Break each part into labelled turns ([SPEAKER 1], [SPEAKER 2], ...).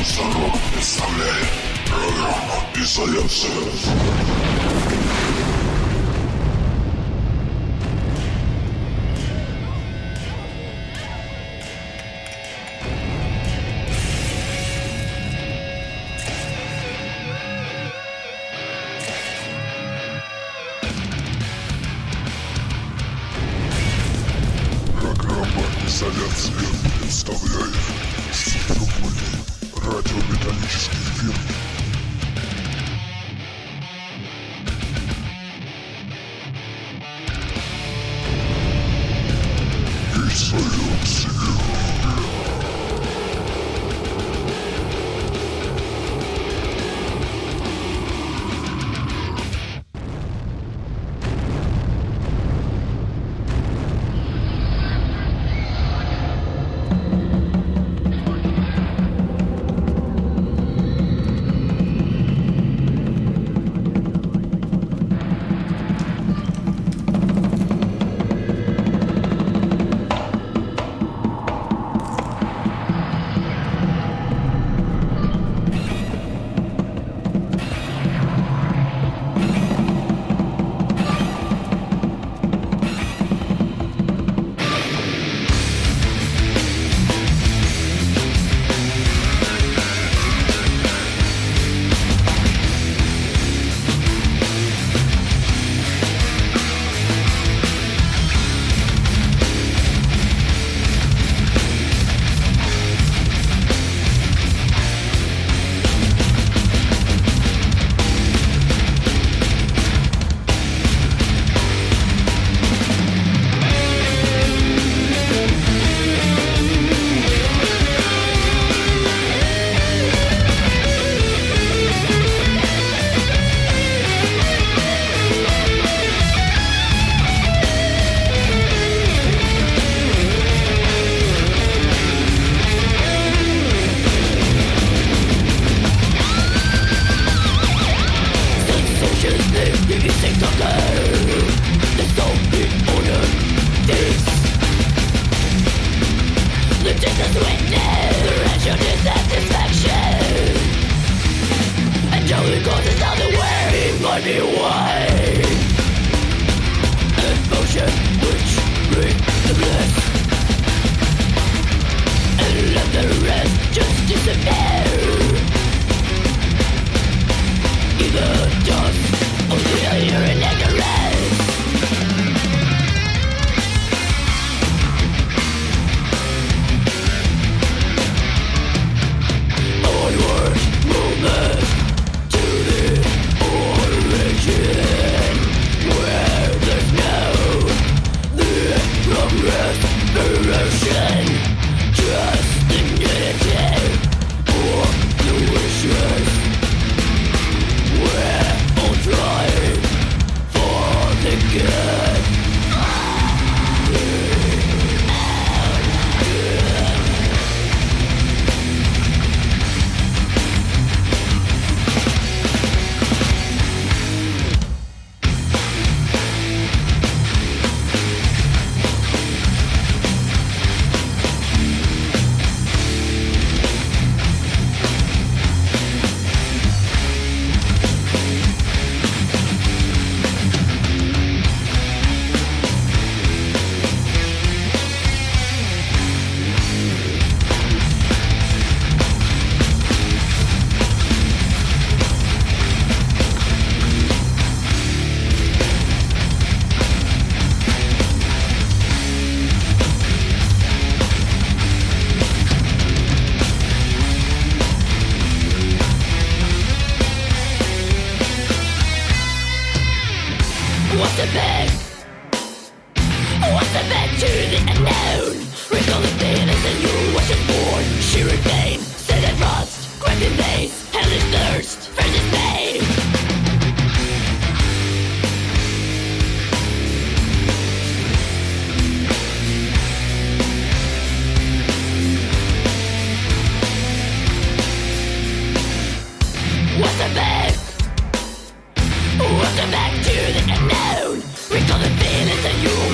[SPEAKER 1] Сорок представляет программу «Изоляция». Программа «Изоляция» представляет теплый радиометаллический эфир. Изоляция.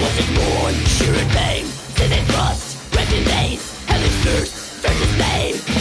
[SPEAKER 2] Sheer pain, sin and frost, wrecked in days, hellish thirst, thirst is pain.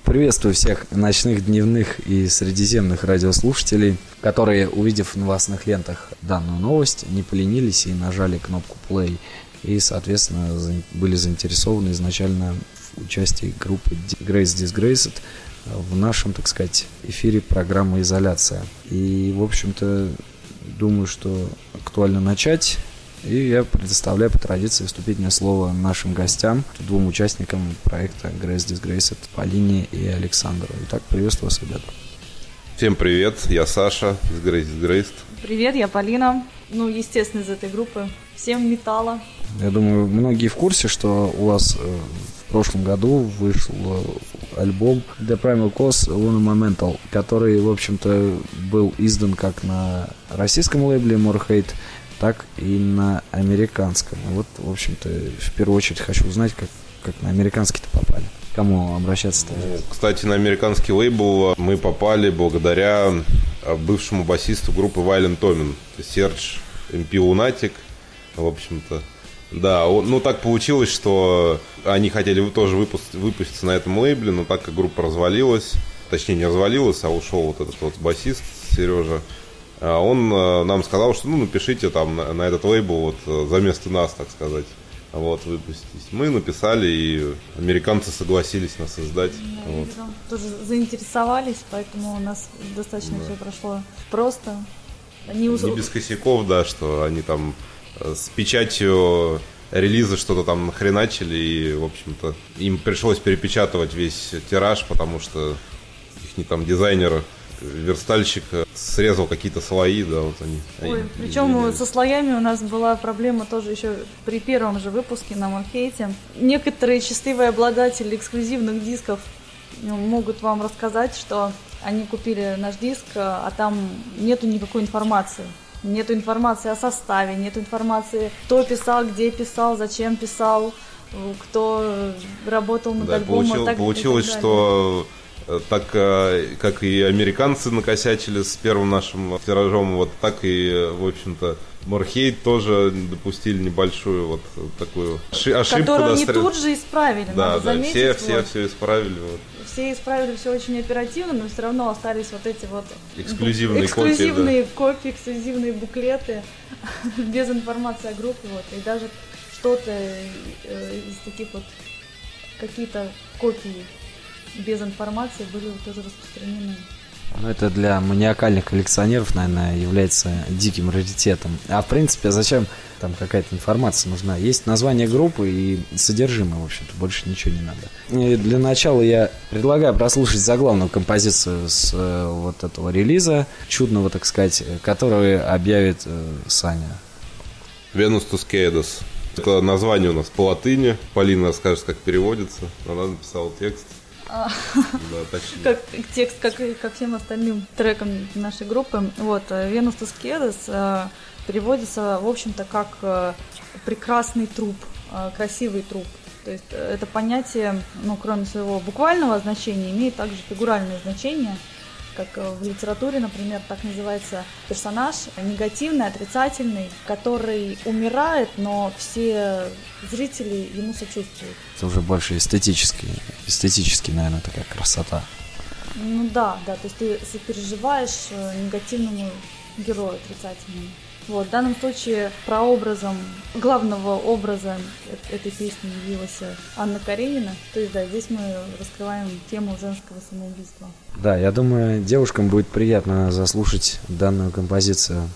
[SPEAKER 2] Приветствую всех ночных, дневных и средиземных радиослушателей, которые, увидев в новостных лентах данную новость, не поленились и нажали кнопку play. И, соответственно, были заинтересованы изначально в участии группы Grace Disgraced в нашем, так сказать, эфире программы «Изоляция». И, в общем-то, думаю, что актуально начать. И я предоставляю по традиции вступительное слово нашим гостям, двум участникам проекта Grace Disgraced, Полине и Александру. Итак, приветствую вас, ребята.
[SPEAKER 3] Всем привет, я Саша из Grace Disgraced.
[SPEAKER 4] Привет, я Полина. Естественно, из этой группы. Всем металла.
[SPEAKER 2] Я думаю, многие в курсе, что у вас в прошлом году вышел альбом The Primal Cause Luna Momental, который, в общем-то, был издан как на российском лейбле More Hate, так и на американском. Вот, в общем-то, в первую очередь хочу узнать, как на американский-то попали. К кому обращаться-то?
[SPEAKER 3] Кстати, на американский лейбл мы попали благодаря бывшему басисту группы Violent Tommen, Серж MP Lunatic, в общем-то. Да, так получилось, что они хотели тоже выпуститься на этом лейбле, но так как группа развалилась, точнее не развалилась, а ушел вот этот вот басист Сережа, он нам сказал, что напишите там на этот лейбл вот за место нас, так сказать. Вот, выпуститесь. Мы написали, и американцы согласились нас издать.
[SPEAKER 4] Да, вот. Тоже заинтересовались, поэтому у нас достаточно все прошло просто.
[SPEAKER 3] Не без косяков, да, что они там с печатью релиза что-то там нахреначили, и, в общем-то, им пришлось перепечатывать весь тираж, потому что их там дизайнер, верстальщик срезал какие-то слои, да, вот они.
[SPEAKER 4] Причем со слоями у нас была проблема тоже еще при первом же выпуске на Мархейте. Некоторые счастливые обладатели эксклюзивных дисков могут вам рассказать, что они купили наш диск, а там нету никакой информации. Нету информации о составе, нету информации, кто писал, где писал, зачем писал, кто работал над альбомом.
[SPEAKER 3] Получилось, что так как и американцы накосячили с первым нашим тиражом, вот так и, в общем-то, More Hate тоже допустили небольшую вот такую ошибку.
[SPEAKER 4] Которую они тут же исправили,
[SPEAKER 3] да,
[SPEAKER 4] надо заметить.
[SPEAKER 3] Все исправили. Вот.
[SPEAKER 4] Все исправили все очень оперативно, но все равно остались вот эти вот
[SPEAKER 3] эксклюзивные
[SPEAKER 4] копии, эксклюзивные буклеты без информации о группе. Вот. И даже что-то из таких вот, какие-то копии без информации были тоже распространены.
[SPEAKER 2] Это для маниакальных коллекционеров, наверное, является диким раритетом. А в принципе, зачем там какая-то информация нужна? Есть название группы и содержимое, в общем-то, больше ничего не надо. И для начала я предлагаю прослушать заглавную композицию с вот этого релиза, чудного, так сказать, которую объявит Саня.
[SPEAKER 3] Venus Tuscados. Это название у нас по латыни. Полина расскажет, как переводится. Она написала текст.
[SPEAKER 4] Да, как текст, как всем остальным трекам нашей группы. Вот, Venus Tuscados переводится, в общем-то, как прекрасный труп, красивый труп. То есть это понятие, кроме своего буквального значения, имеет также фигуральное значение, как в литературе, например, так называется персонаж, негативный, отрицательный, который умирает, но все зрители ему сочувствуют.
[SPEAKER 2] Это уже больше эстетически, наверное, такая красота.
[SPEAKER 4] Да, то есть ты сопереживаешь негативному герою, отрицательному. Вот, в данном случае прообразом, главного образа этой песни явилась Анна Каренина. То есть, да, здесь мы раскрываем тему женского самоубийства.
[SPEAKER 2] Да, я думаю, девушкам будет приятно заслушать данную композицию.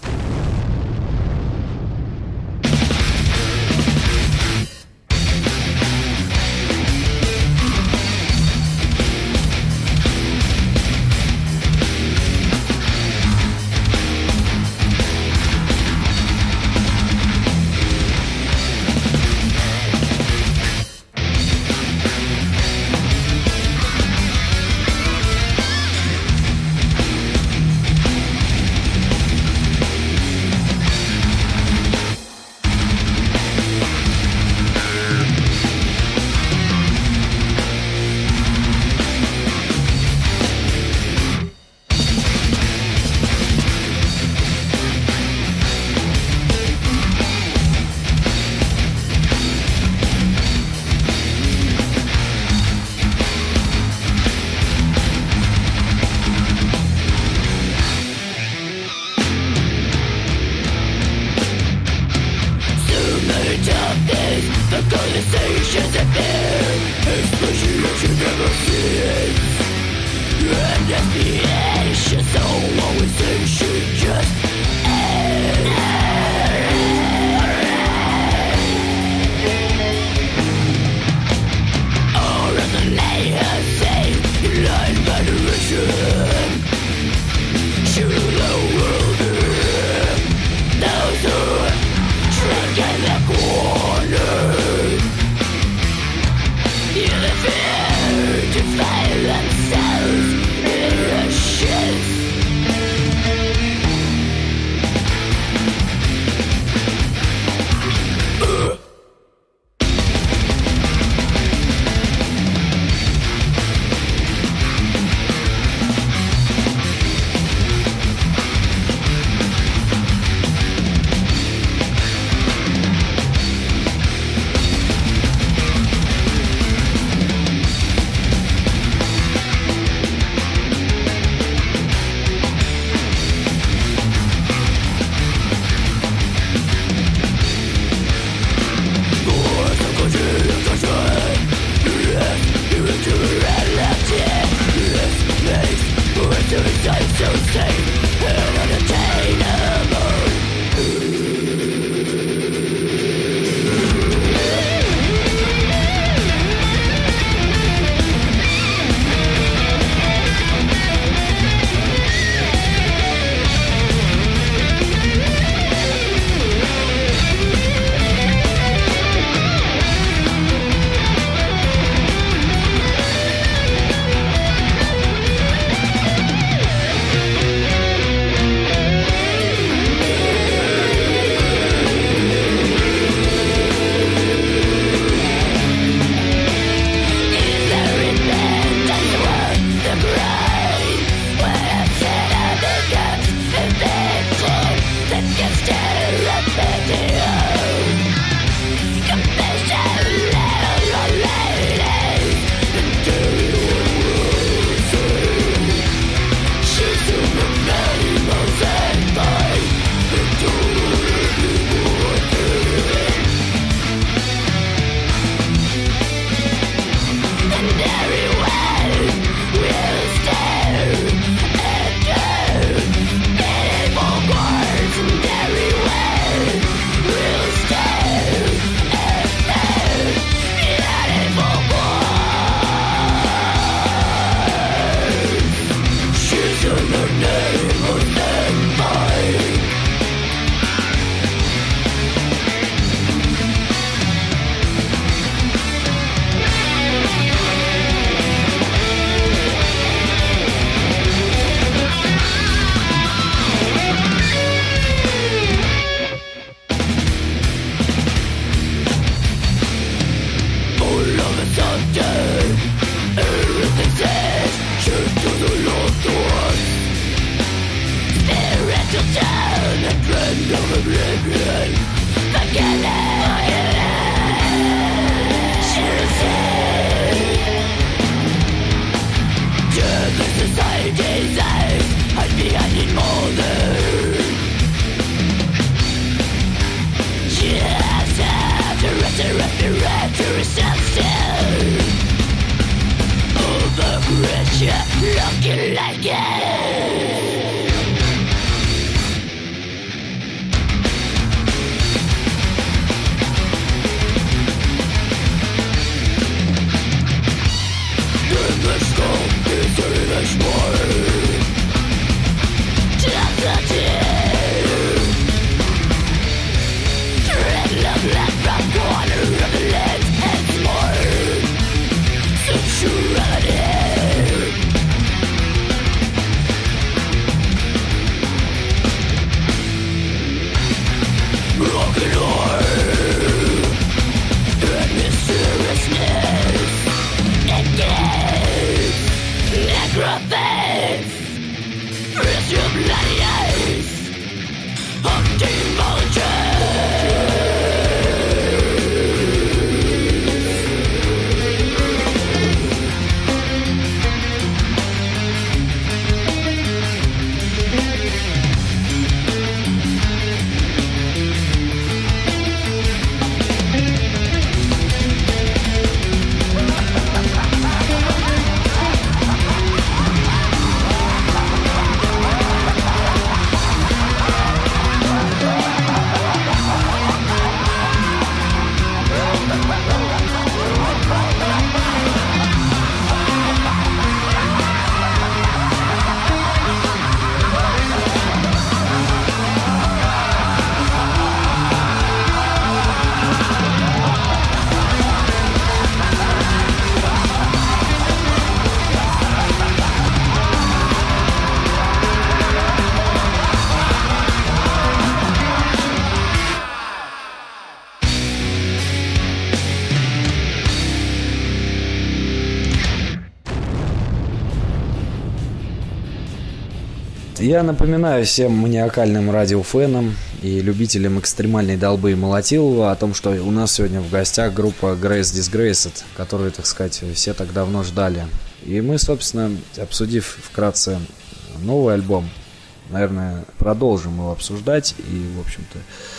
[SPEAKER 2] Я напоминаю всем маниакальным радиофенам и любителям экстремальной долбы и молотилова о том, что у нас сегодня в гостях группа Grace Disgraced, которую, так сказать, все так давно ждали. И мы, собственно, обсудив вкратце новый альбом, наверное, продолжим его обсуждать. И, в общем-то,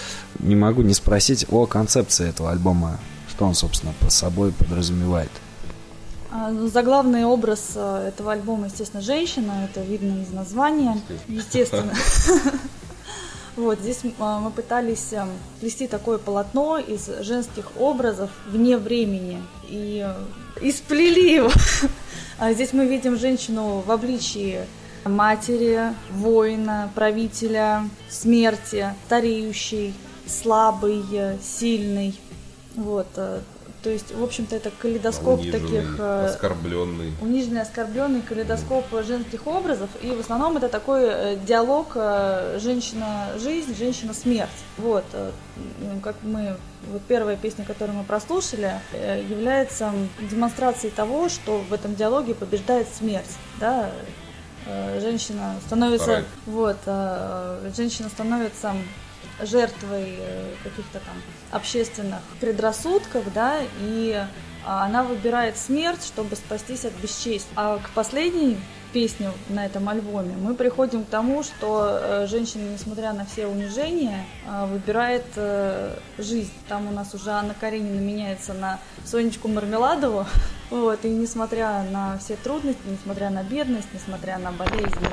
[SPEAKER 2] не могу не спросить о концепции этого альбома, что он, собственно, под собой подразумевает.
[SPEAKER 4] Заглавный образ этого альбома, естественно, женщина, это видно из названия, естественно. Вот, здесь мы пытались плести такое полотно из женских образов вне времени и сплели его. Здесь мы видим женщину в обличии матери, воина, правителя, смерти, стареющей, слабой, сильной. Вот. То есть, в общем-то, это калейдоскоп таких... Униженный, оскорбленный калейдоскоп женских образов. И в основном это такой диалог женщина-жизнь, женщина-смерть. Вот. Как мы... Вот первая песня, которую мы прослушали, является демонстрацией того, что в этом диалоге побеждает смерть. Да? Женщина становится... Вот. Женщина становится... жертвой каких-то там общественных предрассудков, да, и она выбирает смерть, чтобы спастись от бесчестия. А к последней песне на этом альбоме мы приходим к тому, что женщина, несмотря на все унижения, выбирает жизнь. Там у нас уже Анна Каренина меняется на Сонечку Мармеладову, вот, и несмотря на все трудности, несмотря на бедность, несмотря на болезни,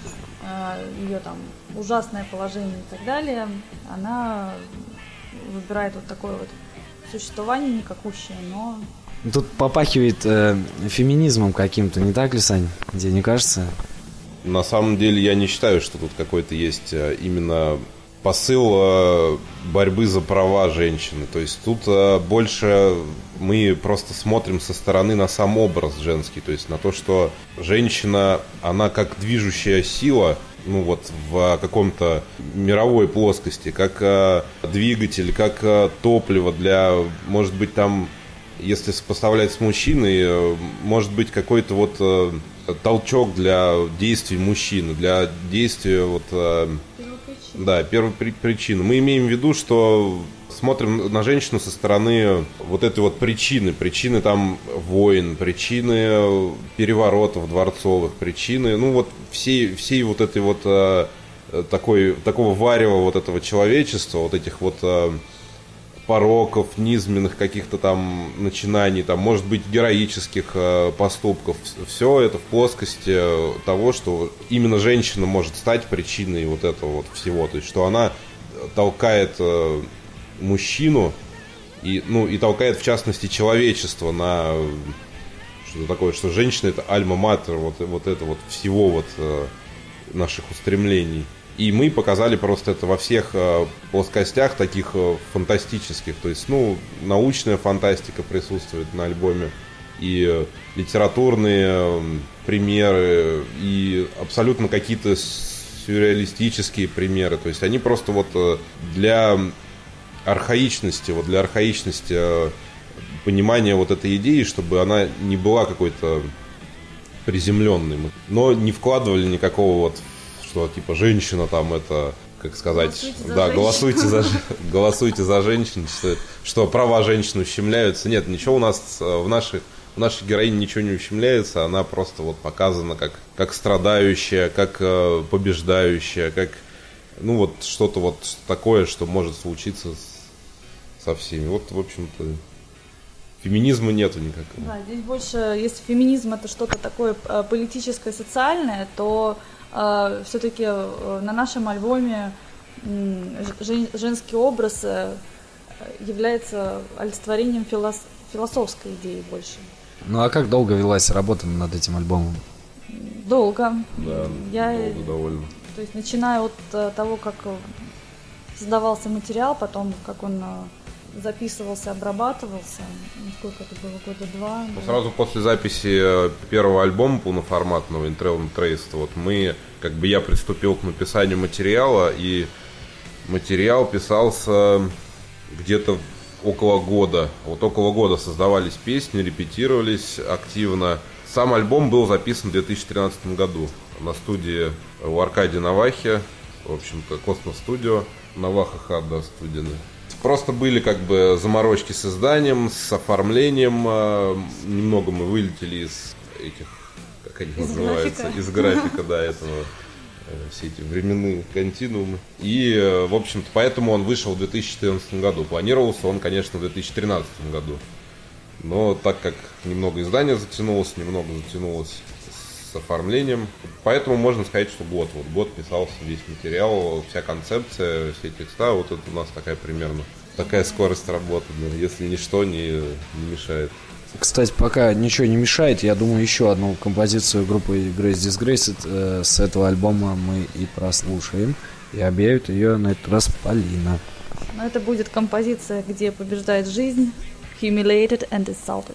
[SPEAKER 4] ее там ужасное положение и так далее, она выбирает вот такое вот существование никакущее, но...
[SPEAKER 2] Тут попахивает феминизмом каким-то, не так ли, Сань? Тебе не кажется?
[SPEAKER 3] На самом деле я не считаю, что тут какой-то есть именно посыл борьбы за права женщины. То есть тут больше мы просто смотрим со стороны на сам образ женский. То есть на то, что женщина, она как движущая сила, ну вот в каком-то мировой плоскости, как двигатель, как топливо для, может быть, там, если сопоставлять с мужчиной, может быть какой-то вот толчок для действий мужчины, для действия вот... Да, первая причина. Мы имеем в виду, что смотрим на женщину со стороны вот этой вот причины. Причины там войн, причины переворотов дворцовых, причины, ну вот всей вот этой вот такого варева вот этого человечества, вот этих вот пороков, низменных каких-то там начинаний, там, может быть, героических поступков. Все это в плоскости того, что именно женщина может стать причиной вот этого вот всего. То есть, что она толкает мужчину и толкает, в частности, человечество на что-то такое, что женщина — это альма-матер вот это вот всего вот наших устремлений. И мы показали просто это во всех плоскостях таких фантастических. То есть, научная фантастика присутствует на альбоме, и литературные примеры, и абсолютно какие-то сюрреалистические примеры. То есть, они просто вот для архаичности понимания вот этой идеи, чтобы она не была какой-то приземленной. Но не вкладывали никакого вот, что типа женщина там это, как сказать, голосуйте за женщин, что права женщин ущемляются. Нет, ничего у нас в нашей героине ничего не ущемляется, она просто вот показана как страдающая, как побеждающая, как что-то вот такое, что может случиться со всеми. Вот, в общем-то, феминизма нету никакого.
[SPEAKER 4] Да, здесь больше, если феминизм это что-то такое политическое, социальное, то все-таки на нашем альбоме женский образ является олицетворением философской идеи больше.
[SPEAKER 2] Ну а как долго велась работа над этим альбомом?
[SPEAKER 4] Долго.
[SPEAKER 3] Да, долго довольно.
[SPEAKER 4] То есть начиная от того, как создавался материал, потом как он записывался, обрабатывался. Сколько это было? Года 2?
[SPEAKER 3] Сразу после записи первого альбома полноформатного Internal Trace, вот я приступил к написанию материала, и материал писался где-то около года. Вот около года создавались песни, репетировались активно. Сам альбом был записан в 2013 году на студии у Аркадия Навахи, в общем-то, Космос Студио, Наваха Хадда студия. Просто были заморочки с изданием, с оформлением. Немного мы вылетели из этих, как они называются, из графика, да, этого, все эти временные континуумы. И, в общем-то, поэтому он вышел в 2014 году. Планировался он, конечно, в 2013 году. Но так как немного издание затянулось с оформлением, поэтому можно сказать, что год писался весь материал, вся концепция, все текста. Вот это у нас такая скорость работы, если ничто не мешает.
[SPEAKER 2] Кстати, пока ничего не мешает, я думаю, еще одну композицию группы Grace Disgraced с этого альбома мы и прослушаем. И объявит ее на этот раз Полина.
[SPEAKER 4] Но это будет композиция, где побеждает жизнь, Humiliated and Insulted.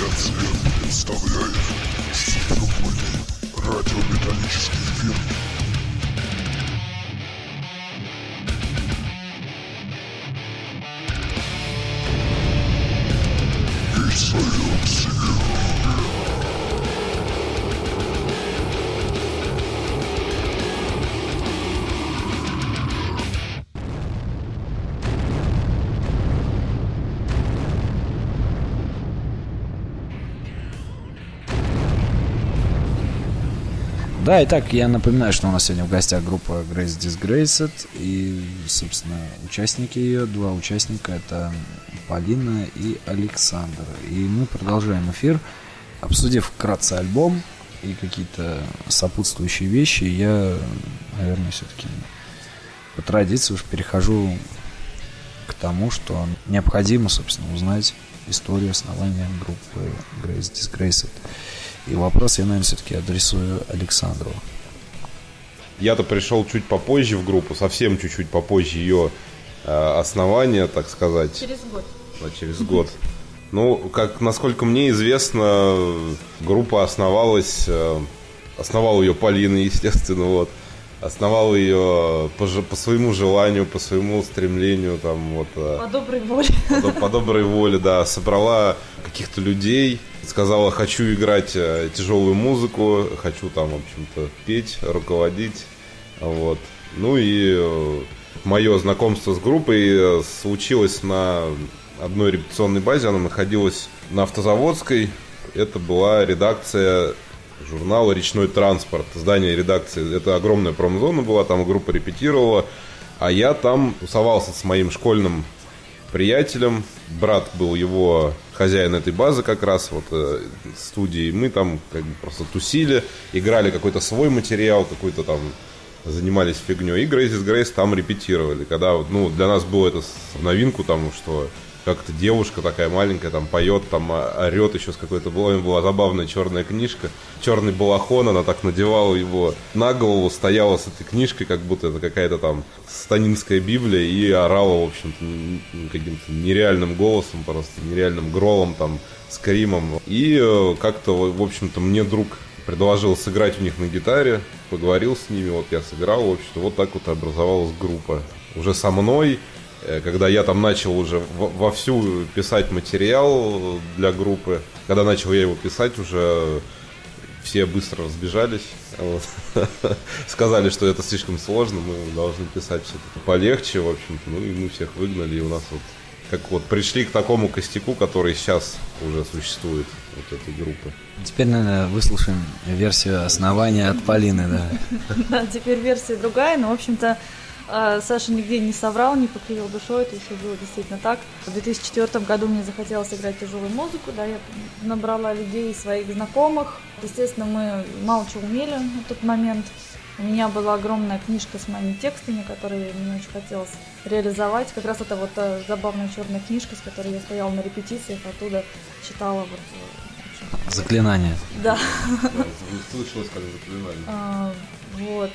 [SPEAKER 1] Изоляция представляет супружный радиометаллический эфир. Изоляция.
[SPEAKER 2] Да, итак, я напоминаю, что у нас сегодня в гостях группа Grace Disgraced. И, собственно, участники ее, два участника, это Полина и Александр. И мы продолжаем эфир, обсудив вкратце альбом и какие-то сопутствующие вещи. Я, наверное, все-таки по традиции уж перехожу к тому, что необходимо, собственно, узнать историю основания группы Grace Disgraced. И вопрос я, наверное, все-таки адресую Александру.
[SPEAKER 3] Я-то пришел чуть попозже в группу, совсем чуть-чуть попозже ее основания, так сказать.
[SPEAKER 4] Через год.
[SPEAKER 3] Да, через год. Ну, как, насколько мне известно, группа основала ее Полина, естественно, вот. Основал ее по своему желанию, по своему стремлению, там, вот.
[SPEAKER 4] По доброй воле.
[SPEAKER 3] По доброй воле, да. Собрала каких-то людей, сказала, хочу играть тяжелую музыку, хочу там, в общем-то, петь, руководить, вот. Ну и мое знакомство с группой случилось на одной репетиционной базе, она находилась на Автозаводской, это была редакция журнала «Речной транспорт», здание редакции, это огромная промзона была, там группа репетировала, а я там тусовался с моим школьным приятелем, брат был его хозяин этой базы как раз, вот, студии, мы там как бы просто тусили, играли какой-то свой материал, какой-то там, занимались фигней, и Grace Disgraced там репетировали, когда, ну, для нас было это в новинку, там, что как-то девушка такая маленькая, там, поет, там, орет еще с какой-то, была забавная черная книжка, черный балахон, она так надевала его на голову, стояла с этой книжкой, как будто это какая-то там станинская Библия, и орала, в общем-то, каким-то нереальным голосом, просто нереальным гролом, там, скримом. И как-то, в общем-то, мне друг предложил сыграть у них на гитаре, поговорил с ними, вот я сыграл, в общем-то, вот так вот и образовалась группа. Уже со мной, когда я там начал уже вовсю писать материал для группы, когда начал я его писать, уже все быстро разбежались, вот. Сказали, что это слишком сложно, мы должны писать все-таки полегче, в общем-то, ну и мы всех выгнали, и у нас вот как вот пришли к такому костяку, который сейчас уже существует, вот этой группы.
[SPEAKER 2] Теперь, наверное, выслушаем версию основания от Полины, да.
[SPEAKER 4] Да, теперь версия другая, но, в общем-то, Саша нигде не соврал, не покривил душой, это все было действительно так. В 2004 году мне захотелось играть тяжелую музыку, да, я набрала людей, своих знакомых. Естественно, мы мало чего умели на тот момент. У меня была огромная книжка с моими текстами, которые мне очень хотелось реализовать. Как раз это вот та забавная черная книжка, с которой я стояла на репетициях, оттуда читала вот...
[SPEAKER 2] Заклинание.
[SPEAKER 4] Да.
[SPEAKER 3] Слышалось как заклинание.
[SPEAKER 4] Вот...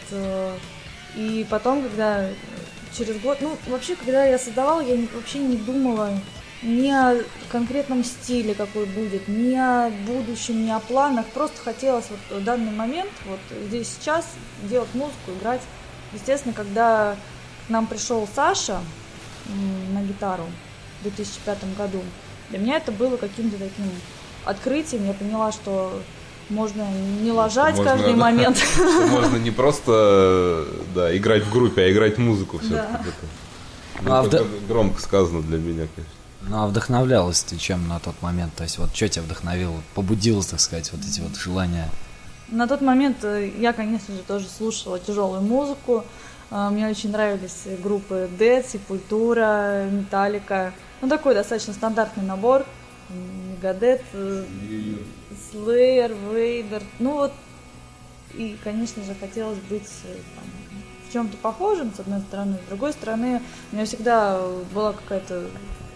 [SPEAKER 4] И потом, когда через год, ну, вообще, когда я создавала, я вообще не думала ни о конкретном стиле, какой будет, ни о будущем, ни о планах. Просто хотелось вот в данный момент, вот здесь сейчас, делать музыку, играть. Естественно, когда к нам пришел Саша на гитару в 2005 году, для меня это было каким-то таким открытием. Я поняла, что можно не ложать каждый момент.
[SPEAKER 3] Что можно не просто играть в группе, а играть музыку все-таки. Это громко сказано для меня, конечно.
[SPEAKER 2] Ну, а вдохновлялась ты чем на тот момент? То есть, вот что тебя вдохновило, побудило, так сказать, вот эти вот желания?
[SPEAKER 4] На тот момент я, конечно же, тоже слушала тяжелую музыку. Мне очень нравились группы Dead, Sepultura, Metallica. Ну, такой достаточно стандартный набор. Megadeth, Slayer, Vader. Ну вот, и, конечно же, хотелось быть там, в чем-то похожим, с одной стороны. С другой стороны, у меня всегда была какая-то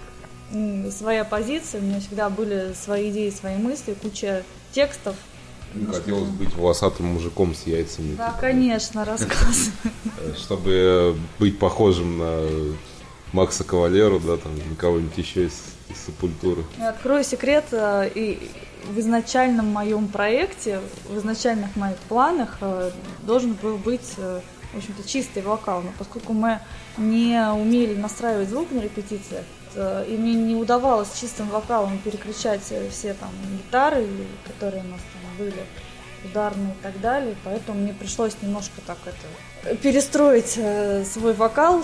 [SPEAKER 4] своя позиция, у меня всегда были свои идеи, свои мысли, куча текстов.
[SPEAKER 3] Хотелось быть волосатым мужиком с яйцами.
[SPEAKER 4] Да, конечно, рассказывай.
[SPEAKER 3] Чтобы быть похожим на Макса Кавалеру, да, там, кого-нибудь еще из Сепультуры.
[SPEAKER 4] Открою секрет, и в изначальном моем проекте, в изначальных моих планах должен был быть, в общем-то, чистый вокал, но поскольку мы не умели настраивать звук на репетициях, и мне не удавалось чистым вокалом переключать все там гитары, которые у нас там были, ударные и так далее, поэтому мне пришлось немножко так перестроить свой вокал,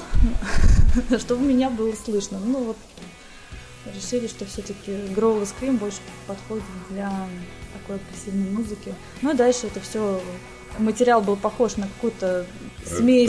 [SPEAKER 4] чтобы меня было слышно. Ну вот решили, что все-таки Growl и Scream больше подходит для такой агрессивной музыки. Ну и дальше это все, материал был похож на какую-то смесь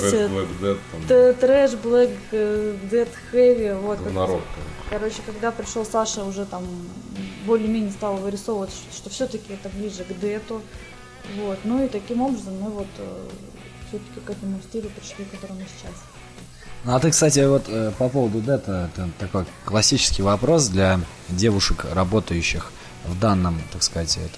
[SPEAKER 4] трэш, блэк, дэт, хэви. Вот. Короче, когда пришел Саша, уже там более-менее стал вырисовывать, что все-таки это ближе к дэту. Вот. Ну и таким образом мы вот все-таки к этому стилю пришли, к которому сейчас.
[SPEAKER 2] Ну а ты, кстати, вот по поводу дэта, это такой классический вопрос для девушек, работающих в данном, так сказать, это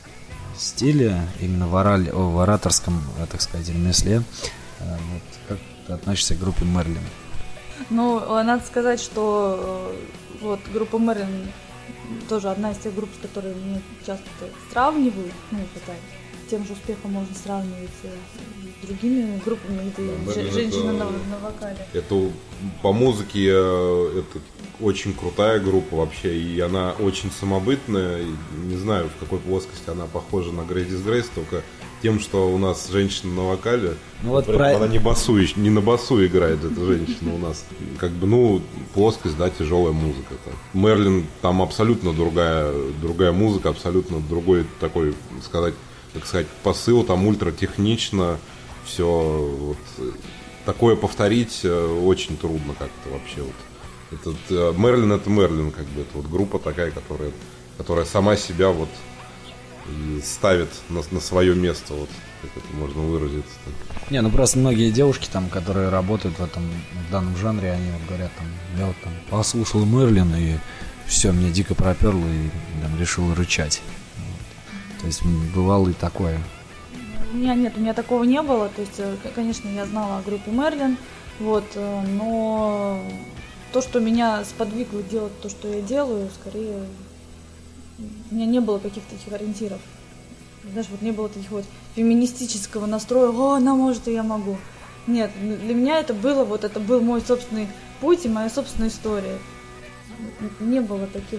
[SPEAKER 2] стиле, именно в ораторском, так сказать, ремесле. Вот, как ты относишься к группе Мерлин?
[SPEAKER 4] Ну, надо сказать, что вот группа Мерлин тоже одна из тех групп, с которыми мне часто сравнивают, ну, это тем же успехом можно сравнивать с другими группами, где женщины на вокале.
[SPEAKER 3] Это по музыке это очень крутая группа вообще, и она очень самобытная. И не знаю, в какой плоскости она похожа на Grace Disgrace, только тем, что у нас женщина на вокале. Ну, вот она не на басу играет, эта женщина у нас. Как бы, ну, плоскость, да, тяжелая музыка. Мерлин, там абсолютно другая музыка, абсолютно другой такой, как сказать, посыл, там ультратехнично, все вот, такое повторить очень трудно как-то вообще. Вот. Мерлин это Мерлин, как бы, это вот группа такая, которая сама себя вот и ставит на свое место, вот, как это можно выразиться.
[SPEAKER 2] Не, ну просто многие девушки там, которые работают в данном жанре, они вот говорят там, я вот там послушал Мерлин и все, мне дико проперло и там решил рычать. То есть бывало и такое.
[SPEAKER 4] У меня такого не было. То есть, конечно, я знала о группе Мерлин, вот, но то, что меня сподвигло делать то, что я делаю, скорее, у меня не было каких-то таких ориентиров. Знаешь, вот не было таких вот феминистического настроя, она может, и я могу. Нет, для меня это был мой собственный путь и моя собственная история. Не было таких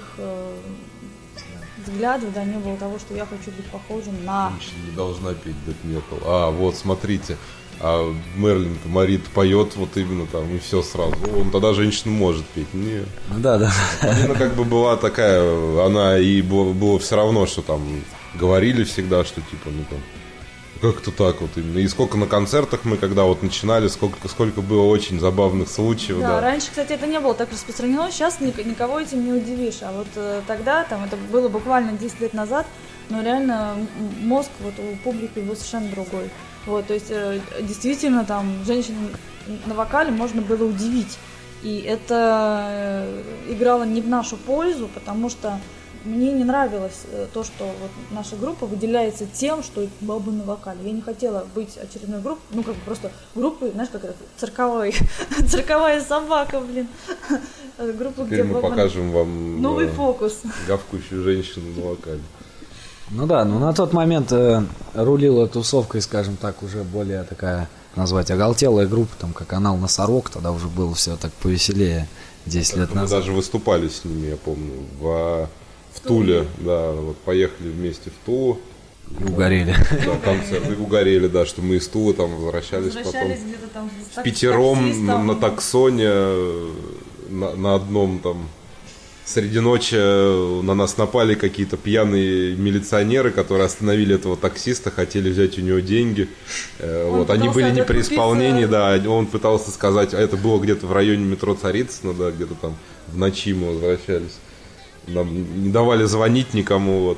[SPEAKER 4] взглядов, да, не было того, что я хочу быть похожим на...
[SPEAKER 3] Женщина не должна петь дэт-метал. Вот, смотрите, Мерлин Марит поет вот именно там, и все сразу. Он тогда женщина может петь. Нет.
[SPEAKER 2] Да.
[SPEAKER 3] Она как бы была такая, она и было все равно, что там говорили всегда, что типа, ну там, как-то так вот именно. И сколько на концертах мы, когда вот начинали, сколько было очень забавных случаев.
[SPEAKER 4] Да, раньше, кстати, это не было так распространено, сейчас никого этим не удивишь. А вот тогда, там, это было буквально 10 лет назад, но реально мозг вот у публики был совершенно другой. Вот, то есть, действительно, там, женщин на вокале можно было удивить. И это играло не в нашу пользу, потому что мне не нравилось то, что вот наша группа выделяется тем, что бабы на вокале. Я не хотела быть очередной группой, ну как бы просто группой, знаешь, как это, цирковая собака, блин. Группа,
[SPEAKER 3] теперь мы покажем вам
[SPEAKER 4] новый фокус.
[SPEAKER 3] Гавкающую женщину на вокале.
[SPEAKER 2] Ну да, но на тот момент рулила тусовкой, скажем так, уже более такая, назвать, оголтелая группа, там, как Анал Носорог, тогда уже было все так повеселее 10 лет назад.
[SPEAKER 3] Мы даже выступали с ними, я помню, в Туле, да, вот поехали вместе в Тулу.
[SPEAKER 2] И угорели.
[SPEAKER 3] Да, концерт, и угорели, да, что мы из Тулы там возвращались потом.
[SPEAKER 4] Где-то там
[SPEAKER 3] в пятером на таксоне, на одном там. Среди ночи на нас напали какие-то пьяные милиционеры, которые остановили этого таксиста, хотели взять у него деньги. Вот, они были не при исполнении, да, он пытался сказать, а это было где-то в районе метро Царицына, да, где-то там в ночи мы возвращались. Нам не давали звонить никому, вот,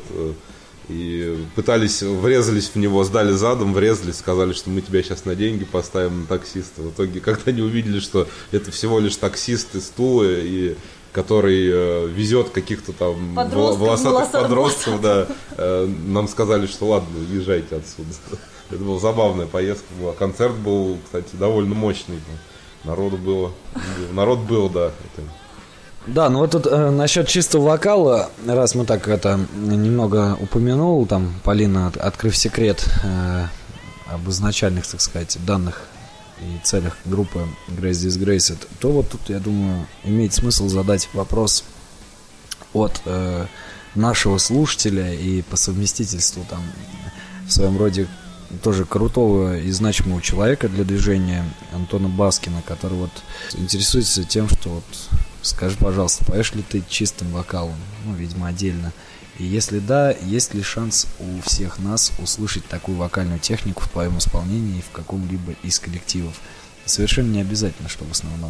[SPEAKER 3] и пытались, врезались в него, сдали задом, врезались, сказали, что мы тебя сейчас на деньги поставим на таксиста. В итоге, когда они увидели, что это всего лишь таксист из Тулы, и который везет каких-то там волосатых подростков, да, нам сказали, что ладно, езжайте отсюда. Это была забавная поездка была. Концерт был, кстати, довольно мощный. Народу было. Народ был, да.
[SPEAKER 2] Да, ну вот тут насчет чистого вокала, раз мы так это немного упомянул, там Полина, открыв секрет об изначальных, так сказать, данных и целях группы Grace Disgraced, то вот тут, я думаю, имеет смысл задать вопрос от нашего слушателя и по совместительству там в своем роде тоже крутого и значимого человека для движения Антона Баскина, который вот интересуется тем, что вот скажи, пожалуйста, поешь ли ты чистым вокалом? Ну, видимо, отдельно. И если да, есть ли шанс у всех нас услышать такую вокальную технику в твоем исполнении в каком-либо из коллективов? Совершенно не обязательно, что в основном.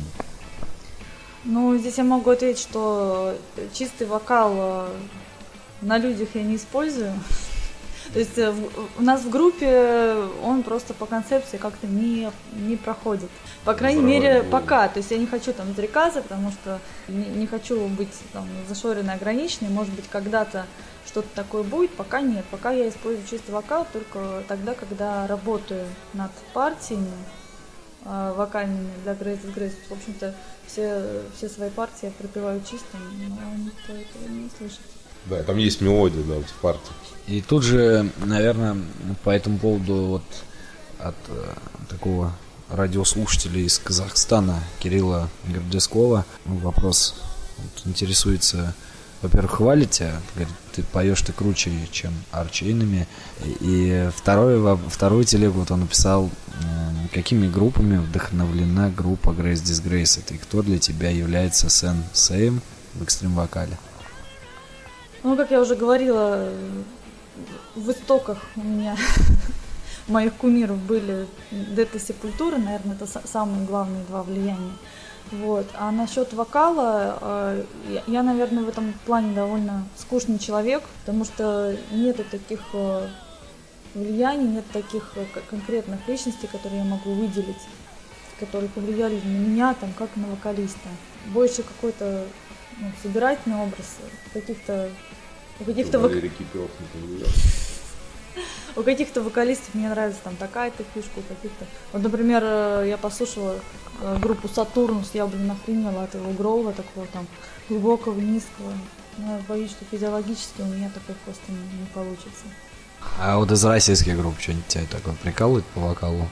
[SPEAKER 4] Ну, здесь я могу ответить, что чистый вокал на людях я не использую. То есть у нас в группе он просто по концепции как-то не проходит. По крайней мере, пока. То есть я не хочу там зарекаться, потому что не хочу быть там зашоренной, ограниченной. Может быть, когда-то что-то такое будет, пока нет. Пока я использую чистый вокал только тогда, когда работаю над партиями вокальными для Grace Disgraced. В общем-то, все свои партии я пропеваю чистым, но никто этого не слышит.
[SPEAKER 3] Да, там есть мелодия, да, в этих партиях.
[SPEAKER 2] И тут же, наверное, по этому поводу вот от такого радиослушателя из Казахстана Кирилла Гордескова вопрос вот, интересуется. Во-первых, хвалит тебя, говорит, ты поешь ты круче, чем Арчи Энеми. И вторую телегу вот он написал, какими группами вдохновлена группа Grace Disgraced, и кто для тебя является сенсеем в экстрим-вокале?
[SPEAKER 4] Ну, как я уже говорила, в истоках у меня моих кумиров были Death и Sepultura, наверное, это самые главные два влияния. Вот. А насчет вокала, я, наверное, в этом плане довольно скучный человек, потому что нету таких влияний, нет таких конкретных личностей, которые я могу выделить, которые повлияли на меня, там, как на вокалиста. Больше какой-то собирательный образ у каких-то вокалистов мне нравится там такая-то фишка, у каких-то... Вот, например, я послушала группу Сатурнус, я, охренела от его гроула такого там глубокого, низкого. Но я боюсь, что физиологически у меня такой просто не получится.
[SPEAKER 2] А вот из российских групп что-нибудь тебя такое прикалывает по вокалу?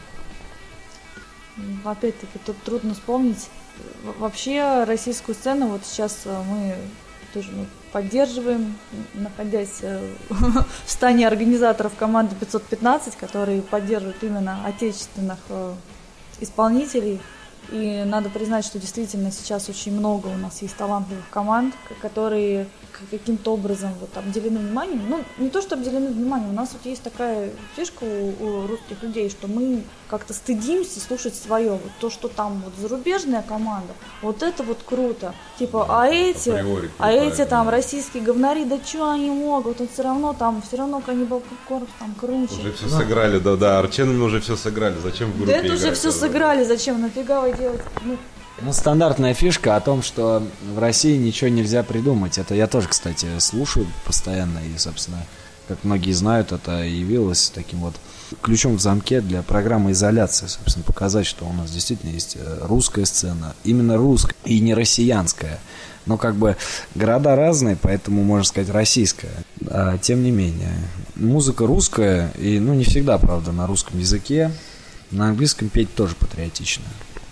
[SPEAKER 4] Опять-таки, тут трудно вспомнить. Вообще, российскую сцену вот сейчас мы тоже поддерживаем, находясь в стане организаторов команды 515, которые поддерживают именно отечественных исполнителей. И надо признать, что действительно сейчас очень много у нас есть талантливых команд, которые каким-то образом вот обделены вниманием. Ну, не то, что обделены вниманием, у нас вот есть такая фишка у русских людей, что мы как-то стыдимся слушать свое. Вот то, что там вот зарубежная команда, вот это вот круто. Типа, а эти там российские говнари, да что они могут? Вот все равно Cannibal Corpse там круче.
[SPEAKER 3] Уже все сыграли, да, Арченами уже все сыграли. Зачем в группе
[SPEAKER 4] играть? Да это уже все сыграли, зачем? Нафига вы делаете?
[SPEAKER 2] Ну, стандартная фишка о том, что в России ничего нельзя придумать. Это я тоже, кстати, слушаю постоянно. И, собственно, как многие знают, это явилось таким вот ключом в замке для программы изоляции. Собственно, показать, что у нас действительно есть русская сцена. Именно русская и не россиянская. Но как бы города разные, поэтому, можно сказать, российская. А, тем не менее, музыка русская, и, не всегда, правда, на русском языке. На английском петь тоже патриотично.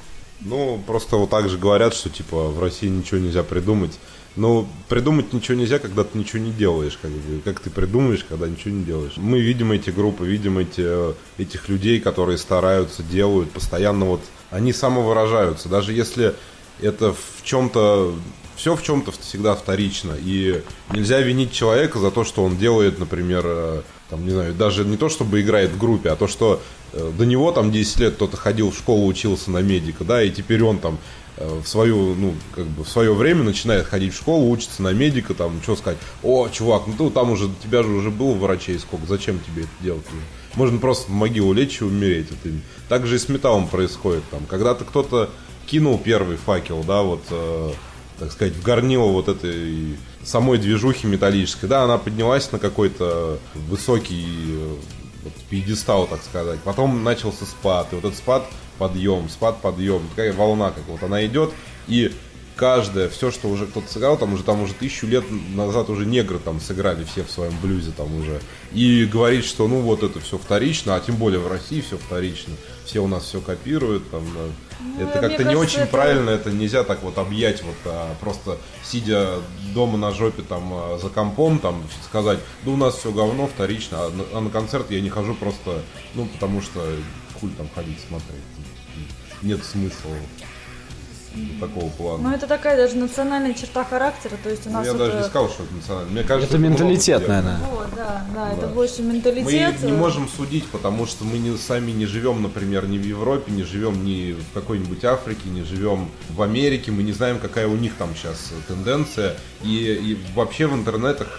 [SPEAKER 3] Ну, просто вот так же говорят, что, типа, в России ничего нельзя придумать. Но придумать ничего нельзя, когда ты ничего не делаешь. Как ты придумаешь, когда ничего не делаешь. Мы видим эти группы, видим этих людей, которые стараются, делают, постоянно вот... Они самовыражаются. Даже если это в чем-то... Все в чем-то всегда вторично. И нельзя винить человека за то, что он делает, например... Там, не знаю, даже не то, чтобы играет в группе, а то, что до него там 10 лет кто-то ходил в школу, учился на медика, да, и теперь он там в свое время начинает ходить в школу, учится на медика, там, что сказать, о, чувак, ну ты там у тебя же уже было врачей сколько, зачем тебе это делать? Можно просто в могилу лечь и умереть. Так же и с металлом происходит, там, когда-то кто-то кинул первый факел, да, вот, так сказать, в горнило вот этой самой движухи металлической, да, она поднялась на какой-то высокий вот, пьедестал, так сказать. Потом начался спад, и вот этот спад подъем, спад, подъем, такая волна, как вот она идет, и каждое, все, что уже кто-то сыграл, там уже 1000 лет назад уже негры там сыграли все в своем блюзе там уже. И говорить, что ну вот это все вторично, а тем более в России все вторично, все у нас все копируют, там, это как-то не очень правильно, это нельзя так вот объять, вот, просто сидя дома на жопе там за компом, там, сказать, да у нас все говно, вторично, а на концерт я не хожу просто, ну, потому что хуй там ходить, смотреть, нет смысла. Такого плана.
[SPEAKER 4] Ну, это такая даже национальная черта характера, то есть у нас
[SPEAKER 3] я даже не сказал, что это национальный. Мне кажется,
[SPEAKER 2] это менталитет, наверное.
[SPEAKER 4] Вот, да, это больше менталитет.
[SPEAKER 3] Мы не можем судить, потому что мы сами не живем, например, ни в Европе, не живем ни в какой-нибудь Африке, не живем в Америке, мы не знаем, какая у них там сейчас тенденция. И вообще в интернетах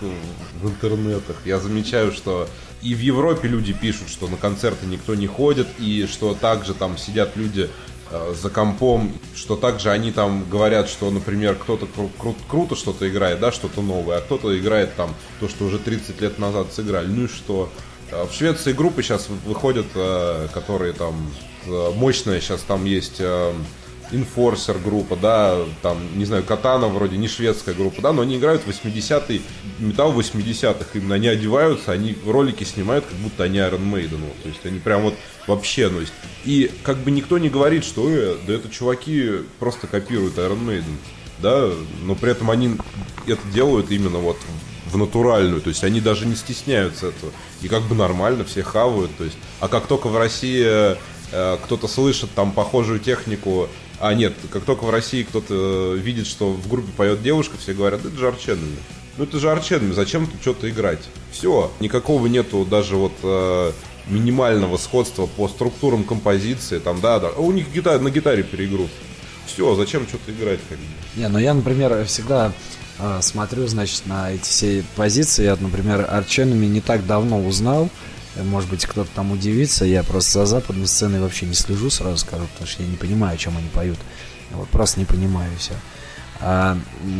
[SPEAKER 3] я замечаю, что и в Европе люди пишут, что на концерты никто не ходит, и что также там сидят люди за компом, что также они там говорят, что, например, кто-то круто что-то играет, да, что-то новое, а кто-то играет там то, что уже 30 лет назад сыграли. Ну и что? В Швеции группы сейчас выходят, которые там, мощная сейчас там есть Enforcer группа, да, там, не знаю, Катана вроде, не шведская группа, да, но они играют 80-й, металл 80-х, именно они одеваются, они ролики снимают, как будто они Iron Maiden, вот, то есть они прям вот вообще, ну, есть, и как бы никто не говорит, что, да это чуваки просто копируют Iron Maiden, да, но при этом они это делают именно вот в натуральную, то есть они даже не стесняются этого, и как бы нормально, все хавают, то есть, а как только в России кто-то слышит там похожую технику, нет, как только в России кто-то видит, что в группе поет девушка, все говорят, это же Arch Enemy. Ну это же Arch Enemy, зачем тут что-то играть? Все, никакого нету даже вот минимального сходства по структурам композиции, там, да, у них на гитаре перегруз. Все, зачем что-то играть? Как бы?
[SPEAKER 2] Не, ну я, например, всегда смотрю, значит, на эти все позиции. Я, например, Arch Enemy не так давно узнал. Может быть, кто-то там удивится. Я просто за западной сценой вообще не слежу, сразу скажу, потому что я не понимаю, о чем они поют. Я вот просто не понимаю все. А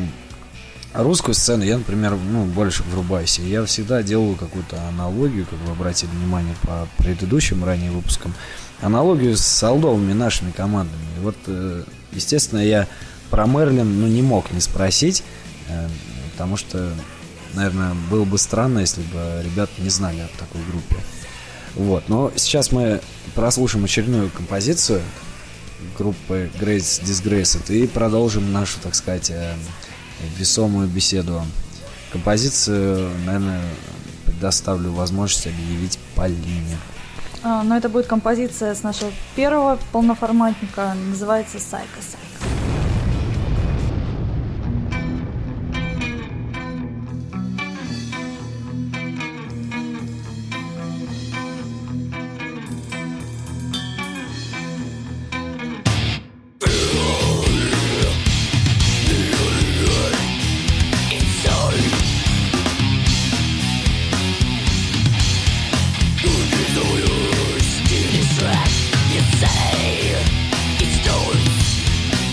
[SPEAKER 2] русскую сцену я, например, больше врубаюсь. И я всегда делаю какую-то аналогию, как вы обратили внимание по предыдущим ранее выпускам, аналогию с солдовыми нашими командами. И вот, естественно, я про Мерлин не мог не спросить, потому что, наверное, было бы странно, если бы ребята не знали о такой группе. Вот. Но сейчас мы прослушаем очередную композицию группы Great Disgraced и продолжим нашу, так сказать, весомую беседу. Композицию, наверное, предоставлю возможность объявить Полине.
[SPEAKER 4] Но это будет композиция с нашего первого полноформатника, называется «Psycho».
[SPEAKER 5] You say it's stolen.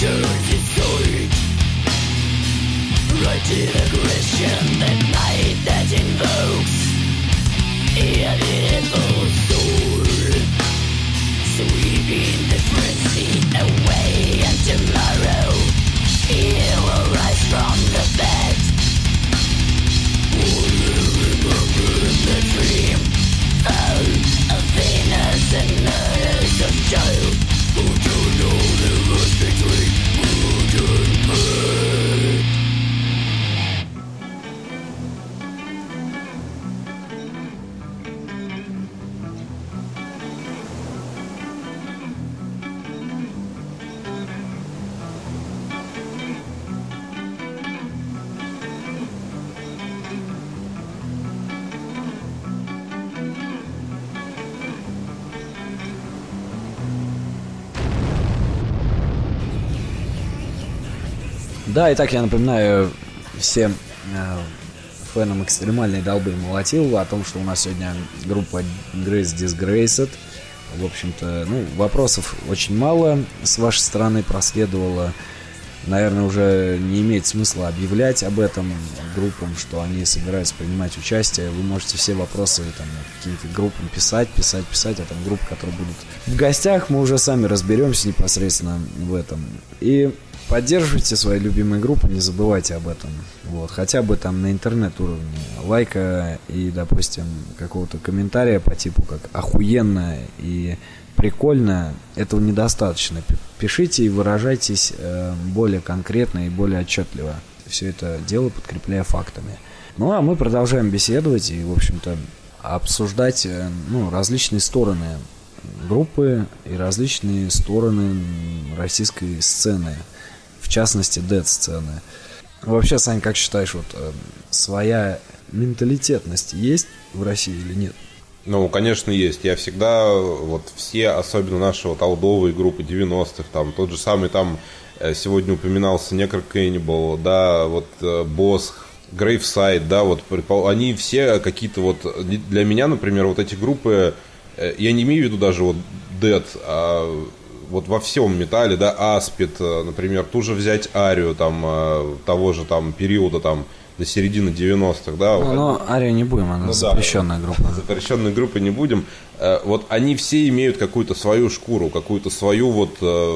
[SPEAKER 2] Да, итак, я напоминаю всем фэнам экстремальной долбы и молотилова о том, что у нас сегодня группа Grace Disgraced. В общем-то, вопросов очень мало с вашей стороны проследовало. Наверное, уже не имеет смысла объявлять об этом группам, что они собираются принимать участие. Вы можете все вопросы там каким-то группам писать, а там группы, которые будут в гостях, мы уже сами разберемся непосредственно в этом. И поддерживайте свои любимые группы, не забывайте об этом. Вот, хотя бы там на интернет-уровне лайка и, допустим, какого-то комментария по типу как охуенно и прикольно, этого недостаточно. Пишите и выражайтесь более конкретно и более отчетливо. Все это дело подкрепляя фактами. Ну, а мы продолжаем беседовать и, в общем-то, обсуждать различные стороны группы и различные стороны российской сцены. В частности, дэт-сцены. Вообще, Сань, как считаешь, своя менталитетность есть в России или нет?
[SPEAKER 3] Ну, конечно, есть. Я всегда, все, особенно наши олдовые группы 90-х, там, тот же самый, там, сегодня упоминался Necro Cannibal, да, Босх, Graveside, да, они все какие-то для меня, например, эти группы, я не имею в виду даже Dead, а во всем металле, да, Аспид, например, ту же взять Арию, там, того же там периода, там, до середины 90-х, да.
[SPEAKER 2] Но Арию не будем, она запрещенная группа.
[SPEAKER 3] Запрещенной группы не будем. Они все имеют какую-то свою шкуру, какую-то свою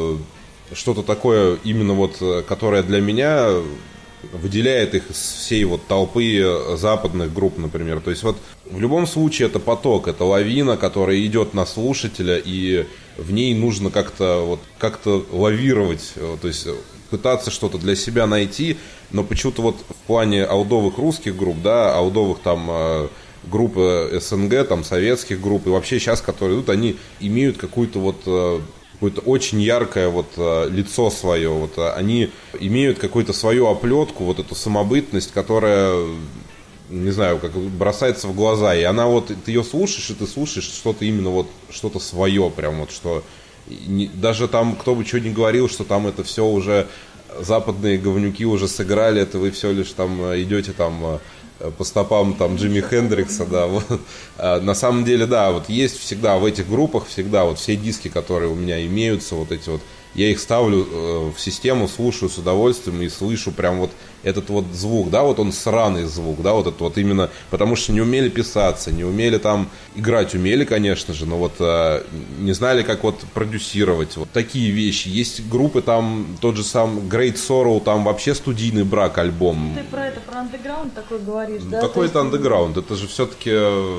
[SPEAKER 3] что-то такое именно которое для меня выделяет их из всей толпы западных групп, например. То есть в любом случае это поток, это лавина, которая идет на слушателя, и в ней нужно как-то лавировать, то есть пытаться что-то для себя найти, но почему-то в плане аудовых русских групп, да, аудовых там групп СНГ, там советских групп, и вообще сейчас, которые идут, они имеют какое-то очень яркое лицо свое, они имеют какую-то свою оплетку, эту самобытность, которая, не знаю, как бросается в глаза, и она ты ее слушаешь, и ты слушаешь что-то именно что-то свое, прям что даже там, кто бы что ни говорил, что там это все уже западные говнюки уже сыграли, это вы все лишь там идете там по стопам там Джимми Хендрикса, да, на самом деле, да, есть всегда в этих группах, всегда все диски, которые у меня имеются, я их ставлю в систему, слушаю с удовольствием и слышу прям этот звук, да, он сраный звук, да, этот именно, потому что не умели писаться, не умели там играть, умели, конечно же, но не знали, как продюсировать, такие вещи. Есть группы, там, тот же сам Great Sorrow, там вообще студийный брак, альбом.
[SPEAKER 4] Ты про андеграунд такой говоришь, да?
[SPEAKER 3] Какой это андеграунд? Это же все-таки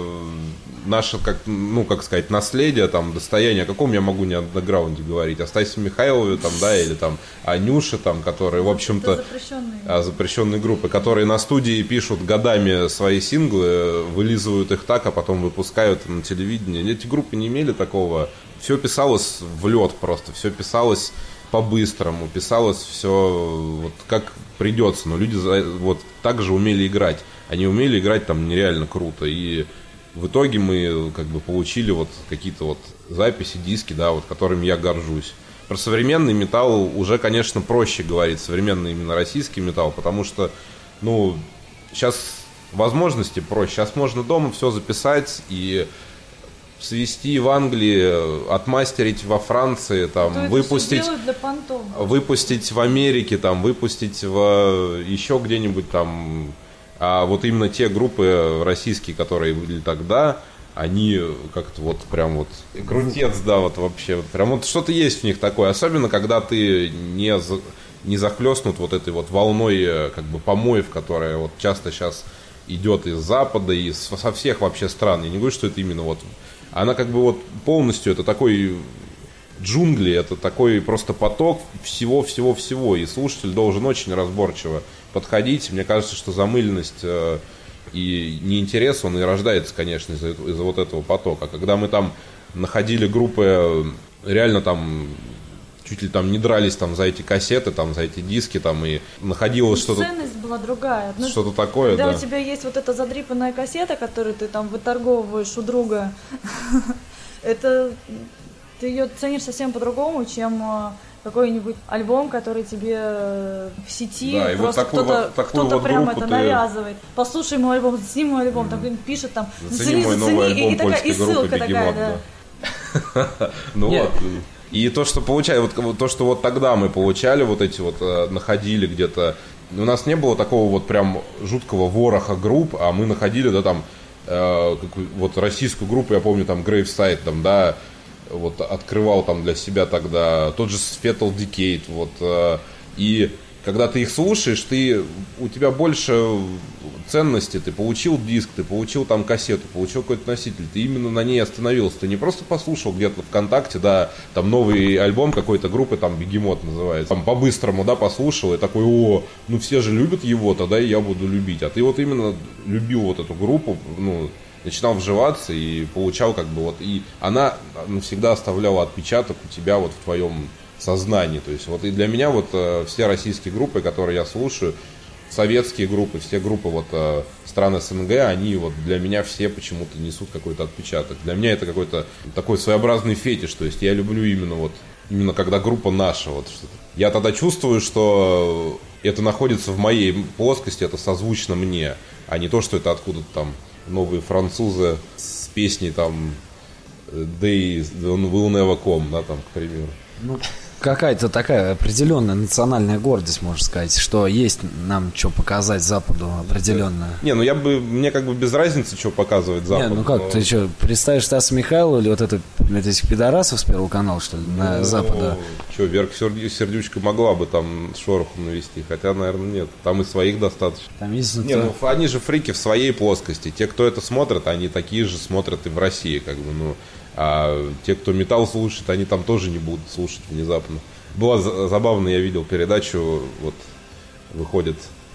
[SPEAKER 3] наше, как сказать, наследие, там, достояние. О каком я могу не андеграунде говорить? О Стасе Михайлове, там, да, или там о Нюше, там, которые, в общем-то, запрещенные группы, которые на студии пишут годами свои синглы, вылизывают их так, а потом выпускают на телевидении. Эти группы не имели такого. Все писалось в лед просто, все писалось по-быстрому, писалось все как придется, но люди так же умели играть. Они умели играть там нереально круто, и в итоге мы получили какие-то записи, диски, да, которыми я горжусь. Про современный металл уже, конечно, проще говорить, современный именно российский металл, потому что, сейчас возможности проще. Сейчас можно дома все записать, и свести в Англии, отмастерить во Франции, там, выпустить в Америке, там, выпустить еще где-нибудь там. А вот именно те группы российские, которые были тогда, они как-то вот прям вот крутец, да, вот вообще. Прям вот что-то есть в них такое. Особенно, когда ты не захлестнут вот этой вот волной как бы помоев, которая вот часто сейчас идет из Запада и со всех вообще стран. Я не говорю, что это именно вот... Она как бы вот полностью, это такой джунгли, это такой просто поток всего-всего-всего. И слушатель должен очень разборчиво подходить. Мне кажется, что замыленность и неинтерес, он и рождается, конечно, из-за вот этого потока. Когда мы там находили группы, реально там... чуть ли там не дрались там за эти кассеты, там за эти диски, там и находилось что-то...
[SPEAKER 4] Ценность была другая.
[SPEAKER 3] Что-то такое,
[SPEAKER 4] когда
[SPEAKER 3] да.
[SPEAKER 4] у тебя есть вот эта задрипанная кассета, которую ты там выторговываешь у друга, это ты ее ценишь совсем по-другому, чем какой-нибудь альбом, который тебе в сети,
[SPEAKER 3] да,
[SPEAKER 4] просто
[SPEAKER 3] вот
[SPEAKER 4] кто-то
[SPEAKER 3] вот
[SPEAKER 4] прямо это
[SPEAKER 3] ты...
[SPEAKER 4] навязывает. Послушай мой альбом, зацени мой альбом, там пишет там,
[SPEAKER 3] зацени мой новый альбом польской группы «Бегемот», да. Ну вот... И то, что получали, вот то, что вот тогда мы получали, вот эти вот находили где-то, у нас не было такого вот прям жуткого вороха групп, а мы находили, да, там, вот российскую группу, я помню, там, Graveside, там, да, вот открывал там для себя тогда, тот же Fatal Decade, вот, и когда ты их слушаешь, у тебя больше ценности, ты получил диск, ты получил там кассету, получил какой-то носитель, ты именно на ней остановился, ты не просто послушал где-то ВКонтакте, да, там новый альбом какой-то группы, там «Бегемот» называется, там по-быстрому, да, послушал, и такой, ну все же любят его, тогда и я буду любить, а ты вот именно любил вот эту группу, ну, начинал вживаться и получал как бы вот, и она навсегда оставляла отпечаток у тебя вот в твоем сознании. То есть вот и для меня вот все российские группы, которые я слушаю, советские группы, все группы вот стран СНГ, они вот для меня все почему-то несут какой-то отпечаток. Для меня это какой-то такой своеобразный фетиш. То есть я люблю именно когда группа наша. Вот что-то. Я тогда чувствую, что это находится в моей плоскости, это созвучно мне, а не то, что это откуда-то там новые французы с песней там They Will Never Come, да, там, к примеру.
[SPEAKER 2] Ну, какая-то такая определенная национальная гордость, можно сказать, что есть нам что показать Западу определенно.
[SPEAKER 3] Не, ну мне как бы без разницы, что показывает Запад.
[SPEAKER 2] Не, ну как, ты что, представишь Стаса Михайлова или вот этих пидорасов с Первого канала, что ли, на Запада?
[SPEAKER 3] Что, Верка Сердючка могла бы там шороху навести, хотя, наверное, нет. Там и своих достаточно.
[SPEAKER 2] Там есть...
[SPEAKER 3] Не, ну они же фрики в своей плоскости. Те, кто это смотрит, они такие же смотрят и в России, как бы, ну... А те, кто металл слушает, они там тоже не будут слушать внезапно. Было забавно, я видел передачу, вот выходит,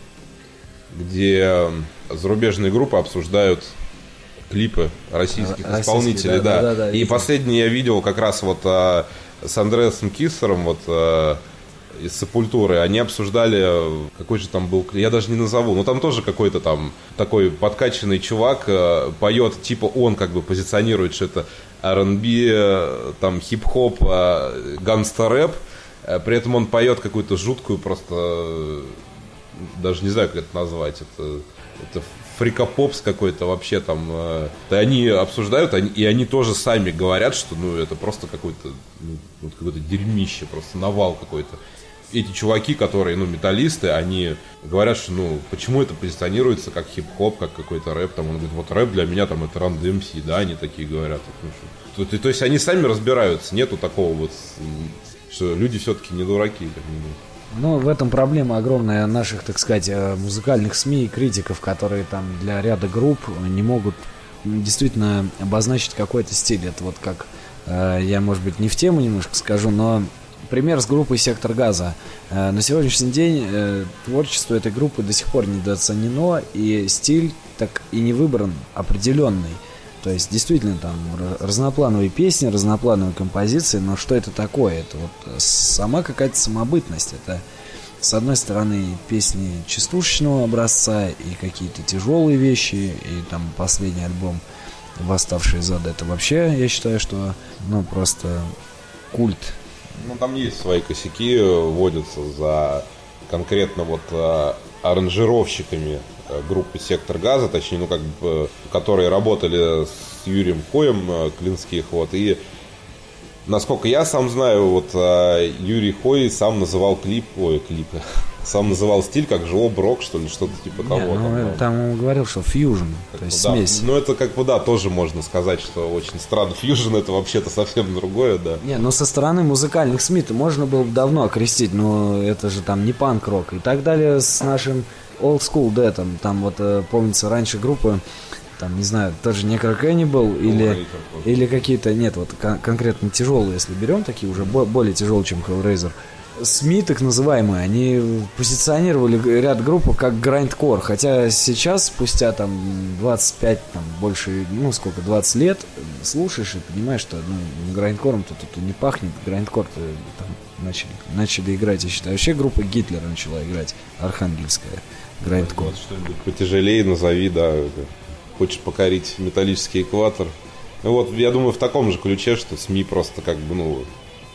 [SPEAKER 3] где зарубежные группы обсуждают клипы российских исполнителей. Да. И последний я видел как раз вот с Андреасом Киссером, вот из Сепультуры, они обсуждали, какой же там был, я даже не назову, но там тоже какой-то там такой подкачанный чувак поет, типа он как бы позиционирует, что это R&B, там хип-хоп, гангста-рэп, при этом он поет какую-то жуткую просто, даже не знаю, как это назвать, это фрикопопс какой-то вообще там. Они обсуждают, и они тоже сами говорят, что ну это просто какое-то дерьмище, просто навал какой-то. Эти чуваки, которые, ну, металлисты, они говорят, что, ну, почему это позиционируется как хип-хоп, как какой-то рэп, там, он говорит, вот рэп для меня, там, это Run DMC, да, они такие говорят. Ну, то есть они сами разбираются, нету такого вот, что люди все-таки не дураки, как минимум.
[SPEAKER 2] Ну, в этом проблема огромная наших, так сказать, музыкальных СМИ и критиков, которые там для ряда групп не могут действительно обозначить какой-то стиль. Это вот как, я, может быть, не в тему немножко скажу, но пример с группой «Сектор газа». На сегодняшний день творчество этой группы до сих пор недооценено, и стиль так и не выбран определенный. То есть, действительно, там разноплановые песни, разноплановые композиции, но что это такое? Это вот сама какая-то самобытность. Это, с одной стороны, песни частушечного образца и какие-то тяжелые вещи, и там последний альбом «Восставшие из ада». Это вообще, я считаю, что, ну, просто культ.
[SPEAKER 3] Ну, там есть свои косяки, вводятся за конкретно вот аранжировщиками группы «Сектор газа», точнее, ну, как бы, которые работали с Юрием Хоем, Клинских, вот, и насколько я сам знаю, вот Юрий Хой сам называл клипы, сам называл стиль как жлоб-рок, что ли, что-то типа того.
[SPEAKER 2] Там он говорил, что фьюжн, то есть смесь.
[SPEAKER 3] Ну, это как бы, да, тоже можно сказать, что очень странно. Фьюжн — это вообще-то совсем другое, да.
[SPEAKER 2] Не, ну со стороны музыкальных СМИ-то можно было бы давно окрестить, но это же там не панк-рок. И так далее с нашим Old School Death, там вот, помнится, раньше группы, там, не знаю, тоже Necro-Cannibal или какие-то, нет, вот конкретно тяжелые, если берем, такие уже более тяжелые, чем Hellraiser. СМИ, так называемые, они позиционировали ряд групп как грайндкор, хотя сейчас, спустя там 25, там больше, ну сколько, 20 лет, слушаешь и понимаешь, что грайндкором-то тут не пахнет, грайндкор-то там начали играть, я считаю. Вообще группа Гитлера начала играть, архангельская, грайндкор.
[SPEAKER 3] Что-нибудь потяжелее назови, да, хочешь покорить металлический экватор. Ну вот, я думаю, в таком же ключе, что СМИ просто как бы,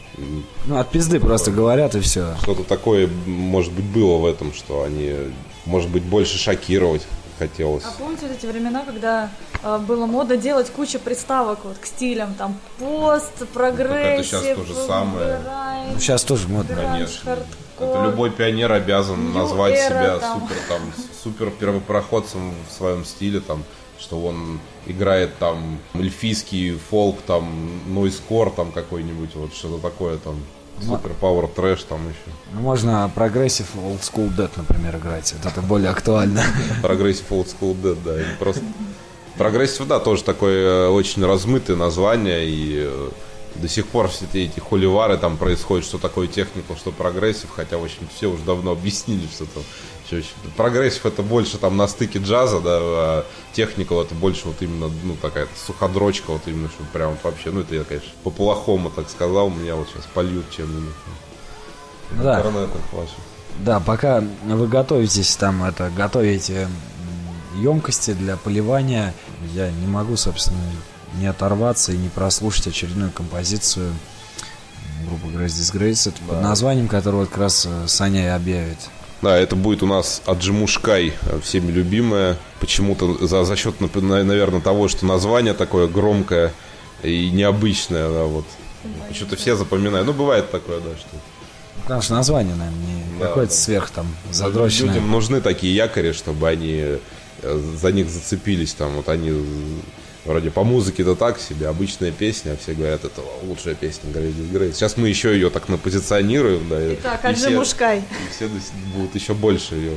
[SPEAKER 2] от пизды просто говорят и все.
[SPEAKER 3] Что-то такое, может быть, было в этом, что они, может быть, больше шокировать хотелось.
[SPEAKER 4] А помните вот эти времена, когда было мода делать кучу приставок вот к стилям, там, пост, прогрессив,
[SPEAKER 3] это сейчас то же самое.
[SPEAKER 2] Сейчас тоже модно.
[SPEAKER 3] Конечно. Это любой пионер обязан назвать себя супер первопроходцем в своем стиле, там, что он играет там эльфийский фолк, там, нойскор там какой-нибудь, вот что-то такое там, супер пауэр трэш там еще.
[SPEAKER 2] Можно прогрессив Old School Death, например, играть, вот это более актуально.
[SPEAKER 3] Прогрессив Old School Death, да, или просто... Прогрессив, да, тоже такое очень размытое название, и до сих пор все эти холивары там происходят, что такое техникал, что прогрессив, хотя, в общем, все уже давно объяснили, что там прогрессив — это больше там на стыке джаза, да, а техникал — это больше вот именно, такая суходрочка, вот именно, что прям вот вообще, это я, конечно, по-плохому так сказал, меня вот сейчас польют чем-нибудь.
[SPEAKER 2] Да. Да, пока вы готовитесь готовите емкости для поливания, я не могу, собственно, не оторваться и не прослушать очередную композицию группы Grace Disgrace, под названием, которую как раз Саня и объявит.
[SPEAKER 3] Да, это будет у нас Аджимушкай, всеми любимая. Почему-то за счет, наверное, того, что название такое громкое и необычное, да, вот. Почему-то все запоминают. Бывает такое, да, что...
[SPEAKER 2] Потому что название, наверное, не какое-то сверх там задроченное.
[SPEAKER 3] Людям нужны такие якори, чтобы они за них зацепились, там, вот они... Вроде по музыке-то так себе, обычная песня, а все говорят, это лучшая песня Grace Disgrace. Сейчас мы еще ее так напозиционируем, да.
[SPEAKER 4] Итак, Аджимушкай.
[SPEAKER 3] И все будут еще больше ее.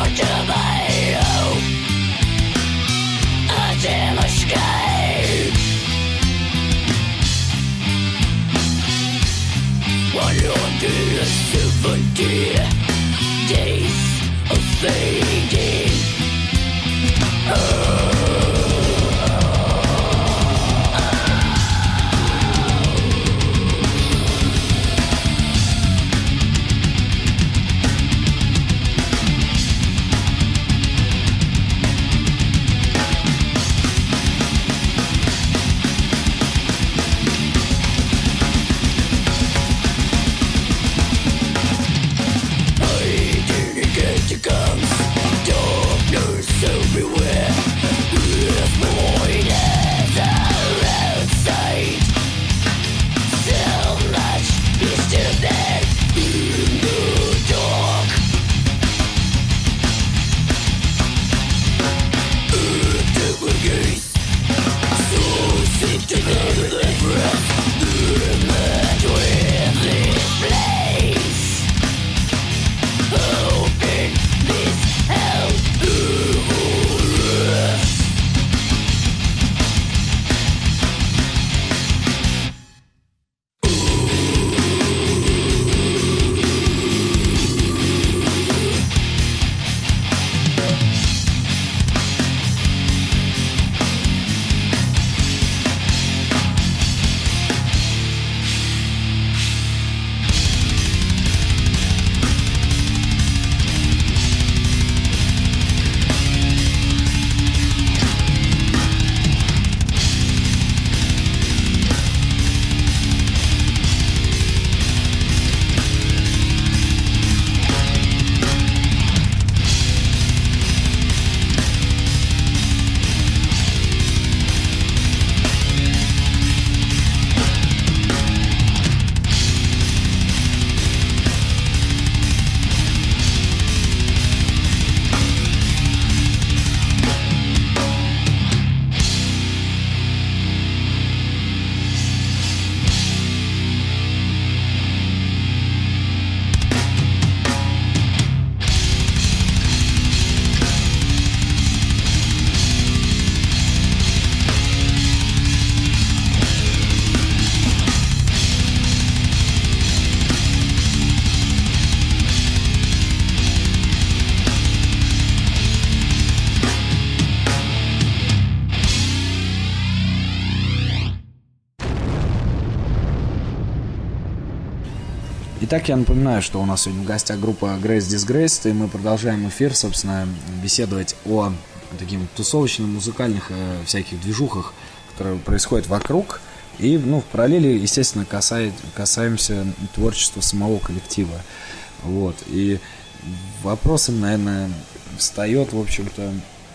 [SPEAKER 2] Итак, я напоминаю, что у нас сегодня в гостях группа Grace Disgraced, и мы продолжаем эфир, собственно, беседовать о таких тусовочных, музыкальных всяких движухах, которые происходят вокруг, и, в параллели, естественно, касаемся творчества самого коллектива. Вот, и вопросом, наверное, встает, в общем-то,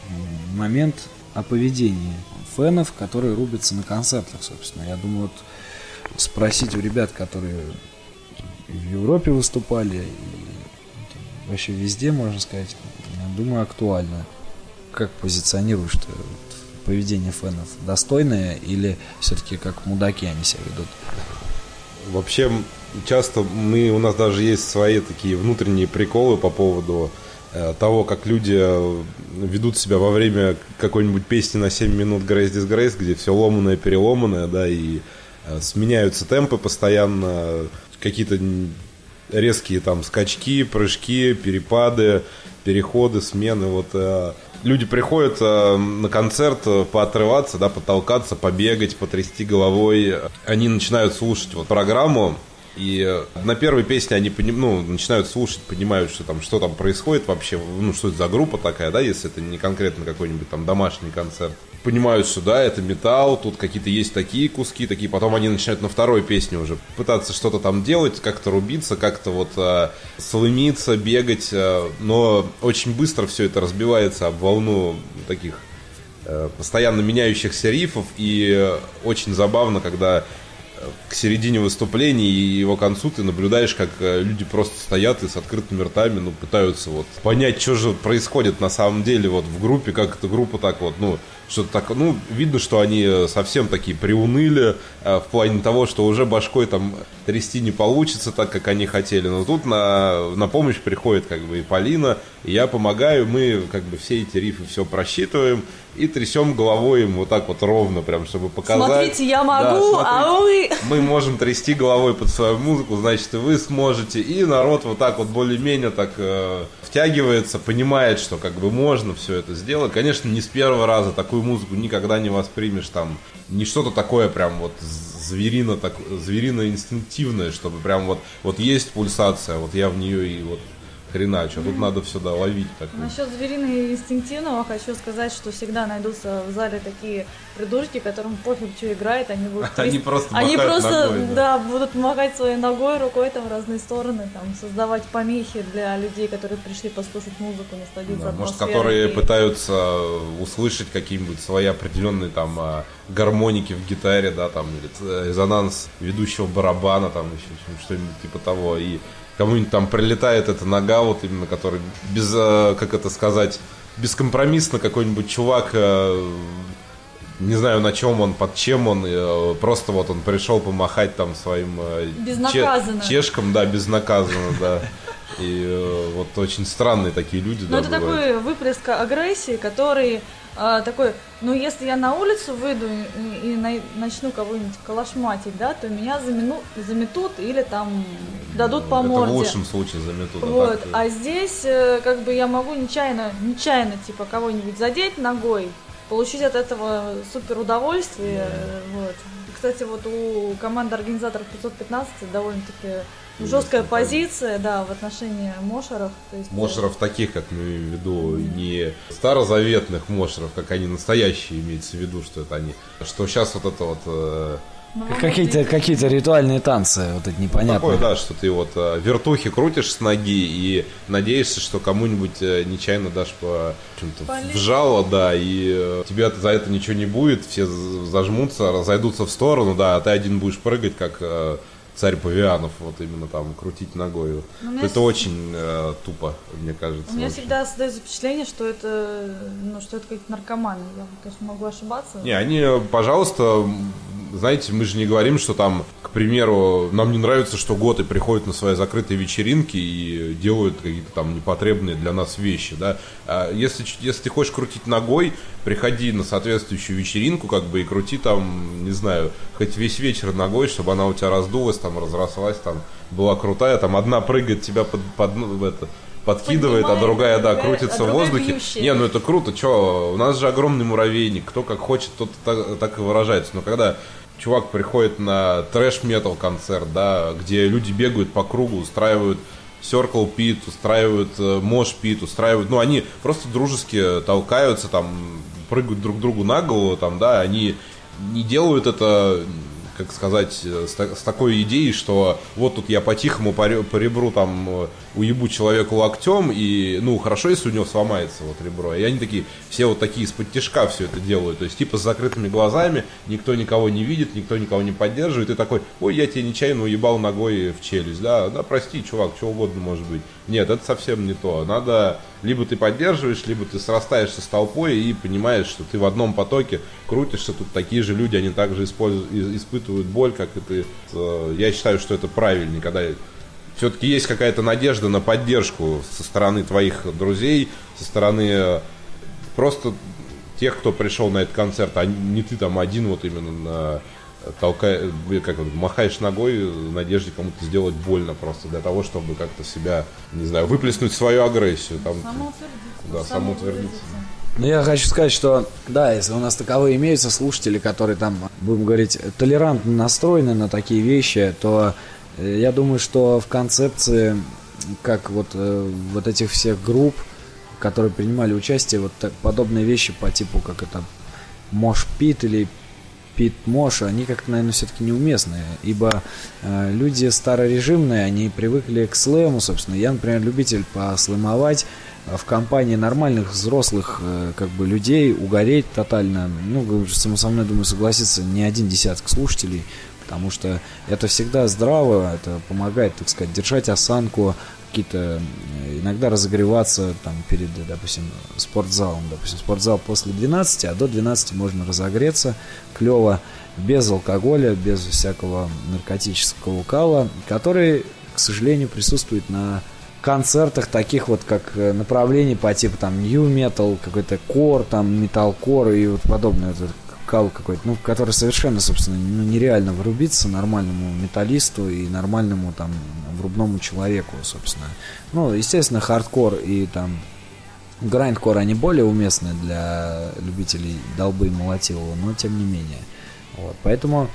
[SPEAKER 2] момент о поведении фенов, которые рубятся на концертах, собственно. Я думаю, вот спросить у ребят, которые в Европе выступали, и вообще везде, можно сказать, я думаю, актуально. Как позиционируешь ты поведение фенов? Достойное или все-таки как мудаки они себя ведут?
[SPEAKER 3] Вообще, часто у нас даже есть свои такие внутренние приколы по поводу того, как люди ведут себя во время какой-нибудь песни на 7 минут Grace Disgrace, где все ломаное, переломанное, да, и сменяются темпы постоянно, какие-то резкие там скачки, прыжки, перепады, переходы, смены. Вот люди приходят на концерт поотрываться, да, потолкаться, побегать, потрясти головой. Они начинают слушать вот программу, и на первой песне они начинают слушать, понимают, что там происходит вообще, что это за группа такая, да, если это не конкретно какой-нибудь там домашний концерт. Понимают, что да, это металл, тут какие-то есть такие куски, такие. Потом они начинают на второй песне уже пытаться что-то там делать, как-то рубиться, как-то вот сломиться, бегать. Но очень быстро все это разбивается об волну таких постоянно меняющихся рифов. И очень забавно, когда к середине выступления и его концу ты наблюдаешь, как люди просто стоят и с открытыми ртами, ну, пытаются вот понять, что же происходит на самом деле вот в группе, как эта группа так вот, ну, что-то так, ну, видно, что они совсем такие приуныли в плане того, что уже башкой там трясти не получится так, как они хотели. Но тут на помощь приходит как бы и Полина, и я помогаю, мы как бы все эти рифы все просчитываем и трясем головой им вот так вот ровно, прям, чтобы показать.
[SPEAKER 4] Смотрите, я могу,
[SPEAKER 3] да,
[SPEAKER 4] а вы...
[SPEAKER 3] Мы можем трясти головой под свою музыку, значит, и вы сможете. И народ вот так вот более-менее так втягивается, понимает, что как бы можно все это сделать. Конечно, не с первого раза такую музыку никогда не воспримешь, там, не что-то такое прям вот зверино-инстинктивное, чтобы прям вот есть пульсация, вот я в нее и вот хреначу. Тут надо все, да, ловить.
[SPEAKER 4] Насчет зверино-инстинктивного хочу сказать, что всегда найдутся в зале такие придурки, которым пофиг, что играет, они будут...
[SPEAKER 3] Они просто ногой,
[SPEAKER 4] да, будут махать своей ногой, рукой там в разные стороны, там, создавать помехи для людей, которые пришли послушать музыку, насладиться атмосферой.
[SPEAKER 3] Может, которые пытаются услышать какие-нибудь свои определенные там гармоники в гитаре, да, там, или резонанс ведущего барабана, там, еще что-нибудь типа того, и кому-нибудь там прилетает эта нога, вот именно, который без, как это сказать, бескомпромиссно какой-нибудь чувак, не знаю, на чем он, под чем он, просто вот он пришел помахать там своим чешкам, да, безнаказанно, да. И вот очень странные такие люди.
[SPEAKER 4] Ну, это такой выплеск агрессии, который такой, ну, если я на улицу выйду и начну кого-нибудь калашматить, да, то меня заметут или там дадут по морде.
[SPEAKER 3] Это в лучшем случае заметут.
[SPEAKER 4] Вот, а здесь как бы я могу нечаянно типа кого-нибудь задеть ногой, получить от этого супер удовольствие. Вот. Кстати, вот у команды организаторов 515 довольно-таки жесткая позиция, да, в отношении мошеров. То есть,
[SPEAKER 3] мошеров таких, как мы имеем в виду, не старозаветных мошеров, как они настоящие, имеется в виду, что это они. Что сейчас вот это вот...
[SPEAKER 2] Какие-то ритуальные танцы, вот это непонятно.
[SPEAKER 3] Такое, да, что ты вот вертухи крутишь с ноги и надеешься, что кому-нибудь нечаянно дашь по чем-то вжало, да, и тебе за это ничего не будет, все зажмутся, разойдутся в сторону, да, а ты один будешь прыгать, как царь Павианов, вот именно там крутить ногой. Это очень тупо, мне кажется.
[SPEAKER 4] У меня всегда создается впечатление, что это, что это какие-то наркоманы. Я, конечно, могу ошибаться.
[SPEAKER 3] Не, они, пожалуйста, знаете, мы же не говорим, что там, к примеру, нам не нравится, что готы приходят на свои закрытые вечеринки и делают какие-то там непотребные для нас вещи, да. А если ты хочешь крутить ногой, приходи на соответствующую вечеринку, как бы, и крути там, не знаю, хоть весь вечер ногой, чтобы она у тебя раздулась, там, разрослась, там, была крутая, там, одна прыгает тебя подкидывает, а другая, да, крутится в воздухе. Бьющая. Не, ну это круто, что, у нас же огромный муравейник, кто как хочет, тот так и выражается. Но когда чувак приходит на трэш-метал концерт, да, где люди бегают по кругу, устраивают circle pit, устраивают mosh-pit, устраивают, ну, они просто дружески толкаются, там, прыгают друг другу на голову, там, да, они не делают это, как сказать, с такой идеей, что вот тут я по-тихому по ребру там уебу человеку локтем, и, ну, хорошо, если у него сломается вот ребро. И они такие, все вот такие из-под тишка все это делают, то есть типа с закрытыми глазами, никто никого не видит, никто никого не поддерживает, и такой, ой, я тебе нечаянно уебал ногой в челюсть, да, прости, чувак, что угодно может быть. Нет, это совсем не то. Надо, либо ты поддерживаешь, либо ты срастаешься с толпой и понимаешь, что ты в одном потоке крутишься, тут такие же люди, они также испытывают боль, как и ты. Я считаю, что это правильнее, когда все-таки есть какая-то надежда на поддержку со стороны твоих друзей, со стороны просто тех, кто пришел на этот концерт, а не ты там один вот именно махаешь ногой в надежде кому-то сделать больно просто для того, чтобы как-то себя, не знаю, выплеснуть свою агрессию. Там, самоутвердиться.
[SPEAKER 2] Ну, я хочу сказать, что, да, если у нас таковые имеются слушатели, которые там, будем говорить, толерантно настроены на такие вещи, то я думаю, что в концепции, как вот этих всех групп, которые принимали участие, вот так, подобные вещи по типу, как это, мош-пит или пит-мош, они как-то, наверное, все-таки неуместные, ибо люди старорежимные, они привыкли к слэму, собственно. Я, например, любитель послэмовать в компании нормальных взрослых как бы людей, угореть тотально. Ну, со мной, думаю, согласится не один десяток слушателей, потому что это всегда здраво, это помогает, так сказать, держать осанку, какие-то иногда разогреваться там перед, допустим, спортзалом. Допустим, спортзал после 12, а до 12 можно разогреться клево, без алкоголя, без всякого наркотического кала, который, к сожалению, присутствует на концертах таких вот, как направлений по типу там new metal, какой-то core, там metalcore и вот подобное. Это кал какой-то, ну, который совершенно, собственно, ну, нереально врубиться нормальному металлисту и нормальному там врубному человеку, собственно. Ну, естественно, хардкор и там грайндкор, они более уместны для любителей долбы и молотилова, но тем не менее. Вот, поэтому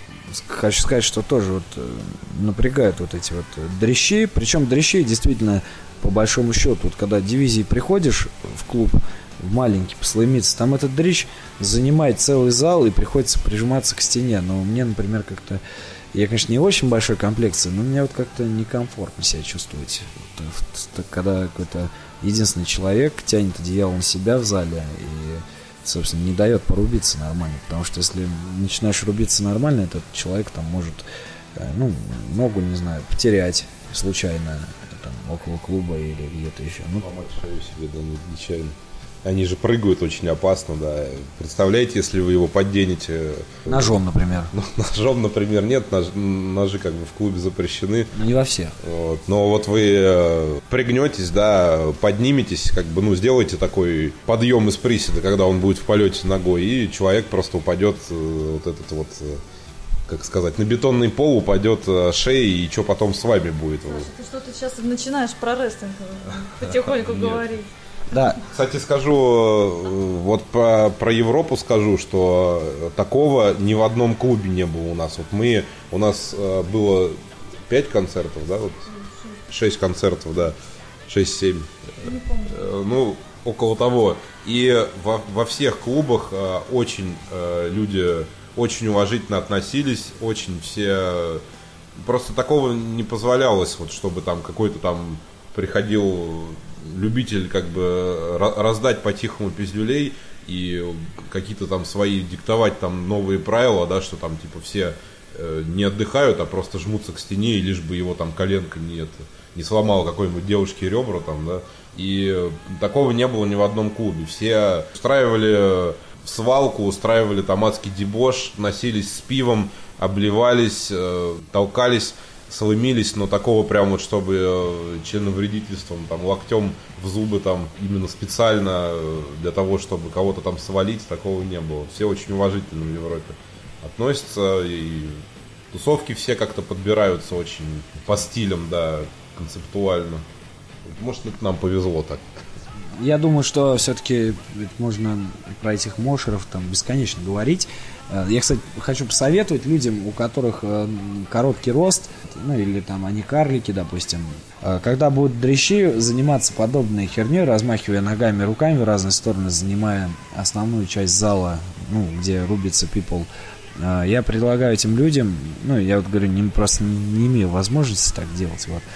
[SPEAKER 2] хочу сказать, что тоже вот напрягают вот эти вот дрищи, причем дрищи действительно, по большому счету, вот когда дивизии приходишь в клуб, в маленький, послымиться, там этот дрищ занимает целый зал и приходится прижиматься к стене. Но мне, например, как-то, я, конечно, не очень большой комплекции, но мне вот как-то некомфортно себя чувствовать. Вот, когда какой-то единственный человек тянет одеяло на себя в зале и, собственно, не дает порубиться нормально. Потому что если начинаешь рубиться нормально, этот человек там может, ну, ногу, не знаю, потерять случайно там, около клуба или где-то еще. Ну,
[SPEAKER 3] ломать шею себе, да, нечаянно. Они же прыгают очень опасно, да. Представляете, если вы его подденете...
[SPEAKER 2] Ножом, например.
[SPEAKER 3] Ножом, например, нет. Ножи как бы в клубе запрещены.
[SPEAKER 2] Но не во всех.
[SPEAKER 3] Вот. Но вот вы пригнетесь, да, подниметесь, как бы, ну, сделаете такой подъем из приседа, когда он будет в полете ногой, и человек просто упадет, вот этот вот, как сказать, на бетонный пол упадет шеей, и что потом с вами будет?
[SPEAKER 4] Ты что-то сейчас начинаешь про рестлинг потихоньку говорить.
[SPEAKER 2] Да.
[SPEAKER 3] Кстати, скажу, вот про Европу скажу, что такого ни в одном клубе не было у нас. Вот у нас было 5 концертов, да, вот 6 концертов, да, 6-7. Ну, около того. И во всех клубах очень люди очень уважительно относились, очень все... Просто такого не позволялось, вот, чтобы там какой-то там приходил... любитель как бы раздать по-тихому пиздюлей и какие-то там свои диктовать там новые правила, да, что там типа все не отдыхают, а просто жмутся к стене, и лишь бы его там коленка не сломала какой-нибудь девушке ребра там, да. И такого не было ни в одном клубе. Все устраивали свалку, устраивали там адский дебош, носились с пивом, обливались, толкались, сломились, но такого прям вот, чтобы членовредительством, там, локтем в зубы, там, именно специально для того, чтобы кого-то там свалить, такого не было. Все очень уважительно в Европе относятся, и тусовки все как-то подбираются очень по стилям, да, концептуально. Может, это нам повезло так.
[SPEAKER 2] Я думаю, что все-таки можно про этих мошеров там бесконечно говорить. Я, кстати, хочу посоветовать людям, у которых короткий рост, ну или там они карлики, допустим, когда будут дрищи, заниматься подобной херней, размахивая ногами, руками в разные стороны, занимая основную часть зала, ну, где рубится people, я предлагаю этим людям, ну, я вот говорю, просто не имею возможности так делать, вот,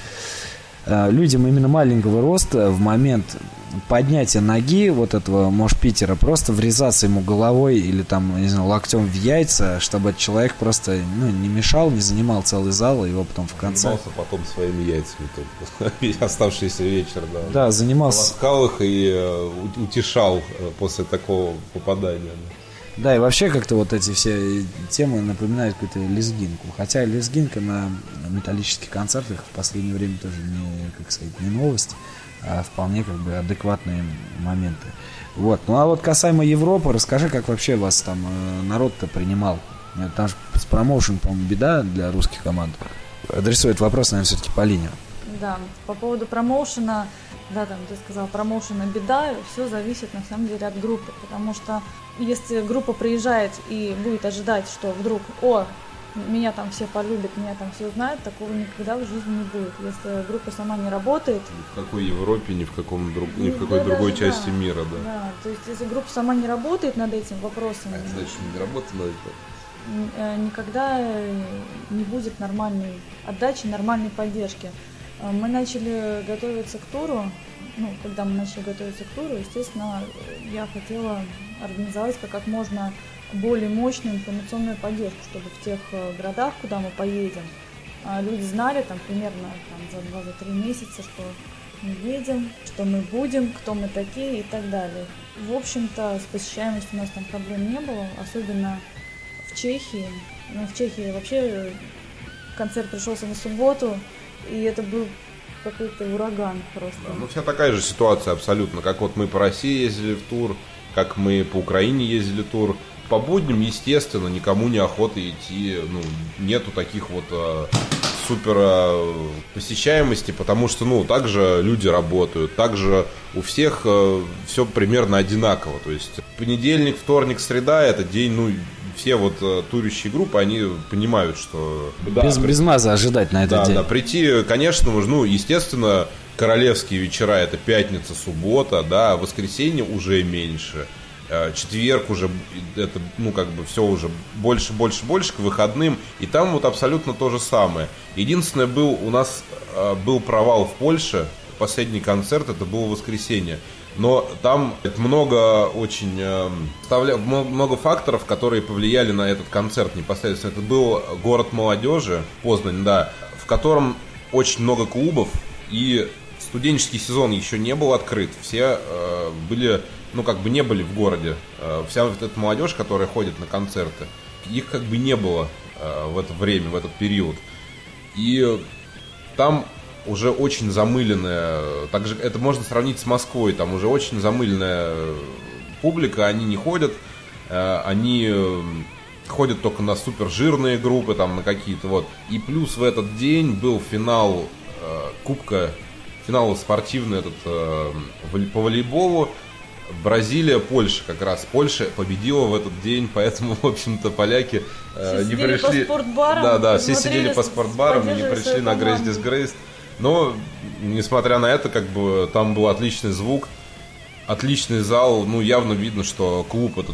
[SPEAKER 2] людям именно маленького роста в момент поднятия ноги вот этого мошпитера просто врезаться ему головой или там, не знаю, локтем в яйца, чтобы этот человек просто, ну, не мешал, не занимал целый зал, и его потом в конце...
[SPEAKER 3] Занимался потом своими яйцами только. Оставшийся вечер, да.
[SPEAKER 2] Да, занимался...
[SPEAKER 3] Ласкал их и утешал после такого попадания.
[SPEAKER 2] Да, и вообще как-то вот эти все темы напоминают какую-то лезгинку. Хотя лезгинка на металлических концертах в последнее время тоже не, как сказать, не новость, а вполне как бы адекватные моменты. Вот. Ну а вот касаемо Европы, расскажи, как вообще вас там народ-то принимал. Там же с промоушен, по-моему, беда для русских команд. Адресует вопрос, наверное, все-таки Полине.
[SPEAKER 4] Да, по поводу промоушена, да, там ты сказал, промоушена беда, все зависит на самом деле от группы, потому что если группа приезжает и будет ожидать, что вдруг, меня там все полюбят, меня там все знают, такого никогда в жизни не будет. Если группа сама не работает...
[SPEAKER 3] Ни в какой Европе, ни в какой другой части мира, да.
[SPEAKER 4] Да, то есть если группа сама не работает над этим вопросом...
[SPEAKER 3] А значит, не работает над этим?
[SPEAKER 4] Никогда не будет нормальной отдачи, нормальной поддержки. Мы начали готовиться к туру, когда мы начали готовиться к туру, естественно, я хотела организовать как можно более мощную информационную поддержку, чтобы в тех городах, куда мы поедем, люди знали там примерно за 2-3 месяца, что мы едем, что мы будем, кто мы такие и так далее. В общем-то, с посещаемостью у нас там проблем не было, особенно в Чехии. Ну, в Чехии вообще концерт пришелся на субботу, и это был какой-то ураган просто.
[SPEAKER 3] Да, ну, вся такая же ситуация абсолютно, как вот мы по России ездили в тур, как мы по Украине ездили в тур. По будням, естественно, никому не охота идти, ну, нету таких вот супер посещаемости, потому что, ну, также люди работают, также у всех все примерно одинаково, то есть понедельник, вторник, среда — это день, ну, все вот туристские группы, они понимают, что...
[SPEAKER 2] Без маза ожидать на этот день.
[SPEAKER 3] Да, прийти, конечно, ну, естественно, королевские вечера — это пятница, суббота, да, воскресенье уже меньше. Четверг уже, это, ну, как бы все уже больше к выходным, и там вот абсолютно то же самое. Единственное, у нас был провал в Польше, последний концерт, это было воскресенье, но там много факторов, которые повлияли на этот концерт непосредственно. Это был город молодежи, Познань, да, в котором очень много клубов, и студенческий сезон еще не был открыт, все были... Ну, как бы не были в городе. Вся вот эта молодежь, которая ходит на концерты, их как бы не было в это время, в этот период. И там уже очень замыленная, также это можно сравнить с Москвой, там уже очень замыленная публика, они не ходят, они ходят только на супер жирные группы, там на какие-то вот. И плюс в этот день был финал финал спортивный по волейболу. Бразилия, Польша как раз. Польша победила в этот день, поэтому, в общем-то, поляки не пришли...
[SPEAKER 4] По спортбарам,
[SPEAKER 3] да, все сидели по спортбарам и не пришли на Grace Disgrace. Но, несмотря на это, как бы там был отличный звук, отличный зал. Ну, явно видно, что клуб этот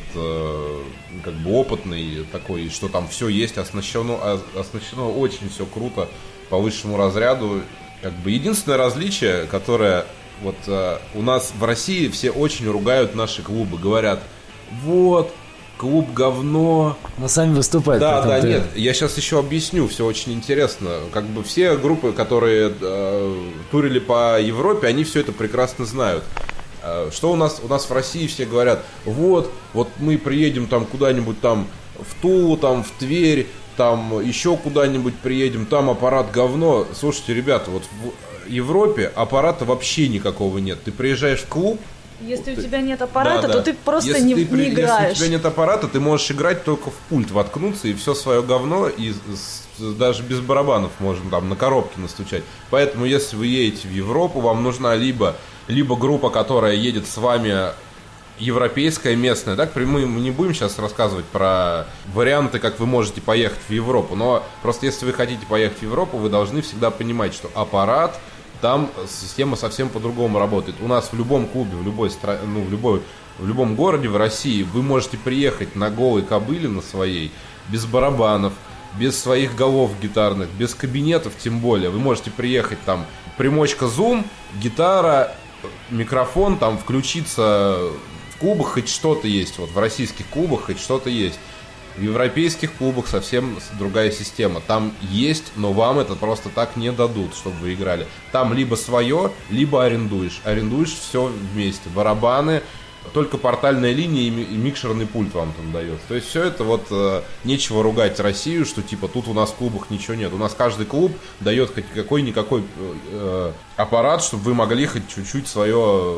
[SPEAKER 3] как бы опытный такой, что там все есть, оснащено очень все круто по высшему разряду. Как бы единственное различие, которое... Вот у нас в России все очень ругают наши клубы, говорят, вот, клуб говно.
[SPEAKER 2] Но сами выступают.
[SPEAKER 3] Да, нет, я сейчас еще объясню, все очень интересно. Как бы все группы, которые турили по Европе, они все это прекрасно знают. Что у нас в России все говорят, вот мы приедем там куда-нибудь там в Тулу, там в Тверь, там еще куда-нибудь приедем, там аппарат говно. Слушайте, ребята, вот в Европе аппарата вообще никакого нет. Ты приезжаешь в клуб.
[SPEAKER 4] Если у тебя нет аппарата, то ты просто не играешь.
[SPEAKER 3] Если у тебя нет аппарата, ты можешь играть только в пульт, воткнуться, и все свое говно, и даже без барабанов можно там на коробке настучать. Поэтому, если вы едете в Европу, вам нужна либо группа, которая едет с вами, европейская, местная. Так, мы не будем сейчас рассказывать про варианты, как вы можете поехать в Европу, но просто если вы хотите поехать в Европу, вы должны всегда понимать, что аппарат, там система совсем по-другому работает. У нас в любом клубе, в любой стране, в любом городе в России вы можете приехать на голой кобыле на своей, без барабанов, без своих голов гитарных, без кабинетов тем более. Вы можете приехать там, примочка Zoom, гитара, микрофон, там включиться. В клубах хоть что-то есть, вот в российских клубах хоть что-то есть. В европейских клубах совсем другая система. Там есть, но вам это просто так не дадут, чтобы вы играли. Там либо свое, либо арендуешь. Арендуешь все вместе. Барабаны, только портальная линия и микшерный пульт вам там дается. То есть все это вот нечего ругать Россию, что типа тут у нас в клубах ничего нет. У нас каждый клуб дает хоть какой-никакой аппарат, чтобы вы могли хоть чуть-чуть свою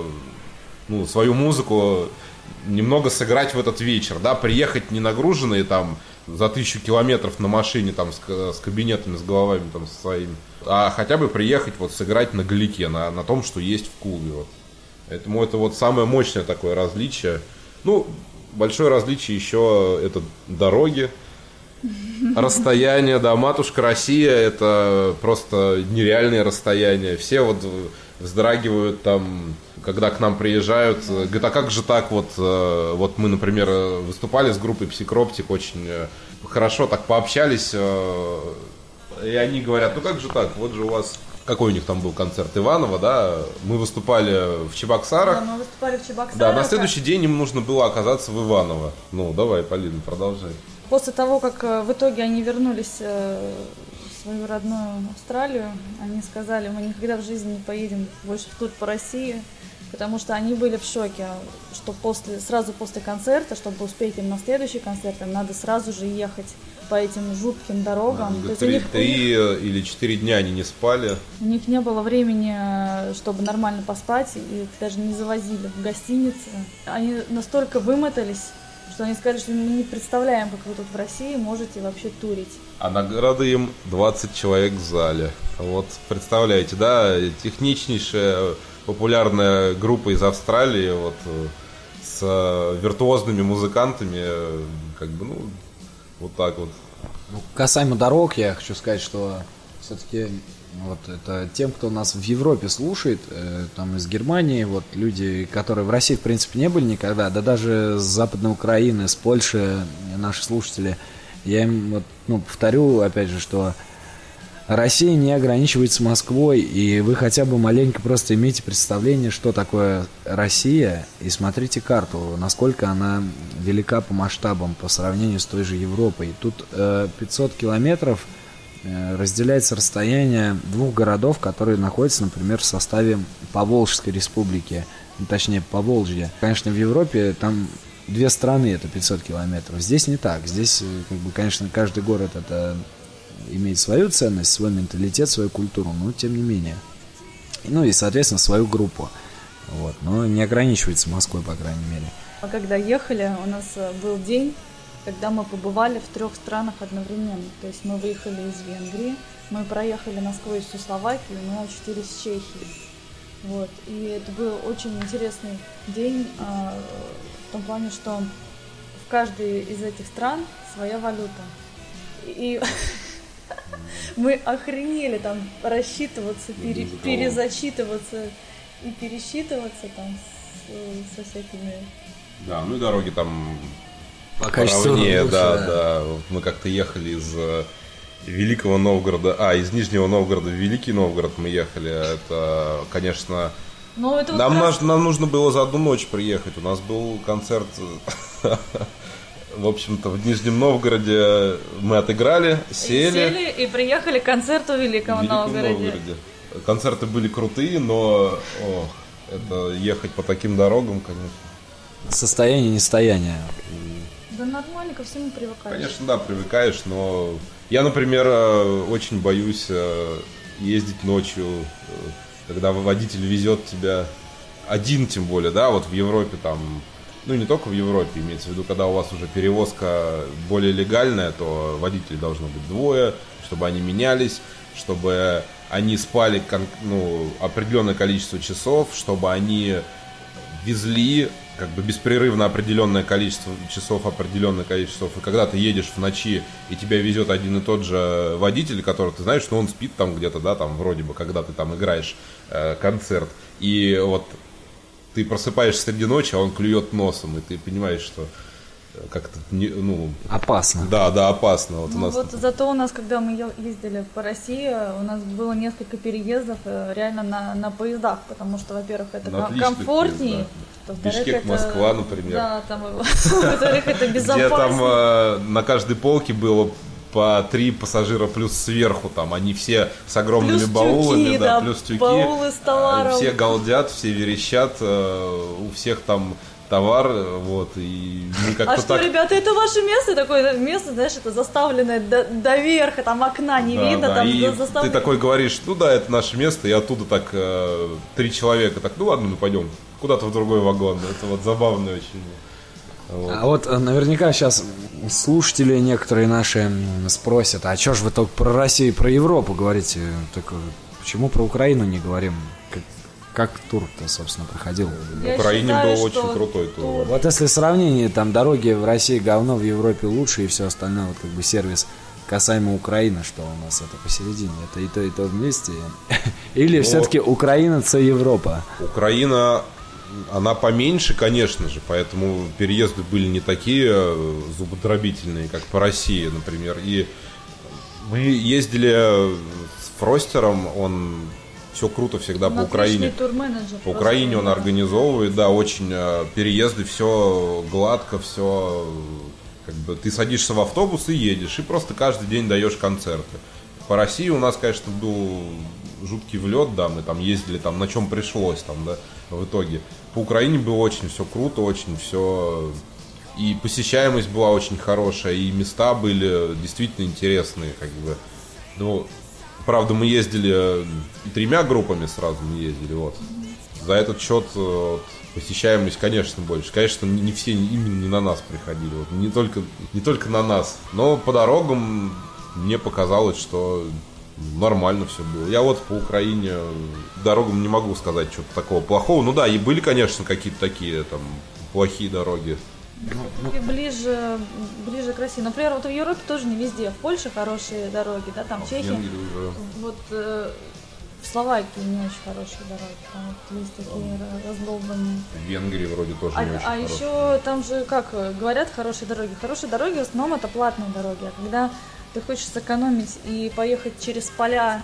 [SPEAKER 3] музыку немного сыграть в этот вечер, да, приехать не нагруженные там за 1000 километров на машине там с кабинетами, с головами там со своими, а хотя бы приехать вот сыграть на галике, на том, что есть в клубе. Вот. Поэтому это вот самое мощное такое различие. Ну, большое различие еще это дороги, расстояние, да, матушка Россия, это просто нереальные расстояния. Все вот вздрагивают там, когда к нам приезжают, говорят, а как же так вот мы, например, выступали с группой Псикроптик, очень хорошо так пообщались, и они говорят, ну как же так, вот же у вас Какой у них там был концерт? Иваново, да? Мы выступали в Чебоксарах.
[SPEAKER 4] Да, мы выступали в Чебоксарах.
[SPEAKER 3] Да, на следующий день им нужно было оказаться в Иваново. Ну, давай, Полина, продолжай.
[SPEAKER 4] После того, как в итоге они вернулись в свою родную Австралию, они сказали, мы никогда в жизни не поедем больше в тур по России, потому что они были в шоке, что сразу после концерта, чтобы успеть им на следующий концерт, им надо сразу же ехать по этим жутким дорогам.
[SPEAKER 3] Да, 3 или 4 дня они не спали.
[SPEAKER 4] У них не было времени, чтобы нормально поспать, и их даже не завозили в гостиницы. Они настолько вымотались, что они сказали, что мы не представляем, как вы тут в России можете вообще турить.
[SPEAKER 3] А награды им 20 человек в зале. Вот, представляете, да, техничнейшая популярная группа из Австралии, вот, с виртуозными музыкантами, как бы, ну, вот так вот.
[SPEAKER 2] Касаемо дорог, я хочу сказать, что все-таки вот это тем, кто нас в Европе слушает, там из Германии, вот люди, которые в России, в принципе, не были никогда, да даже с Западной Украины, с Польши, наши слушатели, я им вот, ну, повторю, опять же, что Россия не ограничивается Москвой, и вы хотя бы маленько просто имеете представление, что такое Россия, и смотрите карту, насколько она велика по масштабам по сравнению с той же Европой. Тут 500 километров разделяется расстояние двух городов, которые находятся, например, в составе Поволжской республики, точнее Поволжья. Конечно, в Европе там две страны, это 500 километров. Здесь не так. Здесь, как бы, конечно, каждый город это имеет свою ценность, свой менталитет, свою культуру, но тем не менее. Ну и, соответственно, свою группу. Вот. Но не ограничивается Москвой, по крайней мере.
[SPEAKER 4] А когда ехали, у нас был день, когда мы побывали в 3 странах одновременно. То есть мы выехали из Венгрии, мы проехали насквозь всю Словакию, мы очутились в Чехии. Вот. И это был очень интересный день в том плане, что в каждой из этих стран своя валюта. И мы охренели там рассчитываться, перезачитываться и пересчитываться там со всякими...
[SPEAKER 3] Да, ну и дороги там
[SPEAKER 2] по качеству
[SPEAKER 3] поровнее,
[SPEAKER 2] лучше,
[SPEAKER 3] да. Мы как-то ехали из Великого Новгорода, из Нижнего Новгорода в Великий Новгород мы ехали. Это, конечно...
[SPEAKER 4] Это
[SPEAKER 3] нам нужно было за одну ночь приехать. У нас был концерт, в общем-то, в Нижнем Новгороде. Мы отыграли, сели
[SPEAKER 4] и приехали к концерту в Великом Новгороде.
[SPEAKER 3] Концерты были крутые, но это ехать по таким дорогам, конечно.
[SPEAKER 2] Состояние нестояния.
[SPEAKER 4] Да нормально, ко всему привыкаешь.
[SPEAKER 3] Конечно, да, привыкаешь, но я, например, очень боюсь ездить ночью, когда водитель везет тебя один, тем более, да, вот в Европе там, ну не только в Европе, имеется в виду, когда у вас уже перевозка более легальная, то водителей должно быть 2, чтобы они менялись, чтобы они спали определенное количество часов, чтобы они везли как бы беспрерывно определенное количество часов. И когда ты едешь в ночи, и тебя везет один и тот же водитель, который ты знаешь, что он спит там где-то, да, там вроде бы, когда ты там играешь концерт. И вот ты просыпаешься среди ночи, а он клюет носом, и ты понимаешь, что как-то,
[SPEAKER 2] опасно.
[SPEAKER 3] Да, опасно. Вот у нас...
[SPEAKER 4] Зато у нас, когда мы ездили по России, у нас было несколько переездов реально на поездах, потому что, во-первых, это комфортнее.
[SPEAKER 3] Бишкек, Москва, например.
[SPEAKER 4] Да, там, во-вторых, это безопаснее.
[SPEAKER 3] Где там на каждой полке было по 3 пассажира плюс сверху, там они все с огромными баулами, плюс тюки.
[SPEAKER 4] Баулы с товаром.
[SPEAKER 3] Все галдят, все верещат, у всех там товар, вот, и мы как-то
[SPEAKER 4] что, ребята, это ваше место? Такое место, знаешь, это заставленное до верха, там окна не видно, там
[SPEAKER 3] и
[SPEAKER 4] заставлено.
[SPEAKER 3] Ты такой говоришь, это наше место, и оттуда так 3 человека, так, ладно, мы пойдем куда-то в другой вагон. Это вот забавно очень. Вот.
[SPEAKER 2] А вот наверняка сейчас слушатели некоторые наши спросят, а что ж вы только про Россию и про Европу говорите? Так почему про Украину не говорим? Как тур-то, собственно, проходил?
[SPEAKER 3] В Украине был очень крутой тур.
[SPEAKER 2] Вот если сравнение, там дороги в России говно, в Европе лучше и все остальное, вот как бы сервис касаемо Украины, что у нас это посередине, это и то вместе? Или все-таки Украина это Европа?
[SPEAKER 3] Украина, она поменьше, конечно же, поэтому переезды были не такие зубодробительные, как по России, например. И мы ездили Фростером, он все круто всегда по Украине.
[SPEAKER 4] Турменеджер
[SPEAKER 3] по Украине он организовывает, да, очень переезды, все гладко, все как бы ты садишься в автобус и едешь, и просто каждый день даешь концерты. По России у нас, конечно, был жуткий влет, да, мы там ездили, там на чем пришлось, там, да, в итоге. По Украине было очень все круто, очень все... И посещаемость была очень хорошая, и места были действительно интересные, как бы. Ну, правда, мы ездили 3 группами сразу, мы ездили, вот. За этот счет вот, посещаемость, конечно, больше. Конечно, не все именно не на нас приходили, вот, не только на нас. Но по дорогам мне показалось, что нормально все было. Я вот по Украине дорогам не могу сказать что-то такого плохого. Ну да, и были, конечно, какие-то такие там плохие дороги.
[SPEAKER 4] Ближе к России. Например, вот в Европе тоже не везде. В Польше хорошие дороги, да, там в Чехии. Вот в Словакии не очень хорошие дороги. Там вот есть такие раздолбанные.
[SPEAKER 3] В Венгрии вроде тоже не очень хорошие.
[SPEAKER 4] Еще там же, как говорят, хорошие дороги. Хорошие дороги в основном это платные дороги. А когда ты хочешь сэкономить и поехать через поля,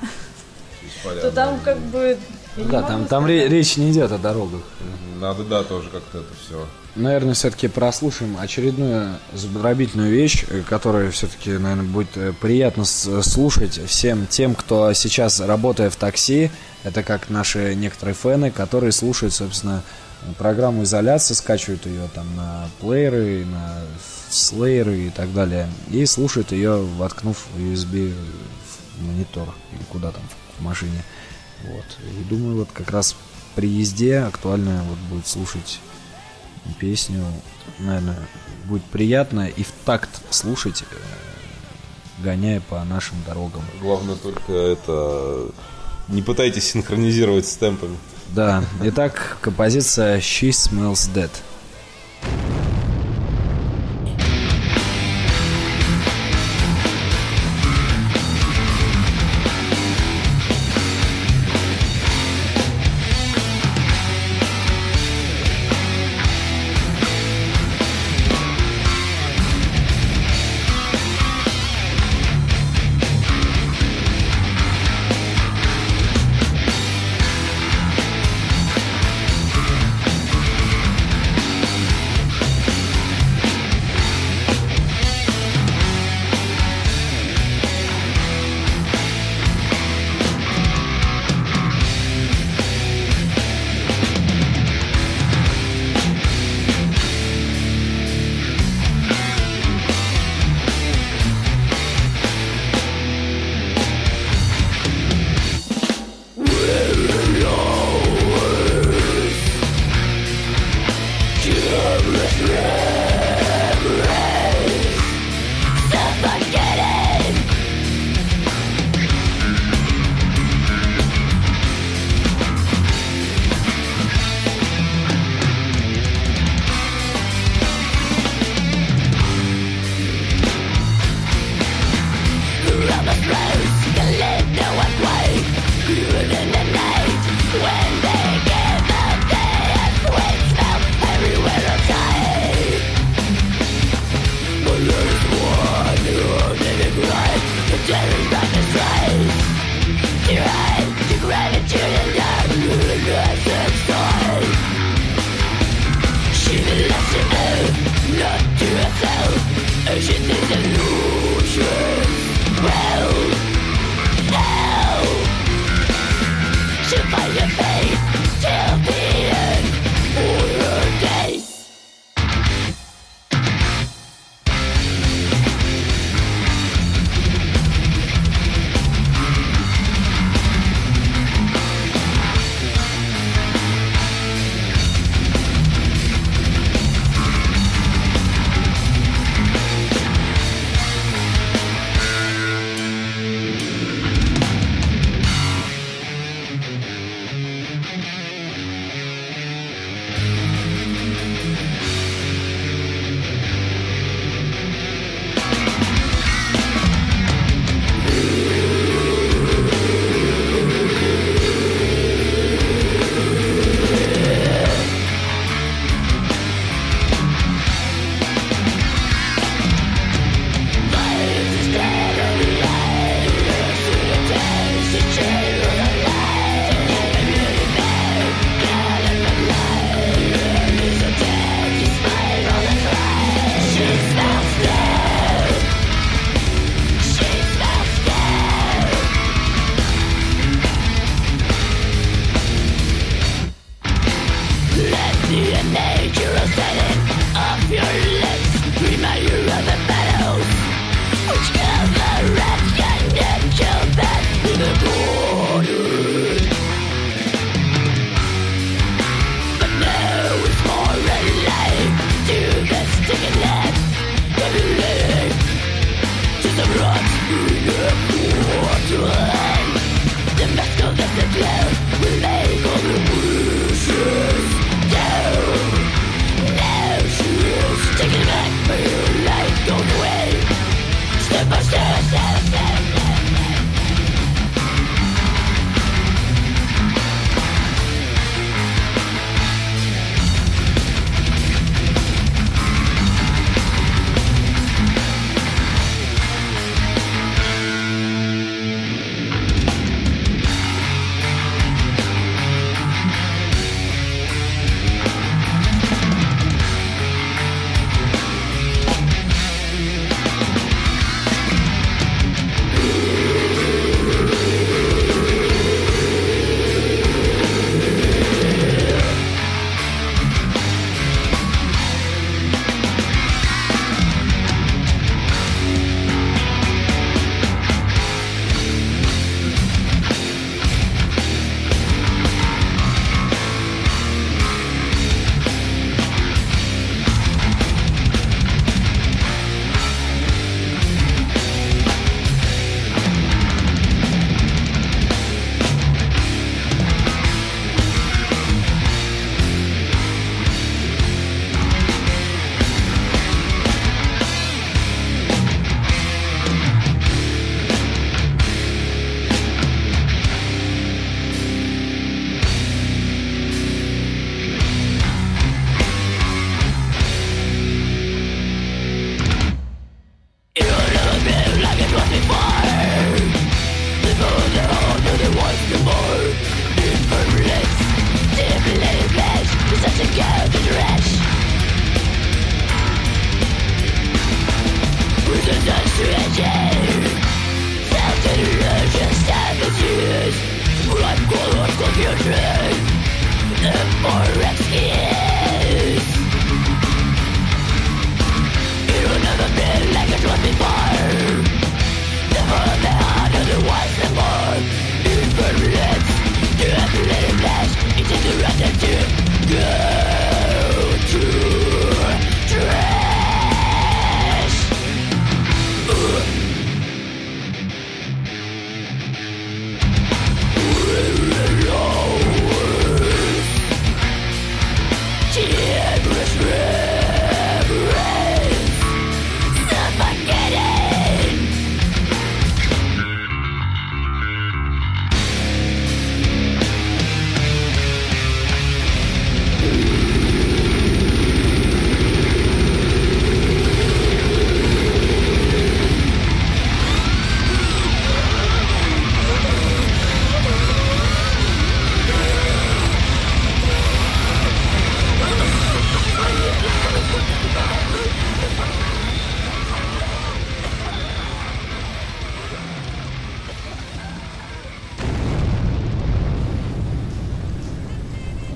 [SPEAKER 4] то там как бы...
[SPEAKER 2] Да, там речь не идет о дорогах.
[SPEAKER 3] Надо, да, тоже как-то это все.
[SPEAKER 2] Наверное, все-таки прослушаем очередную зубодробительную вещь, которую все-таки, наверное, будет приятно слушать всем тем, кто сейчас, работая в такси, это как наши некоторые фэны, которые слушают, собственно, программу изоляции, скачивают ее там на плееры, на слееры и так далее, и слушают ее, воткнув USB в монитор или куда там в машине. Вот. И думаю, вот как раз при езде актуально вот будет слушать песню, наверное, будет приятно и в такт слушать, гоняя по нашим дорогам.
[SPEAKER 3] Главное только это не пытайтесь синхронизировать с темпами.
[SPEAKER 2] Да, итак, композиция She Smells Dead.
[SPEAKER 5] When they give up, they have sweet smell everywhere outside.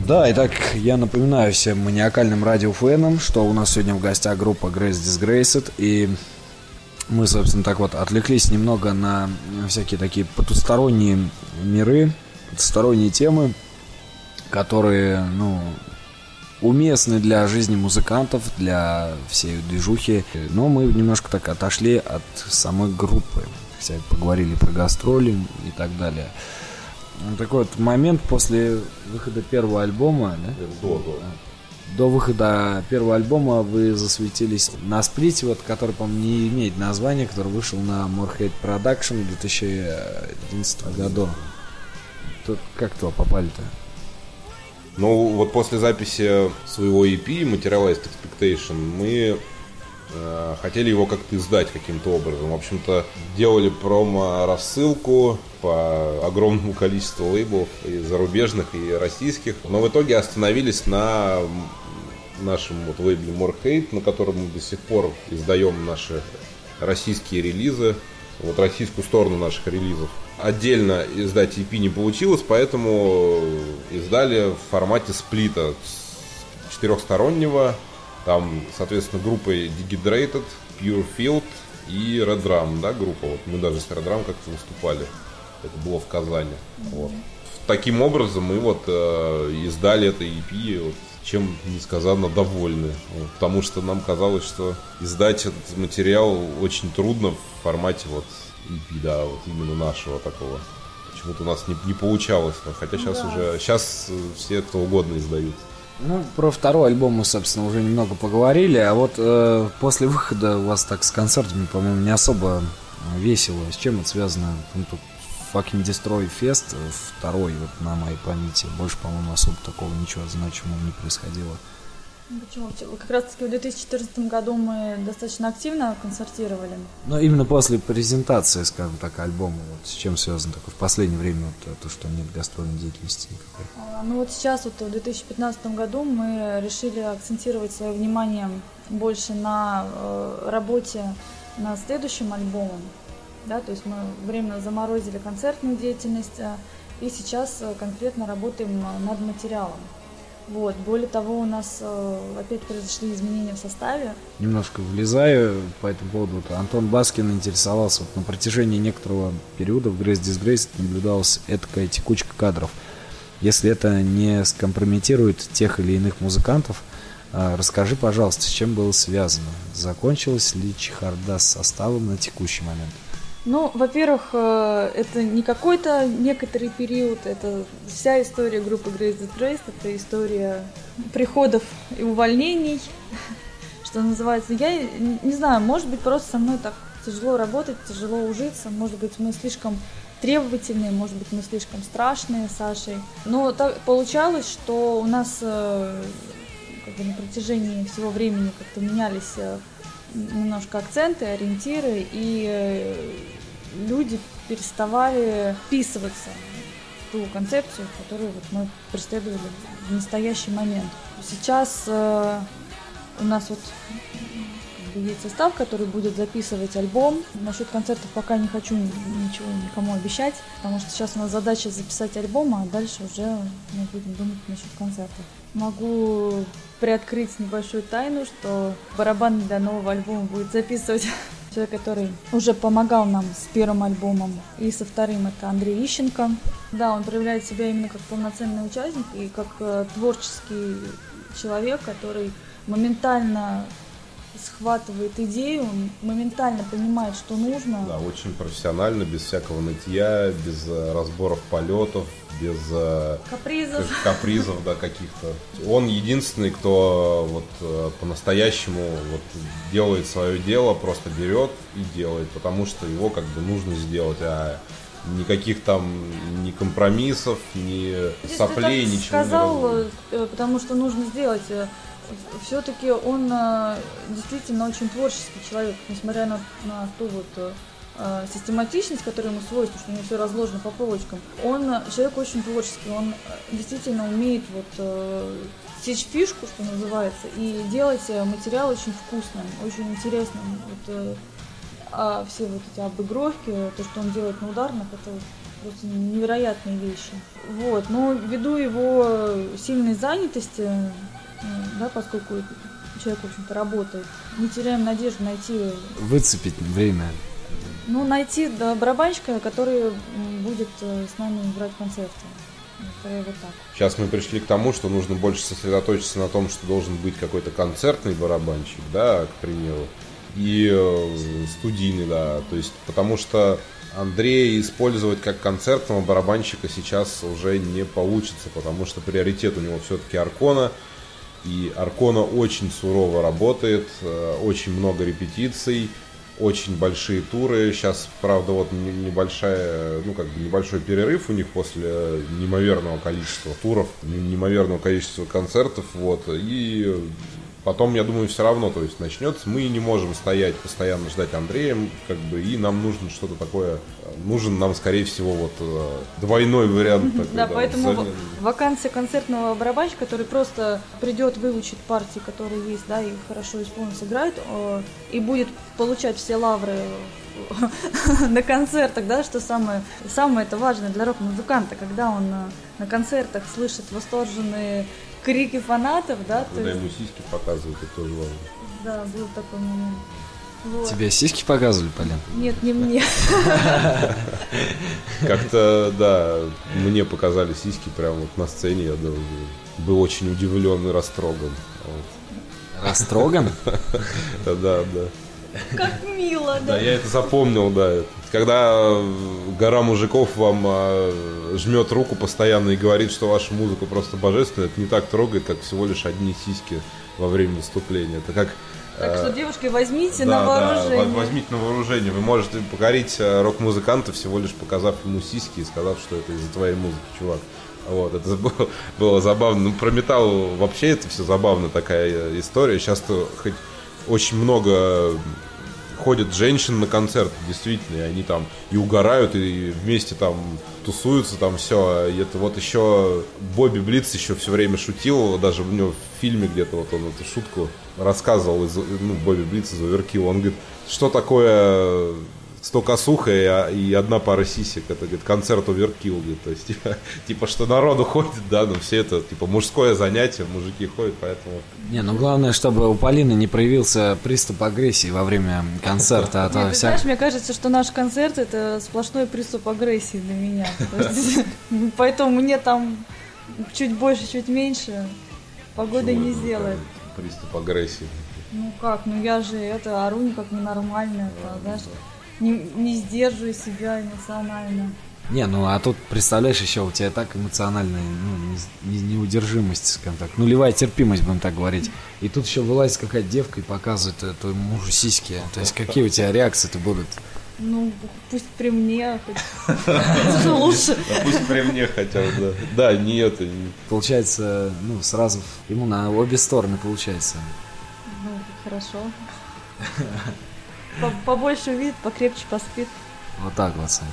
[SPEAKER 2] Да, итак, я напоминаю всем маниакальным радиофенам, что у нас сегодня в гостях группа Grace Disgraced, и мы, собственно, так вот отвлеклись немного на всякие такие потусторонние миры, потусторонние темы, которые, уместны для жизни музыкантов, для всей движухи. Но мы немножко так отошли от самой группы, хотя поговорили про гастроли и так далее. Такой вот момент после выхода первого альбома, да? До выхода первого альбома вы засветились на сплите, вот, который, по-моему, не имеет названия, который вышел на Morehead Production в 2011 году. Тут как туда попали-то?
[SPEAKER 3] Ну, вот после записи своего EP, Materialized Expectation, мы хотели его как-то издать каким-то образом. В общем-то, делали промо-рассылку по огромному количеству лейблов, и зарубежных, и российских. Но в итоге остановились на нашем вот лейбле Morehead, на котором мы до сих пор издаем наши российские релизы, вот российскую сторону наших релизов. Отдельно издать EP не получилось, поэтому издали в формате сплита четырехстороннего. Там, соответственно, группой Dehydrated, Pure Field и Red Drum, да, группа. Вот мы даже с Red Drum как-то выступали. Это было в Казани. Вот. Таким образом мы вот издали это EP, вот, чем несказанно довольны. Вот, потому что нам казалось, что издать этот материал очень трудно в формате вот EP, да, вот именно нашего такого. Почему-то у нас не получалось. Хотя сейчас все кто угодно издают.
[SPEAKER 2] Ну, про второй альбом мы, собственно, уже немного поговорили. А вот после выхода у вас так с концертами, по-моему, не особо весело. С чем это связано? Ну, тут Fucking Destroy Fest второй, вот на моей памяти. Больше, по-моему, особо такого ничего значимого не происходило.
[SPEAKER 4] Почему? Как раз таки в 2014 году мы достаточно активно концертировали.
[SPEAKER 2] Но именно после презентации, скажем так, альбома, вот с чем связано такое в последнее время вот, то, что нет гастрольной деятельности никакой?
[SPEAKER 4] Ну вот сейчас, вот в 2015 году мы решили акцентировать свое внимание больше на работе над следующим альбомом. Да, то есть мы временно заморозили концертную деятельность и сейчас конкретно работаем над материалом. Вот. Более того, у нас опять произошли изменения в составе.
[SPEAKER 2] Немножко влезаю по этому поводу. Вот Антон Баскин интересовался. Вот на протяжении некоторого периода в Grace Disgraced наблюдалась этакая текучка кадров. Если это не скомпрометирует тех или иных музыкантов, расскажи, пожалуйста, с чем было связано? Закончилась ли чехарда с составом на текущий момент?
[SPEAKER 4] Ну, во-первых, это не какой-то некоторый период, это вся история группы Grace Disgraced, это история приходов и увольнений, что называется. Я не знаю, может быть, просто со мной так тяжело работать, тяжело ужиться, может быть, мы слишком требовательные, может быть, мы слишком страшные с Сашей. Но так получалось, что у нас как бы на протяжении всего времени как-то менялись немножко акценты, ориентиры, и люди переставали вписываться в ту концепцию, которую вот мы преследовали в настоящий момент. Сейчас у нас вот есть состав, который будет записывать альбом. Насчет концертов пока не хочу ничего никому обещать, потому что сейчас у нас задача записать альбом, а дальше уже мы будем думать насчет концертов. Могу приоткрыть небольшую тайну, что барабаны для нового альбома будет записывать человек, который уже помогал нам с первым альбомом, и со вторым это Андрей Ищенко. Да, он проявляет себя именно как полноценный участник и как творческий человек, который моментально схватывает идею, он моментально понимает, что нужно.
[SPEAKER 3] Да, очень профессионально, без всякого нытья, без разборов полетов, без капризов, да, каких-то. Он единственный, кто вот по-настоящему вот делает свое дело, просто берет и делает, потому что его как бы нужно сделать, а никаких там ни компромиссов, ни соплей, ничего.
[SPEAKER 4] Сказал, потому что нужно сделать. Все-таки он действительно очень творческий человек, несмотря на ту вот систематичность, которая ему свойственна, что у него все разложено по полочкам. Он человек очень творческий, он действительно умеет вот сечь фишку, что называется, и делать материал очень вкусным, очень интересным. Вот, все вот эти обыгровки, то, что он делает на ударных, это просто невероятные вещи. Вот, но ввиду его сильной занятости, да, поскольку человек, в общем-то, работает, не теряем надежду найти...
[SPEAKER 2] Выцепить время.
[SPEAKER 4] Ну, найти барабанщика, который будет с нами играть концерты. Вот так.
[SPEAKER 3] Сейчас мы пришли к тому, что нужно больше сосредоточиться на том, что должен быть какой-то концертный барабанщик, да, к примеру, и студийный, да, то есть, потому что Андрея использовать как концертного барабанщика сейчас уже не получится, потому что приоритет у него все-таки Аркона, и Аркона очень сурово работает, очень много репетиций, очень большие туры. Сейчас, правда, вот небольшой перерыв у них после неимоверного количества туров, неимоверного количества концертов, вот, и потом, я думаю, все равно, то есть, начнется. Мы не можем стоять, постоянно ждать Андрея, как бы, и нам нужно что-то такое, нужен нам, скорее всего, вот, двойной вариант. Такой,
[SPEAKER 4] да, поэтому вакансия концертного барабанщика, который просто придет, выучит партии, которые есть, да, и хорошо исполнит, сыграет, и будет получать все лавры на концертах, да, что самое это важное для рок-музыканта, когда он на концертах слышит восторженные крики фанатов, да.
[SPEAKER 3] Когда ему сиськи показывают, это тоже важно.
[SPEAKER 4] Да, был такой момент. Вот.
[SPEAKER 2] Тебе сиськи показывали, Полин?
[SPEAKER 4] Нет, не мне.
[SPEAKER 3] Как-то, да, мне показали сиськи прямо вот на сцене, я был очень удивлен и растроган.
[SPEAKER 2] Растроган?
[SPEAKER 3] Да.
[SPEAKER 4] Как мило, да.
[SPEAKER 3] Да, я это запомнил, да. Когда гора мужиков вам жмет руку постоянно и говорит, что ваша музыка просто божественная, это не так трогает, как всего лишь одни сиськи во время выступления. Это как...
[SPEAKER 4] Так что, девушки, возьмите на вооружение.
[SPEAKER 3] Да, возьмите на вооружение. Вы можете покорить рок-музыканта, всего лишь показав ему сиськи и сказав, что это из-за твоей музыки, чувак. Вот, это было забавно. Ну, про металл вообще это все забавно, такая история. Сейчас-то хоть очень много ходят женщин на концерт, действительно, и они там и угорают, и вместе там тусуются, там все. И это вот еще Бобби Блиц еще все время шутил, даже у него в фильме где-то вот он эту шутку рассказывал, Бобби Блиц из Overkill, он говорит, что такое 100 косуха и одна пара сисек, это, говорит, концерт Overkill, говорит, то есть, типа, что народу ходит, да, но все это, типа, мужское занятие, мужики ходят, поэтому...
[SPEAKER 2] Не, ну главное, чтобы у Полины не проявился приступ агрессии во время концерта. А то
[SPEAKER 4] знаешь, мне кажется, что наш концерт — это сплошной приступ агрессии для меня, поэтому мне там чуть больше, чуть меньше погода не сделает.
[SPEAKER 3] Приступ агрессии.
[SPEAKER 4] Ну как, я же ору как ненормально, знаешь... Не сдерживаю себя эмоционально.
[SPEAKER 2] Не, ну а тут, представляешь, еще у тебя так эмоциональная неудержимость, скажем так, нулевая терпимость, будем так говорить. И тут еще вылазит какая-то девка и показывает твоему мужу сиськи. То есть какие у тебя реакции-то будут?
[SPEAKER 4] Ну, пусть при мне хоть лучше.
[SPEAKER 3] Пусть при мне хотя бы, да. Да, не это.
[SPEAKER 2] Получается, сразу ему на обе стороны получается.
[SPEAKER 4] Ну, хорошо. Побольше увидит, покрепче поспит.
[SPEAKER 2] Вот так вот, Сань.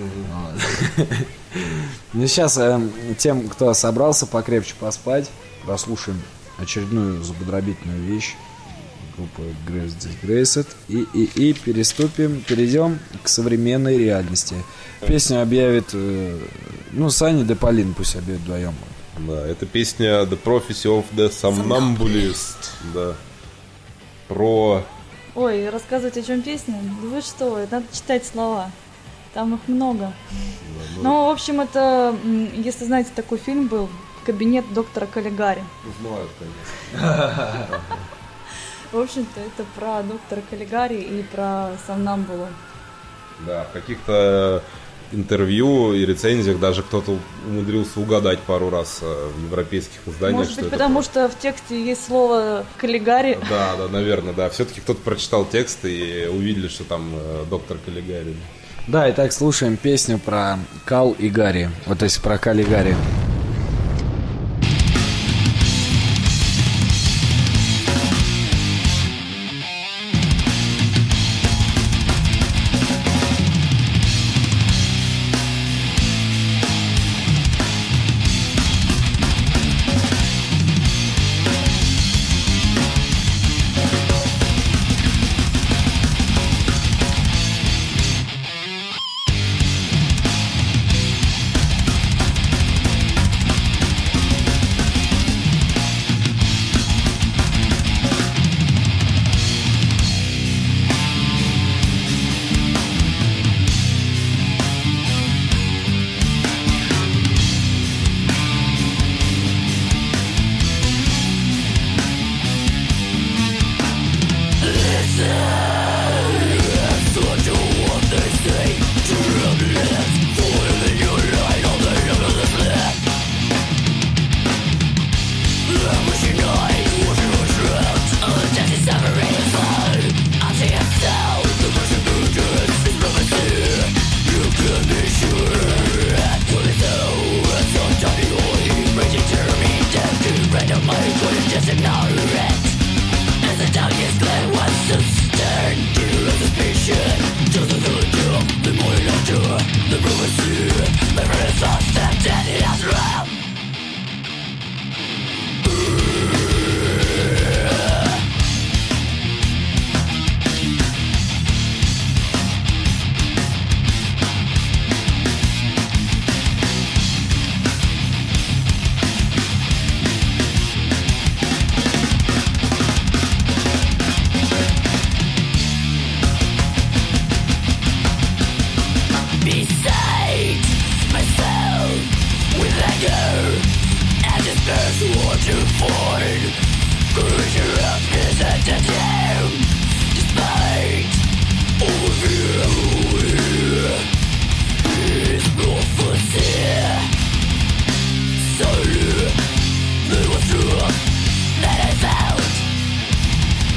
[SPEAKER 2] Ну, сейчас тем, кто собрался покрепче поспать, прослушаем очередную зубодробительную вещь группы Grace Disgraced и перейдем к современной реальности. Песню объявит, Саня да Полин, пусть объявят вдвоем.
[SPEAKER 3] Да, это песня The Prophecy of the Somnambulist. Да. Про...
[SPEAKER 4] Ой, рассказывать о чем песня? Да вы что, это надо читать слова. Там их много. Ну, в общем, это, если знаете, такой фильм был «Кабинет доктора Каллигари».
[SPEAKER 3] Знаю, конечно.
[SPEAKER 4] В общем-то, это про доктора Каллигари и про Сомнамбулу.
[SPEAKER 3] Да, в каких-то интервью и рецензиях даже кто-то умудрился угадать пару раз в европейских изданиях.
[SPEAKER 4] Может быть, потому что в тексте есть слово «Каллигари».
[SPEAKER 3] Да, наверное, да. Все-таки кто-то прочитал текст и увидели, что там доктор Каллигари.
[SPEAKER 2] Да, итак, слушаем песню про Кал и Гарри. Вот, то есть про Каллигари.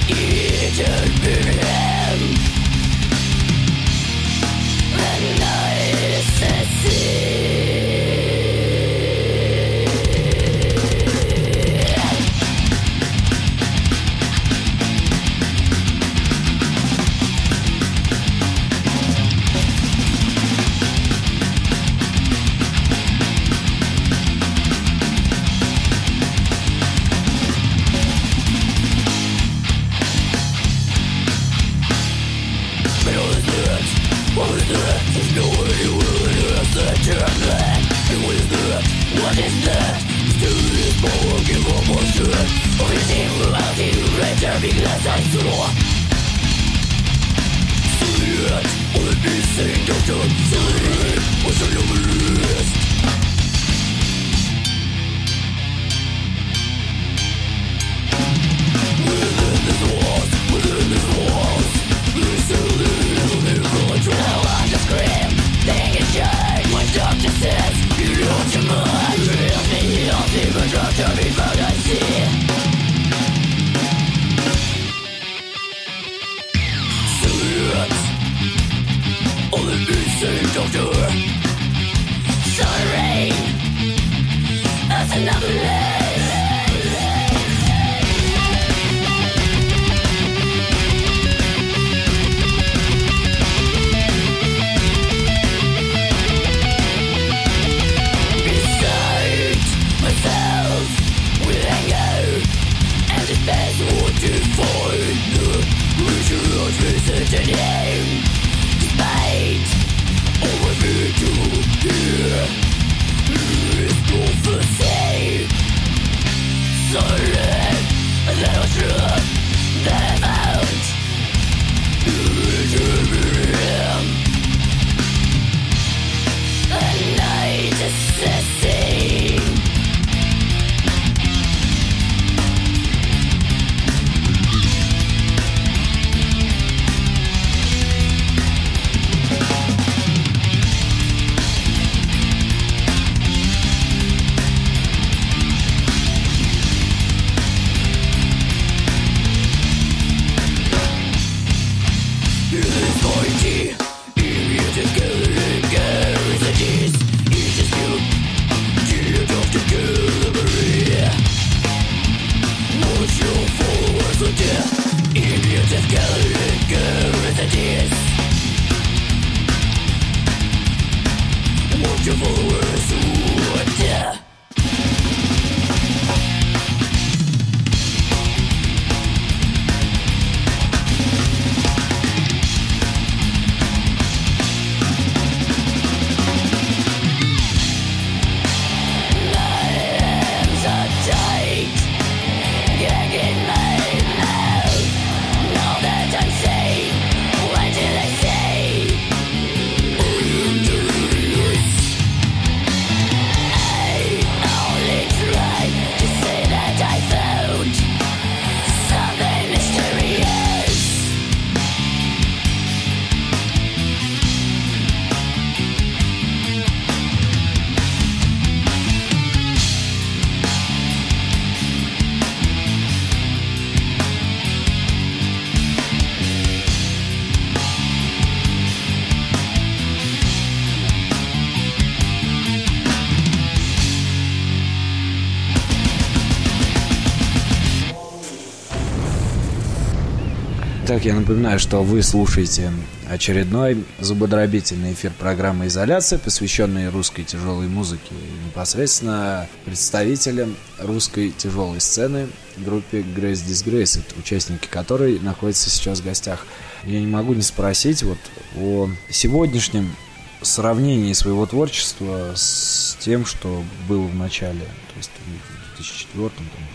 [SPEAKER 2] Так, я напоминаю, что вы слушаете очередной зубодробительный эфир программы «Изоляция», посвященный русской тяжелой музыке и непосредственно представителям русской тяжелой сцены, группе Grace Disgrace, участники которой находятся сейчас в гостях. Я не могу не спросить вот о сегодняшнем сравнении своего творчества с тем, что было в начале, то есть в 2004,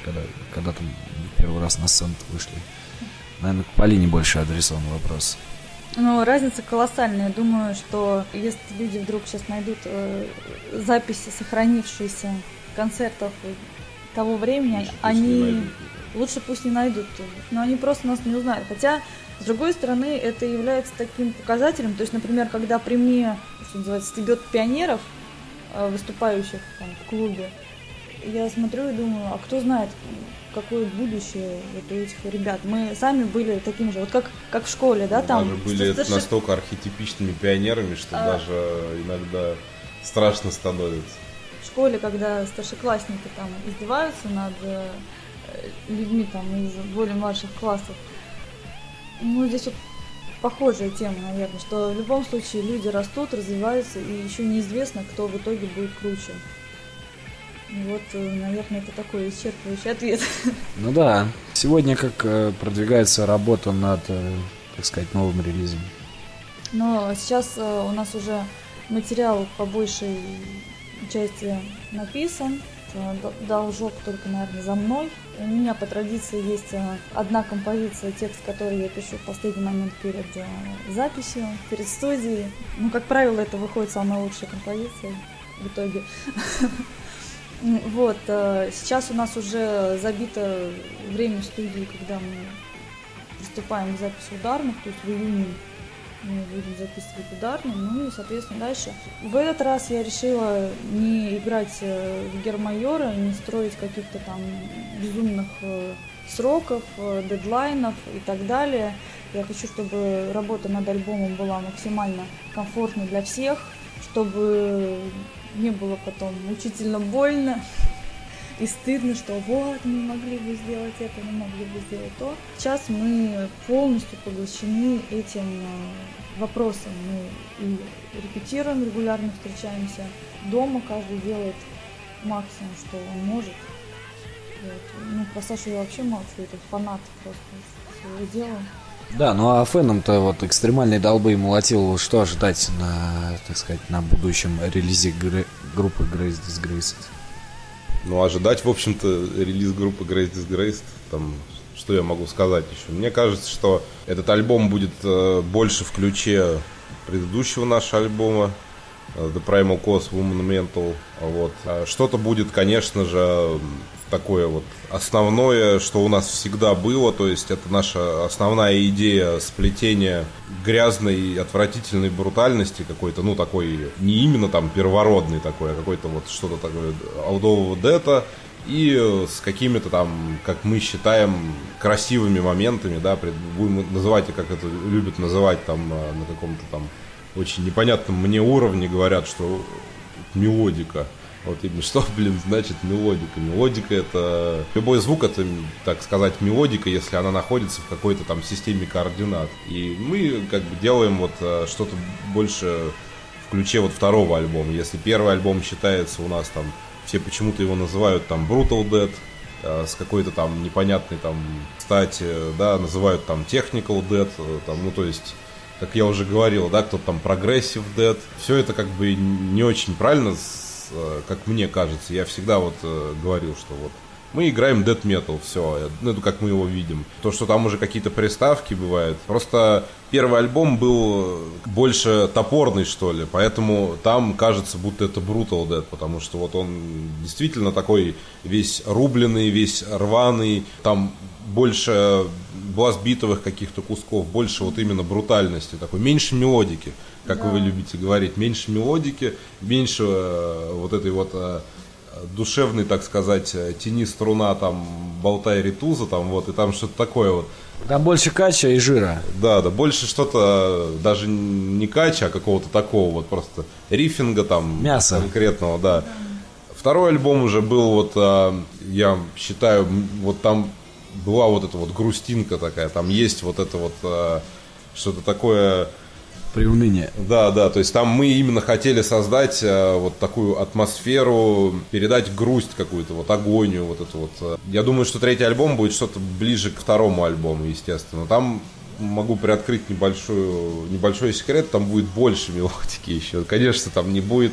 [SPEAKER 2] когда там первый раз на сцену вышли. Наверное, к Полине больше адресован вопрос.
[SPEAKER 4] Ну, разница колоссальная. Я думаю, что если люди вдруг сейчас найдут записи, сохранившиеся концертов того времени, они лучше пусть не найдут. Но они просто нас не узнают. Хотя, с другой стороны, это является таким показателем. То есть, например, когда при мне, что называется, стебет пионеров, выступающих там, в клубе, я смотрю и думаю, а кто знает, какое будущее вот у этих ребят. Мы сами были такими же, вот как в школе, да, там.
[SPEAKER 3] Даже были настолько архетипичными пионерами, что даже иногда страшно становится.
[SPEAKER 4] В школе, когда старшеклассники там издеваются над людьми там из более младших классов, ну, здесь вот похожая тема, наверное, что в любом случае люди растут, развиваются, и еще неизвестно, кто в итоге будет круче. Вот, наверное, это такой исчерпывающий ответ.
[SPEAKER 2] Ну да. Сегодня как продвигается работа над, так сказать, новым релизом?
[SPEAKER 4] Но сейчас у нас уже материал по большей части написан. Должок только, наверное, за мной. У меня по традиции есть одна композиция, текст, который я пишу в последний момент перед записью, перед студией. Ну, как правило, это выходит самая лучшая композиция в итоге. Вот, сейчас у нас уже забито время в студии, когда мы приступаем к записи ударных, то есть в июне мы будем записывать ударные, ну и, соответственно, дальше. В этот раз я решила не играть в гермайора, не строить каких-то там безумных сроков, дедлайнов и так далее. Я хочу, чтобы работа над альбомом была максимально комфортной для всех, чтобы не было потом мучительно больно и стыдно, что вот, мы могли бы сделать это, мы могли бы сделать то. Сейчас мы полностью поглощены этим вопросом. Мы и репетируем, регулярно встречаемся. Дома каждый делает максимум, что он может. Вот. Ну, про Сашу я вообще молчу, это фанат просто своего дела.
[SPEAKER 2] Да, ну а фэнам-то вот экстремальные долбы и молотил, что ожидать на, так сказать, на будущем релизе группы Grace Disgraced?
[SPEAKER 3] Ну, ожидать, в общем-то, релиз группы Grace Disgraced, там, что я могу сказать еще? Мне кажется, что этот альбом будет больше в ключе предыдущего нашего альбома, The Primal Cause Woman Mental. Вот. Что-то будет, конечно же, такое вот основное, что у нас всегда было, то есть это наша основная идея сплетения грязной, отвратительной брутальности какой-то, ну такой, не именно там первородный такой, а какой-то вот что-то такое олдового дэта, и с какими-то там, как мы считаем, красивыми моментами, да, будем называть, как это любят называть там на каком-то там очень непонятном мне уровне, говорят, что мелодика. Вот именно что, значит мелодика. Мелодика — это... Любой звук — это, так сказать, мелодика, если она находится в какой-то там системе координат. И мы как бы делаем вот что-то больше в ключе вот второго альбома. Если первый альбом считается у нас там, все почему-то его называют там Brutal Death, с какой-то там непонятной там стати, да, называют там Technical Death, там, ну то есть... Как я уже говорил, да, кто-то там Progressive Death. Все это как бы не очень правильно, как мне кажется. Я всегда вот говорил, что вот мы играем Death Metal, все, ну, это как мы его видим. То, что там уже какие-то приставки бывают. Просто первый альбом был больше топорный, что ли, поэтому там кажется, будто это Brutal Death, потому что вот он действительно такой весь рубленый, весь рваный, там больше бластбитовых каких-то кусков, больше вот именно брутальности, такой, меньше мелодики, как вы любите говорить, меньше мелодики, меньше вот этой вот душевной, так сказать, тяни струна, там, болтай ритуза, там, вот, и там что-то такое вот.
[SPEAKER 2] Там больше кача и жира.
[SPEAKER 3] Да, больше что-то, даже не кача, а какого-то такого вот просто рифинга там.
[SPEAKER 2] Мяса.
[SPEAKER 3] Конкретного, да. Второй альбом уже был вот, я считаю, вот там была вот эта вот грустинка такая, там есть вот это вот что-то такое...
[SPEAKER 2] Приуныние.
[SPEAKER 3] Да, то есть там мы именно хотели создать вот такую атмосферу, передать грусть какую-то, вот агонию, вот эту вот. Я думаю, что третий альбом будет что-то ближе к второму альбому, естественно. Там могу приоткрыть небольшой секрет, там будет больше мелодики еще. Конечно, там не будет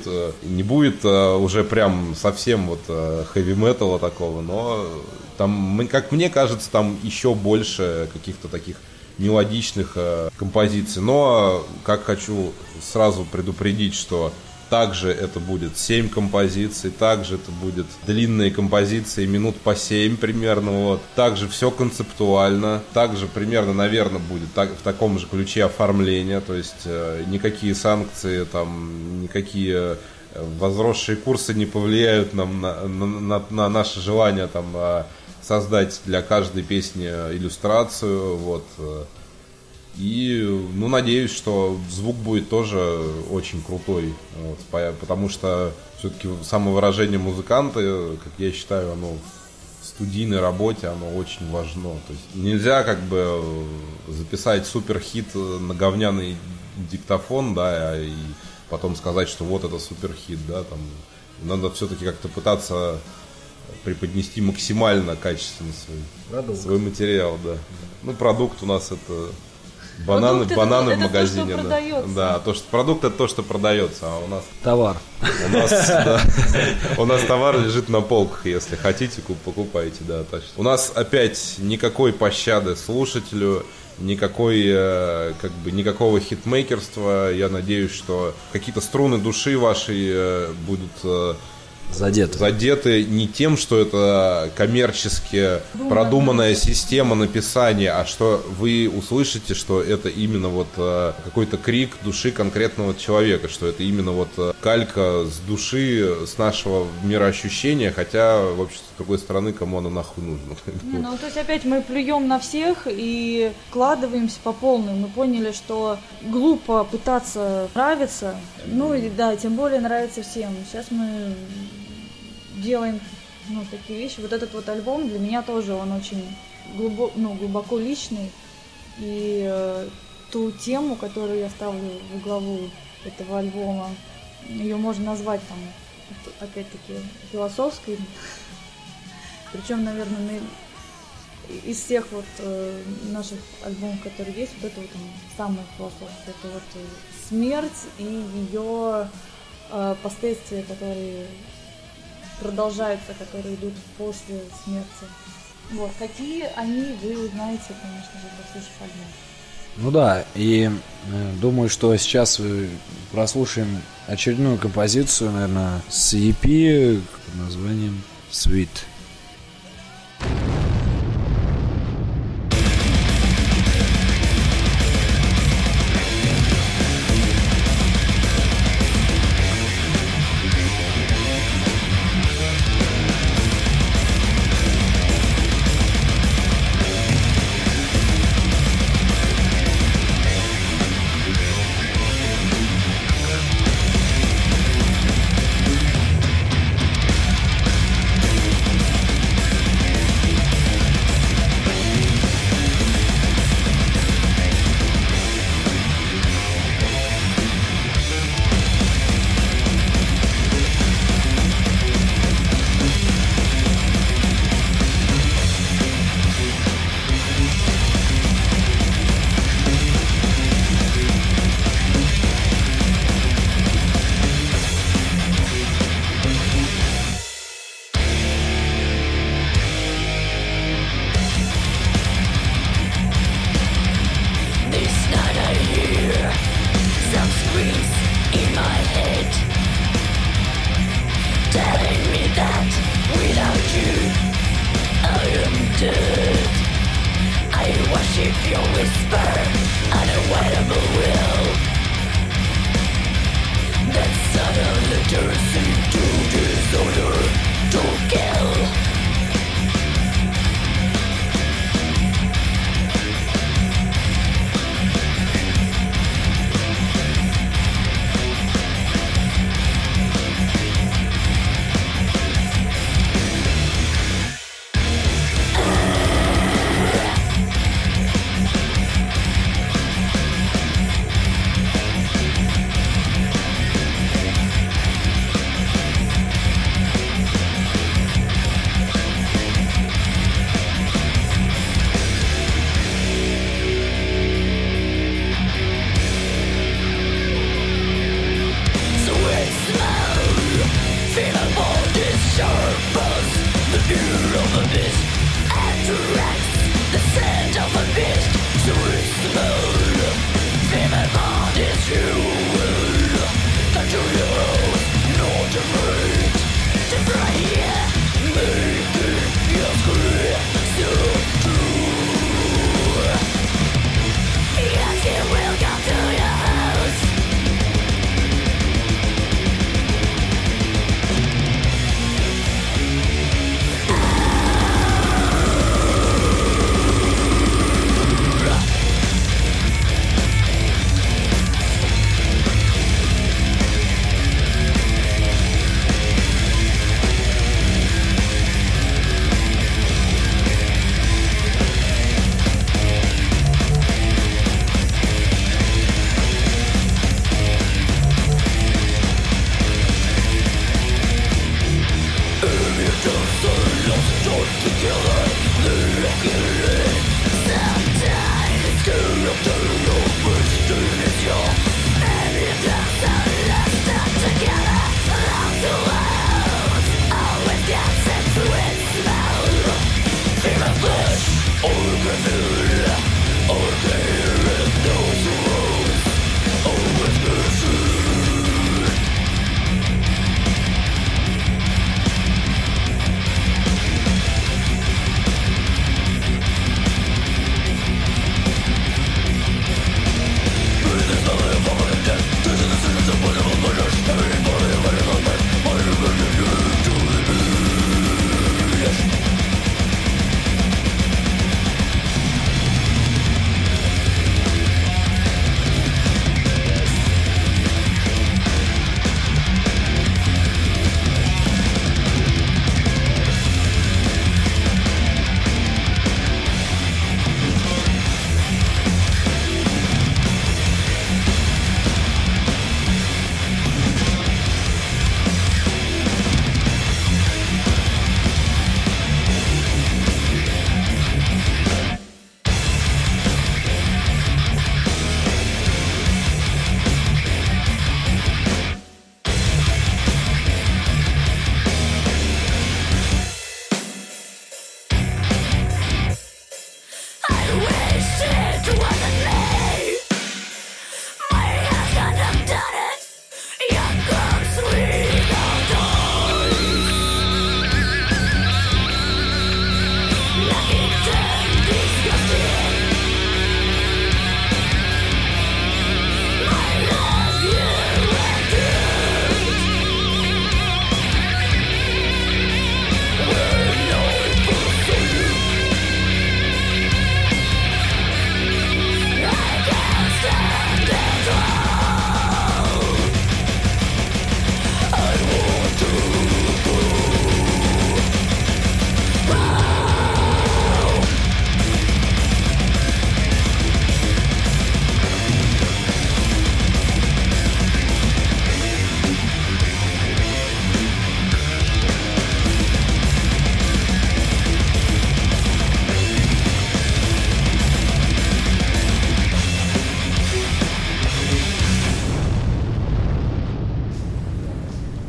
[SPEAKER 3] уже прям совсем вот хэви-металла такого, но там, как мне кажется, там еще больше каких-то таких мелодичных композиций. Но, как хочу сразу предупредить, что также это будет 7 композиций, также это будет длинные композиции, минут по 7 примерно, вот. Также все концептуально, также примерно, наверное, будет в таком же ключе оформления, то есть никакие санкции, там, никакие возросшие курсы не повлияют нам на наше желание там создать для каждой песни иллюстрацию, вот. И, ну, надеюсь, что звук будет тоже очень крутой, вот, потому что все-таки самовыражение музыканта, как я считаю, оно в студийной работе, оно очень важно. То есть нельзя как бы записать суперхит на говняный диктофон, да, и потом сказать, что вот это суперхит, да, там надо все-таки как-то пытаться преподнести максимально качественно свой материал, да. Ну, продукт у нас это бананы в магазине.
[SPEAKER 4] То, что продается.
[SPEAKER 3] Да, то, что продукт это то, что продается, а у нас
[SPEAKER 2] Товар.
[SPEAKER 3] У нас товар лежит на полках, если хотите, покупайте, да, точно. У нас опять никакой пощады слушателю, никакого хитмейкерства. Я надеюсь, что какие-то струны души вашей будут задеты не тем, что это коммерчески продуманная система написания, а что вы услышите, что это именно вот какой-то крик души конкретного человека, что это именно вот калька с души, с нашего мироощущения, хотя, в общем, с другой стороны, кому оно нахуй нужно.
[SPEAKER 4] Ну, то есть опять мы плюем на всех и вкладываемся по полной. Мы поняли, что глупо пытаться нравиться, ну и да, тем более нравится всем. Сейчас мы делаем, ну, такие вещи. Вот этот вот альбом для меня тоже, он очень глубоко личный. И ту тему, которую я ставлю в главу этого альбома, ее можно назвать там, опять-таки, философской. Причем, наверное, из всех вот наших альбомов, которые есть, вот это вот самое философское. Это вот смерть и ее последствия, которые продолжаются, которые идут после смерти. Вот. Какие они, вы узнаете, конечно же, послушав альбом.
[SPEAKER 2] Ну да, и думаю, что сейчас прослушаем очередную композицию, наверное, с EP под названием Sweet.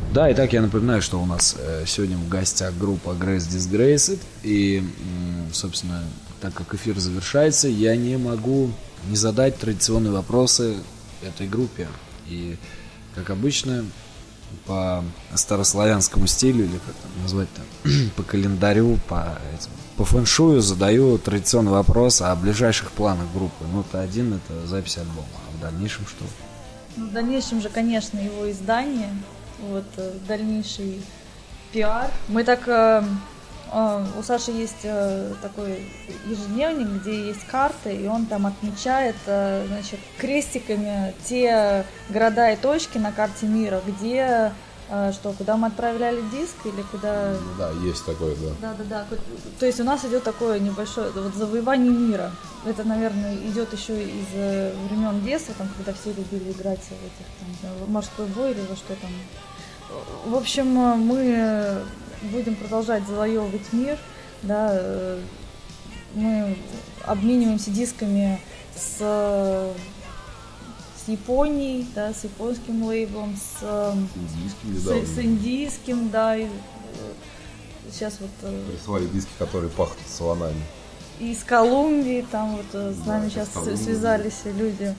[SPEAKER 2] Да, итак, я напоминаю, что у нас сегодня в гостях группа Grace Disgraced. И, собственно, так как эфир завершается, я не могу не задать традиционные вопросы этой группе. И, как обычно, по старославянскому стилю, или как там назвать-то, по календарю, по фэншую задаю традиционный вопрос о ближайших планах группы. Ну, один это запись альбома, а в дальнейшем что?
[SPEAKER 4] В дальнейшем же, конечно, его издание, дальнейший пиар. Мы так... У Саши есть такой ежедневник, где есть карты, и он там отмечает, значит, крестиками те города и точки на карте мира, где, куда мы отправляли диск или куда...
[SPEAKER 3] Да, есть такое, да.
[SPEAKER 4] Да. То есть у нас идет такое небольшое завоевание мира. Это, наверное, идет еще из времен детства, там, когда все любили играть в этих, там, морской бой или во что там. В общем, мы будем продолжать завоевывать мир, да, мы обмениваемся дисками с Японией, да, с японским лейблом, с индийским, да, и сейчас
[SPEAKER 3] прислали диски, которые пахнут слонами.
[SPEAKER 4] И из Колумбии, там с нами сейчас связались люди,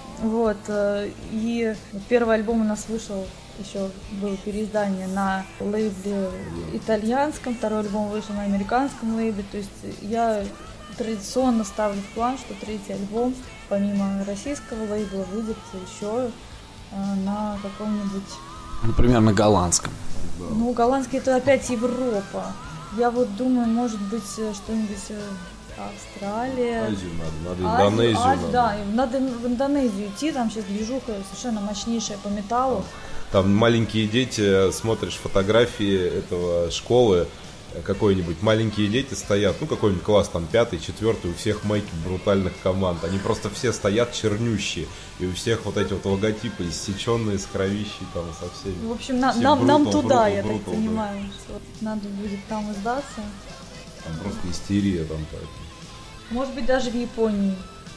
[SPEAKER 4] и первый альбом у нас вышел, еще было переиздание на лейбле итальянском, второй альбом вышел на американском лейбле. То есть я традиционно ставлю в план, что третий альбом, помимо российского лейбла, выйдет еще на каком-нибудь...
[SPEAKER 2] Например, на голландском.
[SPEAKER 4] Ну, голландский — это опять Европа. Я думаю, может быть, что-нибудь... Австралия.
[SPEAKER 3] Азию надо Индонезию надо.
[SPEAKER 4] Да, надо в Индонезию идти, там сейчас движуха совершенно мощнейшая по металлу.
[SPEAKER 3] Там маленькие дети, смотришь фотографии этого школы какой-нибудь, маленькие дети стоят, какой-нибудь класс, там, 5-й, 4-й, у всех майки брутальных команд, они просто все стоят чернющие, и у всех эти логотипы иссеченные с кровищей, там, со всеми.
[SPEAKER 4] В общем, нам туда, я так понимаю, надо будет там издаться.
[SPEAKER 3] Там просто истерия там, поэтому.
[SPEAKER 4] Может быть, даже в Японии.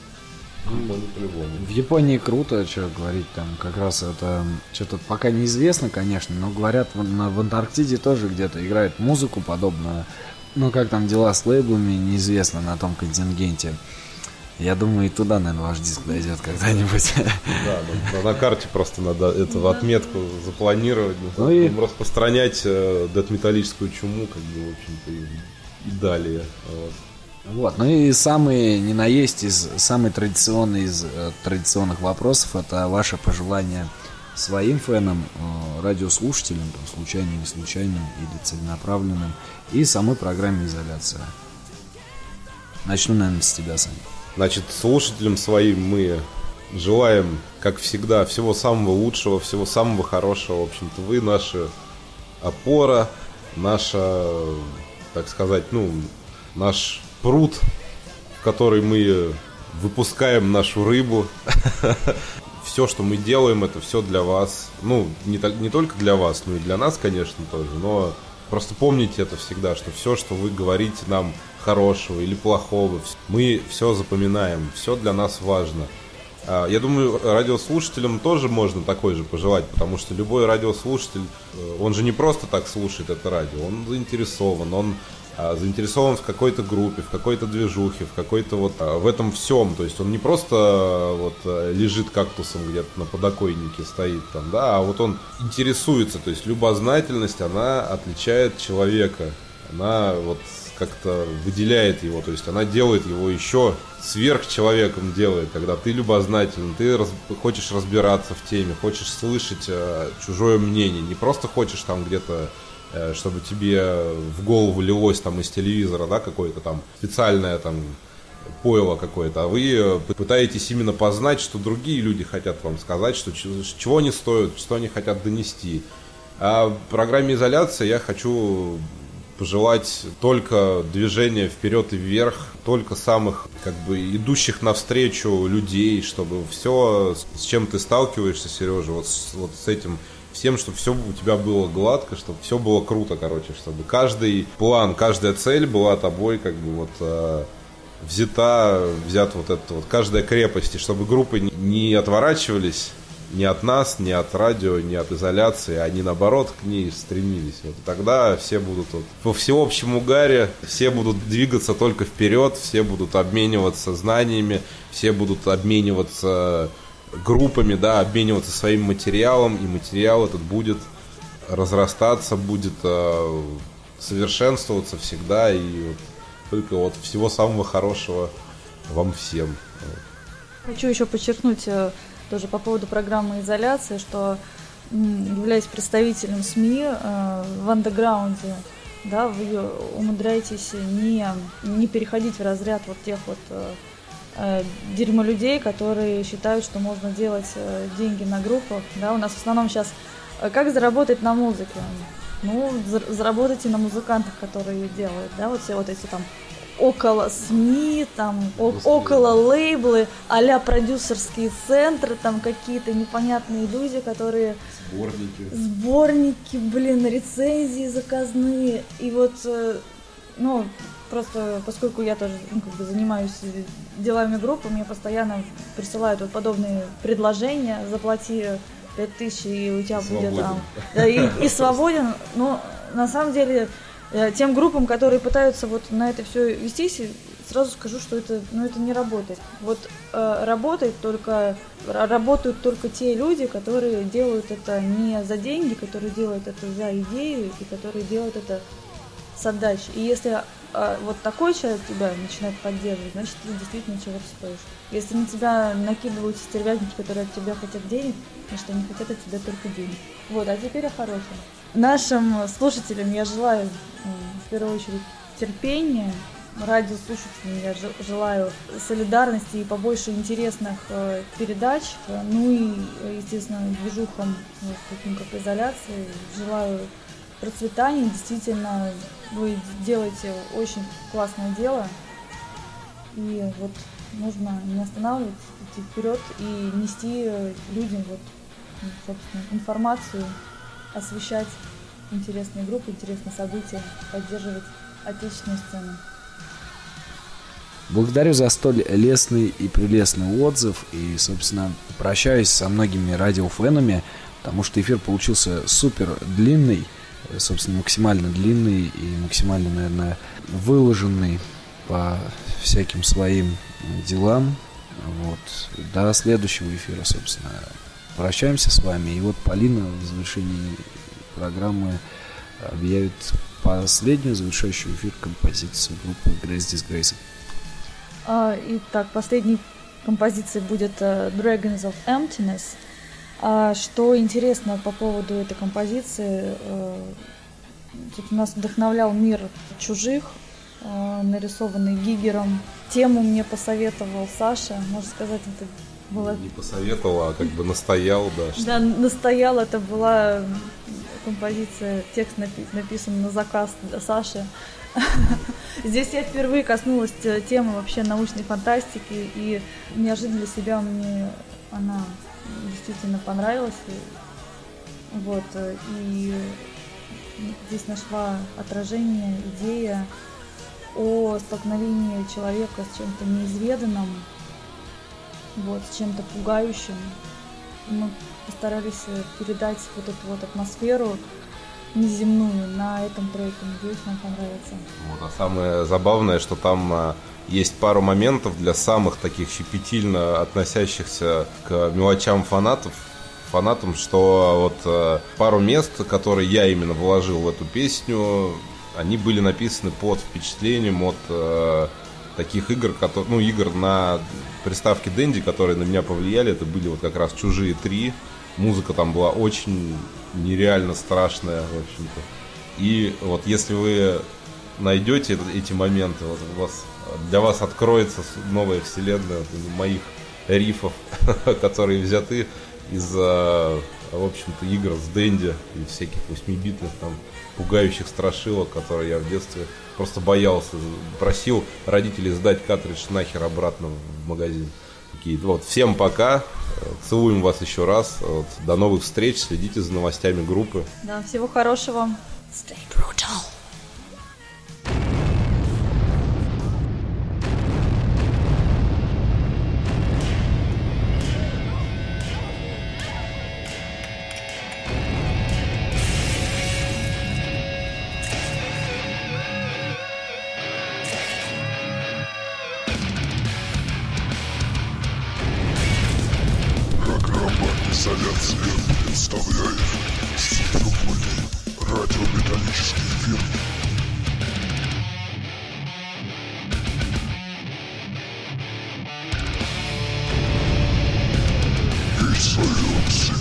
[SPEAKER 2] В Японии круто, что говорить, там как раз это что-то пока неизвестно, конечно, но говорят, в Антарктиде тоже где-то играет музыку подобную. Но как там дела с лейблами, неизвестно на том контингенте. Я думаю, и туда, наверное, ваш диск дойдет когда-нибудь.
[SPEAKER 3] Да, на карте просто надо эту отметку запланировать, распространять дэт-металлическую чуму, в общем-то, и далее.
[SPEAKER 2] И самый не наесть самый традиционный из традиционных вопросов — это ваше пожелание своим фенам, радиослушателям, случайным, не случайным или целенаправленным, и самой программе «Изоляция». Начну, наверное, с тебя, Саня.
[SPEAKER 3] Значит, слушателям своим мы желаем, как всегда, всего самого лучшего, всего самого хорошего. В общем-то, вы наша опора, наша, так сказать, наш пруд, в который мы выпускаем нашу рыбу. Все, что мы делаем, это все для вас. Не только для вас, но и для нас, конечно, тоже. Но просто помните это всегда, что все, что вы говорите нам хорошего или плохого, мы все запоминаем, все для нас важно. Я думаю, радиослушателям тоже можно такой же пожелать, потому что любой радиослушатель, он же не просто так слушает это радио, он заинтересован, он заинтересован в какой-то группе, в какой-то движухе, в какой-то в этом всем. То есть он не просто лежит кактусом где-то на подоконнике, стоит там, да, а он интересуется. То есть любознательность, она отличает человека, она как-то выделяет его, то есть она делает его еще сверхчеловеком делает, когда ты любознателен, ты хочешь разбираться в теме, хочешь слышать чужое мнение, не просто хочешь там где-то, чтобы тебе в голову лилось там из телевизора, да, какое-то там специальное там пойло какое-то, а вы пытаетесь именно познать, что другие люди хотят вам сказать, чего они стоят, что они хотят донести. А в программе «Изоляция» я хочу пожелать только движения вперед и вверх, только самых идущих навстречу людей, чтобы все, с чем ты сталкиваешься, Сережа, с этим всем, чтобы все у тебя было гладко, чтобы все было круто, чтобы каждый план, каждая цель была тобой взята каждая крепость, и чтобы группы не отворачивались не от нас, не от радио, не от изоляции, они наоборот к ней стремились. Вот тогда все будут вот, по всеобщему угаре, все будут двигаться только вперед, все будут обмениваться знаниями, все будут обмениваться группами, да, обмениваться своим материалом, и материал этот будет разрастаться, будет совершенствоваться всегда, и вот, только вот всего самого хорошего вам всем.
[SPEAKER 4] Хочу еще подчеркнуть тоже по поводу программы изоляции, что, являясь представителем СМИ в андеграунде, да, вы умудряетесь не переходить в разряд вот тех вот дерьмолюдей, которые считают, что можно делать деньги на группах. Да, у нас в основном сейчас как заработать на музыке? Ну, заработайте на музыкантах, которые ее делают, да, вот все вот эти там около СМИ, там около лейблы, а-ля продюсерские центры, там какие-то непонятные люди, которые... Сборники, блин, рецензии заказные. И вот, ну, просто поскольку я тоже как бы занимаюсь делами группы, мне постоянно присылают вот подобные предложения: заплати 5000, и у тебя свободен. Будет там... И свободен. Но на самом деле... Тем группам, которые пытаются вот на это все вестись, сразу скажу, что это не работает. Вот работают только те люди, которые делают это не за деньги, которые делают это за идею и которые делают это с отдачей. И если вот такой человек тебя начинает поддерживать, значит, ты действительно чего стоишь. Если на тебя накидываются стервятники, которые от тебя хотят денег, значит, они хотят от тебя только денег. Вот, а теперь о хорошем. Нашим слушателям я желаю, в первую очередь, терпения, радиослушателям я желаю солидарности и побольше интересных передач, ну и, естественно, движухам, таким как изоляции, желаю процветания. Действительно, вы делаете очень классное дело, и вот нужно не останавливаться, идти вперед и нести людям вот, собственно, информацию, освещать интересные группы, интересные события, поддерживать отечественную сцену.
[SPEAKER 2] Благодарю за столь лестный и прелестный отзыв. И, собственно, прощаюсь со многими радиофенами, потому что эфир получился супер длинный, собственно, максимально длинный и максимально, наверное, выложенный по всяким своим делам. Вот. До следующего эфира, собственно, прощаемся с вами. И вот Полина в завершении программы объявит последнюю завершающую эфир композицию группы Grace Disgrace.
[SPEAKER 4] Итак, последней композицией будет Dragons of Emptiness. Что интересно по поводу этой композиции, нас вдохновлял мир чужих, нарисованный Гигером. Тему мне посоветовал Саша, можно сказать, это было...
[SPEAKER 3] Не посоветовал, а как бы настоял, да.
[SPEAKER 4] Да, настоял, это была композиция, текст написан на заказ для Саши. Здесь я впервые коснулась темы вообще научной фантастики, и неожиданно для себя мне она действительно понравилась. Вот, и здесь нашла отражение, идея о столкновении человека с чем-то неизведанным, вот, с чем-то пугающим. Мы постарались передать вот эту вот атмосферу неземную на этом треке. Надеюсь, вам понравится.
[SPEAKER 3] Вот, а самое забавное, что там есть пару моментов для самых таких щепетильно относящихся к мелочам фанатам, что вот пару мест, которые я именно вложил в эту песню, они были написаны под впечатлением от таких игр, игр на приставке Dendy, которые на меня повлияли. Это были вот как раз «Чужие 3». Музыка там была очень нереально страшная, в общем-то. И вот если вы найдете эти моменты, вот для вас откроется новая вселенная моих рифов, которые взяты из, в общем-то, игр с Dendy и всяких 8-битных там пугающих страшилок, которые я в детстве просто боялся. Просил родителей сдать картридж нахер обратно в магазин. Вот, всем пока. Целуем вас еще раз. Вот, до новых встреч. Следите за новостями группы.
[SPEAKER 4] Да, всего хорошего. Stay brutal.
[SPEAKER 1] Изоляция представляет супружный радиометаллический эфир. Изоляция.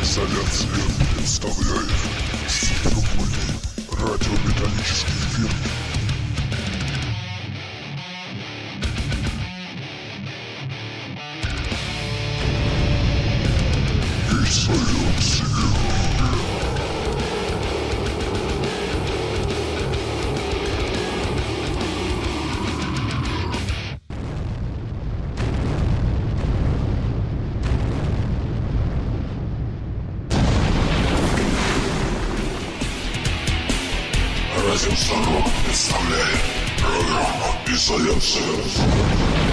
[SPEAKER 1] Изоляция представляет супергульный радиометаллический эфир. Радио Сорок представляет программу «Изоляция».